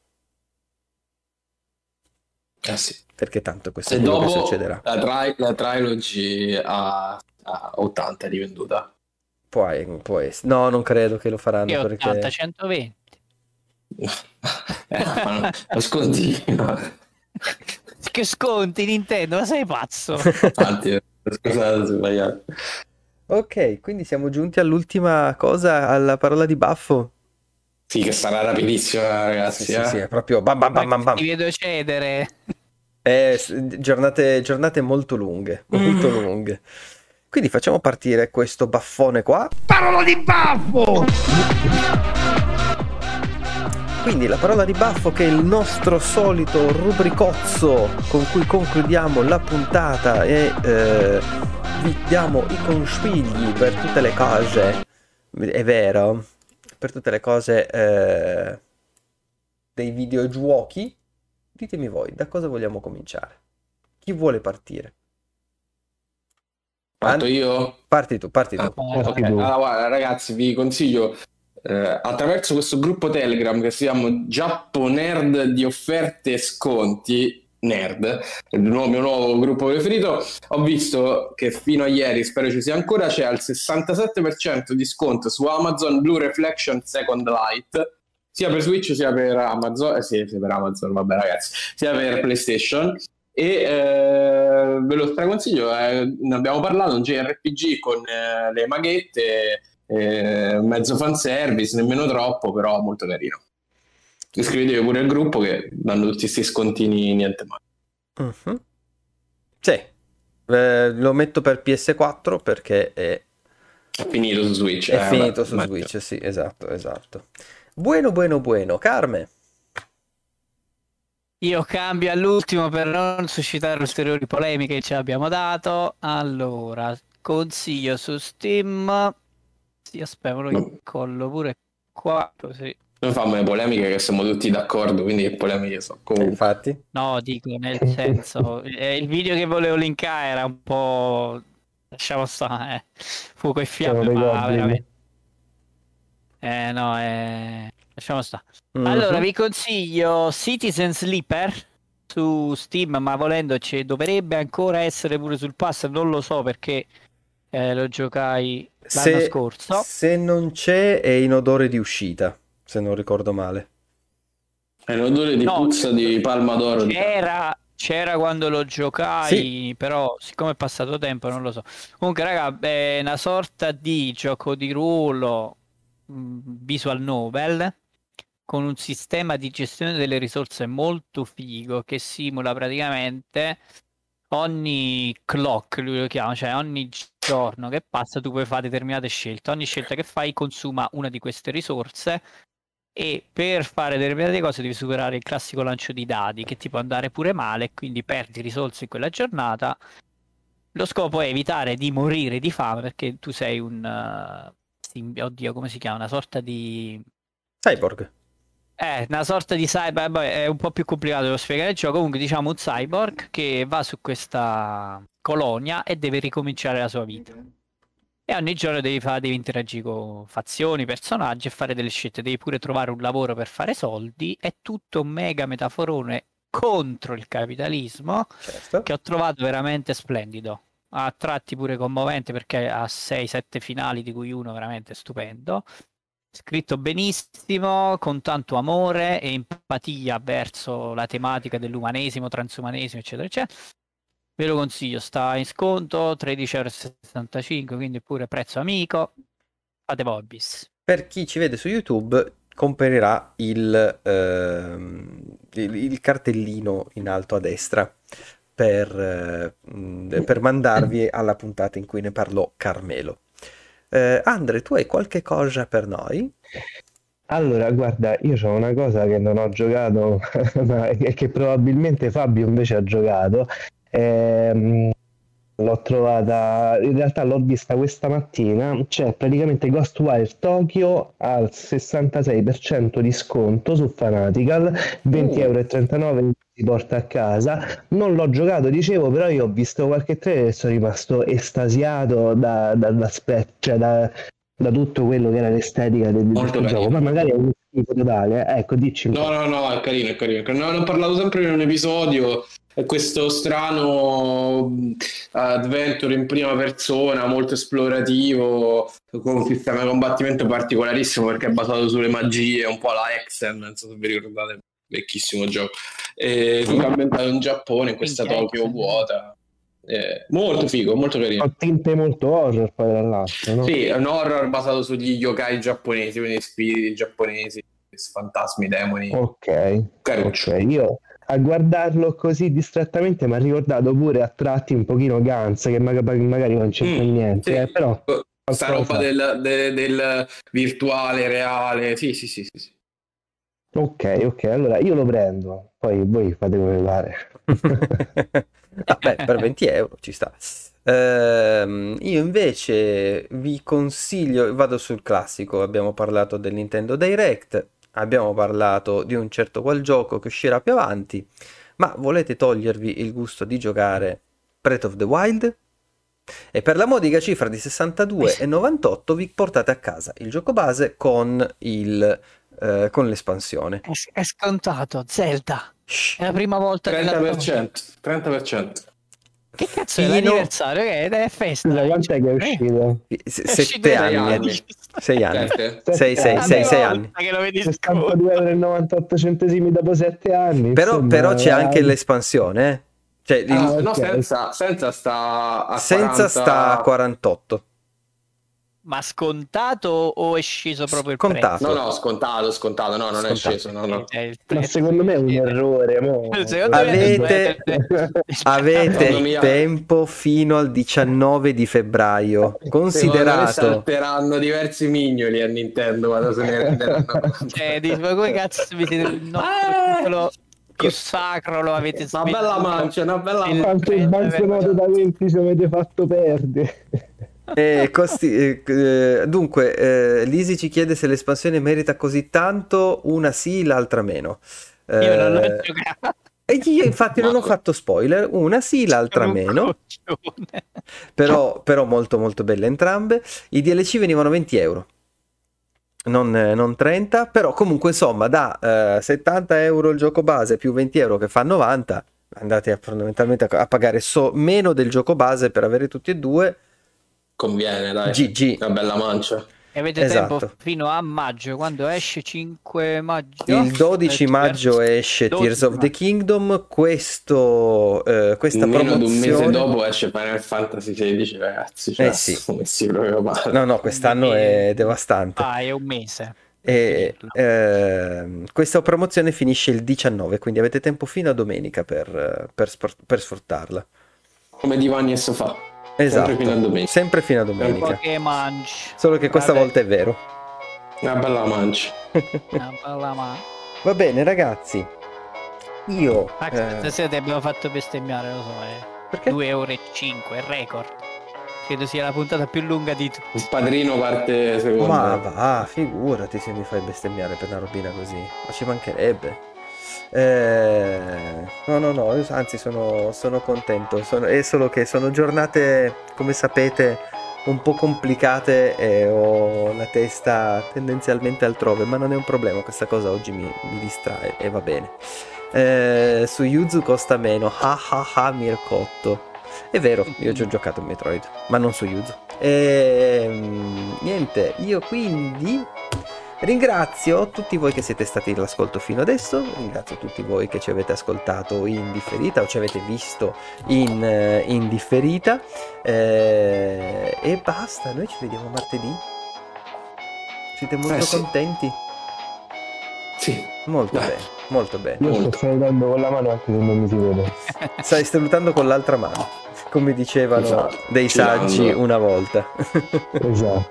Eh sì. perché tanto questo è E quello che dopo succederà. la Trilogy a 80 è rivenduta. Può essere. No, non credo che lo faranno E 80, perché 120. Ma lo scontino. Che sconti Nintendo, ma sei pazzo? Infatti, scusate, ho sbagliato. Ok, quindi siamo giunti all'ultima cosa, alla parola di baffo. Sì, che sarà rapidissima, Sì, ragazzi, sì, sì, è eh. proprio bam bam bam Ma bam bam. ti vedo cedere. Giornate molto lunghe, molto lunghe. Quindi facciamo partire questo baffone qua. Parola di baffo! Quindi la parola di baffo, che è il nostro solito rubricozzo con cui concludiamo la puntata e vi diamo i consigli per tutte le cose, è vero, per tutte le cose dei videogiochi. Ditemi voi, da cosa vogliamo cominciare? Chi vuole partire? Parto io? Parti tu, parti tu. Ok, Parti tu. allora guarda, ragazzi, vi consiglio attraverso questo gruppo Telegram che si chiama Giappo Nerd di offerte e sconti. Nerd, mio nuovo gruppo preferito. Ho visto che fino a ieri, spero ci sia ancora, c'è al 67% di sconto su Amazon Blue Reflection Second Light, sia per Switch sia per Amazon, sì, per Amazon, vabbè ragazzi, sia per PlayStation. E ve lo straconsiglio, ne abbiamo parlato, un JRPG con le maghette, mezzo fanservice, nemmeno troppo, però molto carino. Iscrivetevi pure al gruppo che danno tutti questi scontini, niente male. Mhm. Sì, lo metto per PS4 perché È finito su Switch, è vabbè, finito su Switch, sì, esatto, esatto. Bueno, bueno, bueno. Carme. Io cambio all'ultimo per non suscitare ulteriori polemiche che ci abbiamo dato. Allora, consiglio su Steam. Sì, aspetta, me lo No, incollo pure qua, così. non fammi le polemiche che siamo tutti d'accordo, quindi che polemiche so. Comunque, Infatti. No, dico nel senso, il video che volevo linkare era un po'... Lasciamo stare, fuoco e Siamo fiamme, dei ma goblin. veramente... no, lasciamo stare. Allora, Mhm. vi consiglio Citizen Sleeper su Steam, ma volendoci dovrebbe ancora essere pure sul pass, non lo so perché lo giocai l'anno scorso. Se non c'è è in odore di uscita, se non ricordo male. è un odore di No, puzza di palma d'oro di cane. c'era quando lo Sì, giocai, però siccome è passato tempo non lo so. Comunque, raga, è una sorta di gioco di ruolo visual novel con un sistema di gestione delle risorse molto figo che simula praticamente ogni clock, lui lo chiama, cioè ogni giorno che passa tu puoi fare determinate scelte. Ogni scelta che fai consuma una di queste risorse e per fare determinate cose devi superare il classico lancio di dadi che ti può andare pure male, quindi perdi risorse in quella giornata. Lo scopo è evitare di morire di fame perché tu sei un... oddio, come si chiama? Una sorta di... Cyborg. Una sorta di cyber, vabbè, è un po' più complicato da spiegare il gioco, comunque diciamo un cyborg che va su questa colonia e deve ricominciare la sua vita. E ogni giorno devi interagire con fazioni, personaggi e fare delle scelte. Devi pure trovare un lavoro per fare soldi. È tutto un mega metaforone contro il capitalismo Certo. che ho trovato veramente splendido. A tratti pure commovente perché ha 6-7 finali, di cui uno veramente stupendo. Scritto benissimo, con tanto amore e empatia verso la tematica dell'umanesimo, transumanesimo, eccetera, eccetera. Ve lo consiglio, sta in sconto 13,65 €, quindi pure prezzo amico. Fate Vorbis. Per chi ci vede su YouTube, comparirà il cartellino in alto a destra per mandarvi alla puntata in cui ne parlò Carmelo. Andre, tu hai qualche cosa per noi? Allora, guarda, io ho una cosa che non ho giocato, ma che probabilmente Fabio invece ha giocato. Ehm, L'ho trovata, in realtà l'ho vista questa mattina, c'è praticamente Ghostwire Tokyo al 66% di sconto su Fanatical, 20,39 € si porta a casa. Non l'ho giocato, dicevo, però io ho visto qualche trailer e sono rimasto estasiato cioè da tutto quello che era l'estetica di Molto questo gioco. carino. Ma magari è un schifo totale, ecco, dici un No, po'. no, no, è carino, è carino. Ne ho parlato sempre in un episodio. È questo strano adventure in prima persona, molto esplorativo, con un sistema di combattimento particolarissimo perché è basato sulle magie, un po' alla Hexen, non so se vi ricordate. vecchissimo gioco. Tutto ambientato in Giappone, in questa Minchia, Tokyo ecco. vuota. Molto figo, molto carino. Ho tinte molto horror poi dall'altro, no? Sì, è un horror basato sugli yokai giapponesi, quindi spiriti giapponesi, fantasmi, demoni. Ok, Caruccio. ok. Io a guardarlo così distrattamente mi ha ricordato pure a tratti un pochino Guns, che magari non c'entra niente, sì. però Sta roba qualcosa. del virtuale, reale. Sì. Ok, allora io lo prendo, poi voi fate come pare. Vabbè, per 20 euro ci sta. Io invece vi consiglio, vado sul classico, abbiamo parlato del Nintendo Direct, abbiamo parlato di un certo qual gioco che uscirà più avanti, ma volete togliervi il gusto di giocare Breath of the Wild? E per la modica cifra di 62,98 vi portate a casa il gioco base con l'espansione. È scontato, Zelda. Shh. È la prima volta che la 30%. 30%. Che cazzo è Fino l'anniversario? Che è festa. Scusa, quant'è che è uscito? È uscito 7 in anni. anni. 6 anni. Sette? 6 7 6 anni. anni. Che lo vedi 62,98 euro dopo 7 anni. Però insomma, c'è anche l'espansione, eh. Cioè, Ah, No, ok. senza sta a senza 40... sta a 48. Ma scontato o è sceso proprio il Scontato. No, scontato. No, non è Scontato. sceso, no. prezzo? Ma secondo me è un errore. Secondo me adesso Avete Secondo me- tempo fino al 19 di febbraio. Secondo me Considerato. salteranno diversi mignoli a Nintendo quando se ne renderanno conto. Cioè, ma come cazzo vi siete il nostro titolo più sacro lo avete Una bella mancia, una bella Il- Quante banconote da 20 ci avete fatto perdere? Dunque, Lisi ci chiede se l'espansione merita così tanto, una sì, l'altra meno. Io non l'ho Eh, giocato. e io infatti non ho fatto spoiler, una sì, l'altra Sono un meno, coglione. però molto molto belle entrambe. I DLC venivano 20 euro, non 30, però comunque insomma da 70 euro il gioco base più 20 euro che fa 90, andate fondamentalmente a pagare meno del gioco base per avere tutti e due. Conviene, dai. GG. Una bella mancia. E avete Esatto. tempo fino a maggio, quando esce 5 maggio. Il 12 maggio esce 12 Tears of the maggio. Kingdom, questa Meno di un mese promozione... dopo esce Final Fantasy XVI, ragazzi. Cioè, sì. messi proprio male. No, quest'anno è devastante. È un mese. E questa promozione finisce il 19, quindi avete tempo fino a domenica per sfruttarla. Come Divanies fa. Esatto, Sempre fino a domenica. sempre fino a domenica. Poche mangi. Solo che questa Vabbè. volta è vero. Una bella mancia. Una bella Va bene ragazzi, io... stasera ti abbiamo fatto bestemmiare, lo so, Perché? 2,05 euro, è record. Credo sia la puntata più lunga di tutti. Il padrino parte secondo. Ma va, figurati se mi fai bestemmiare per una robina così, ma ci mancherebbe. No, anzi sono contento, è solo che sono giornate, come sapete, un po' complicate e ho la testa tendenzialmente altrove, ma non è un problema, questa cosa oggi mi distrae e va bene. Su Yuzu costa meno, Mircotto. È vero, io ci ho giocato in Metroid, ma non su Yuzu. Niente, io quindi ringrazio tutti voi che siete stati all'ascolto fino adesso, ringrazio tutti voi che ci avete ascoltato in differita o ci avete visto in differita, e basta, noi ci vediamo martedì. Siete molto Sì. contenti? Sì. Molto Dai. bene, molto bene. Io sto Molto. salutando con la mano anche se non mi si vede. Stai salutando con l'altra mano, come dicevano Esatto. dei saggi Girando. una volta. Esatto.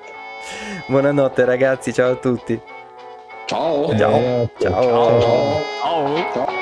Buonanotte ragazzi, ciao a tutti. Ciao. Ciao. Buonanotte. Ciao. Ciao. Oh. Ciao.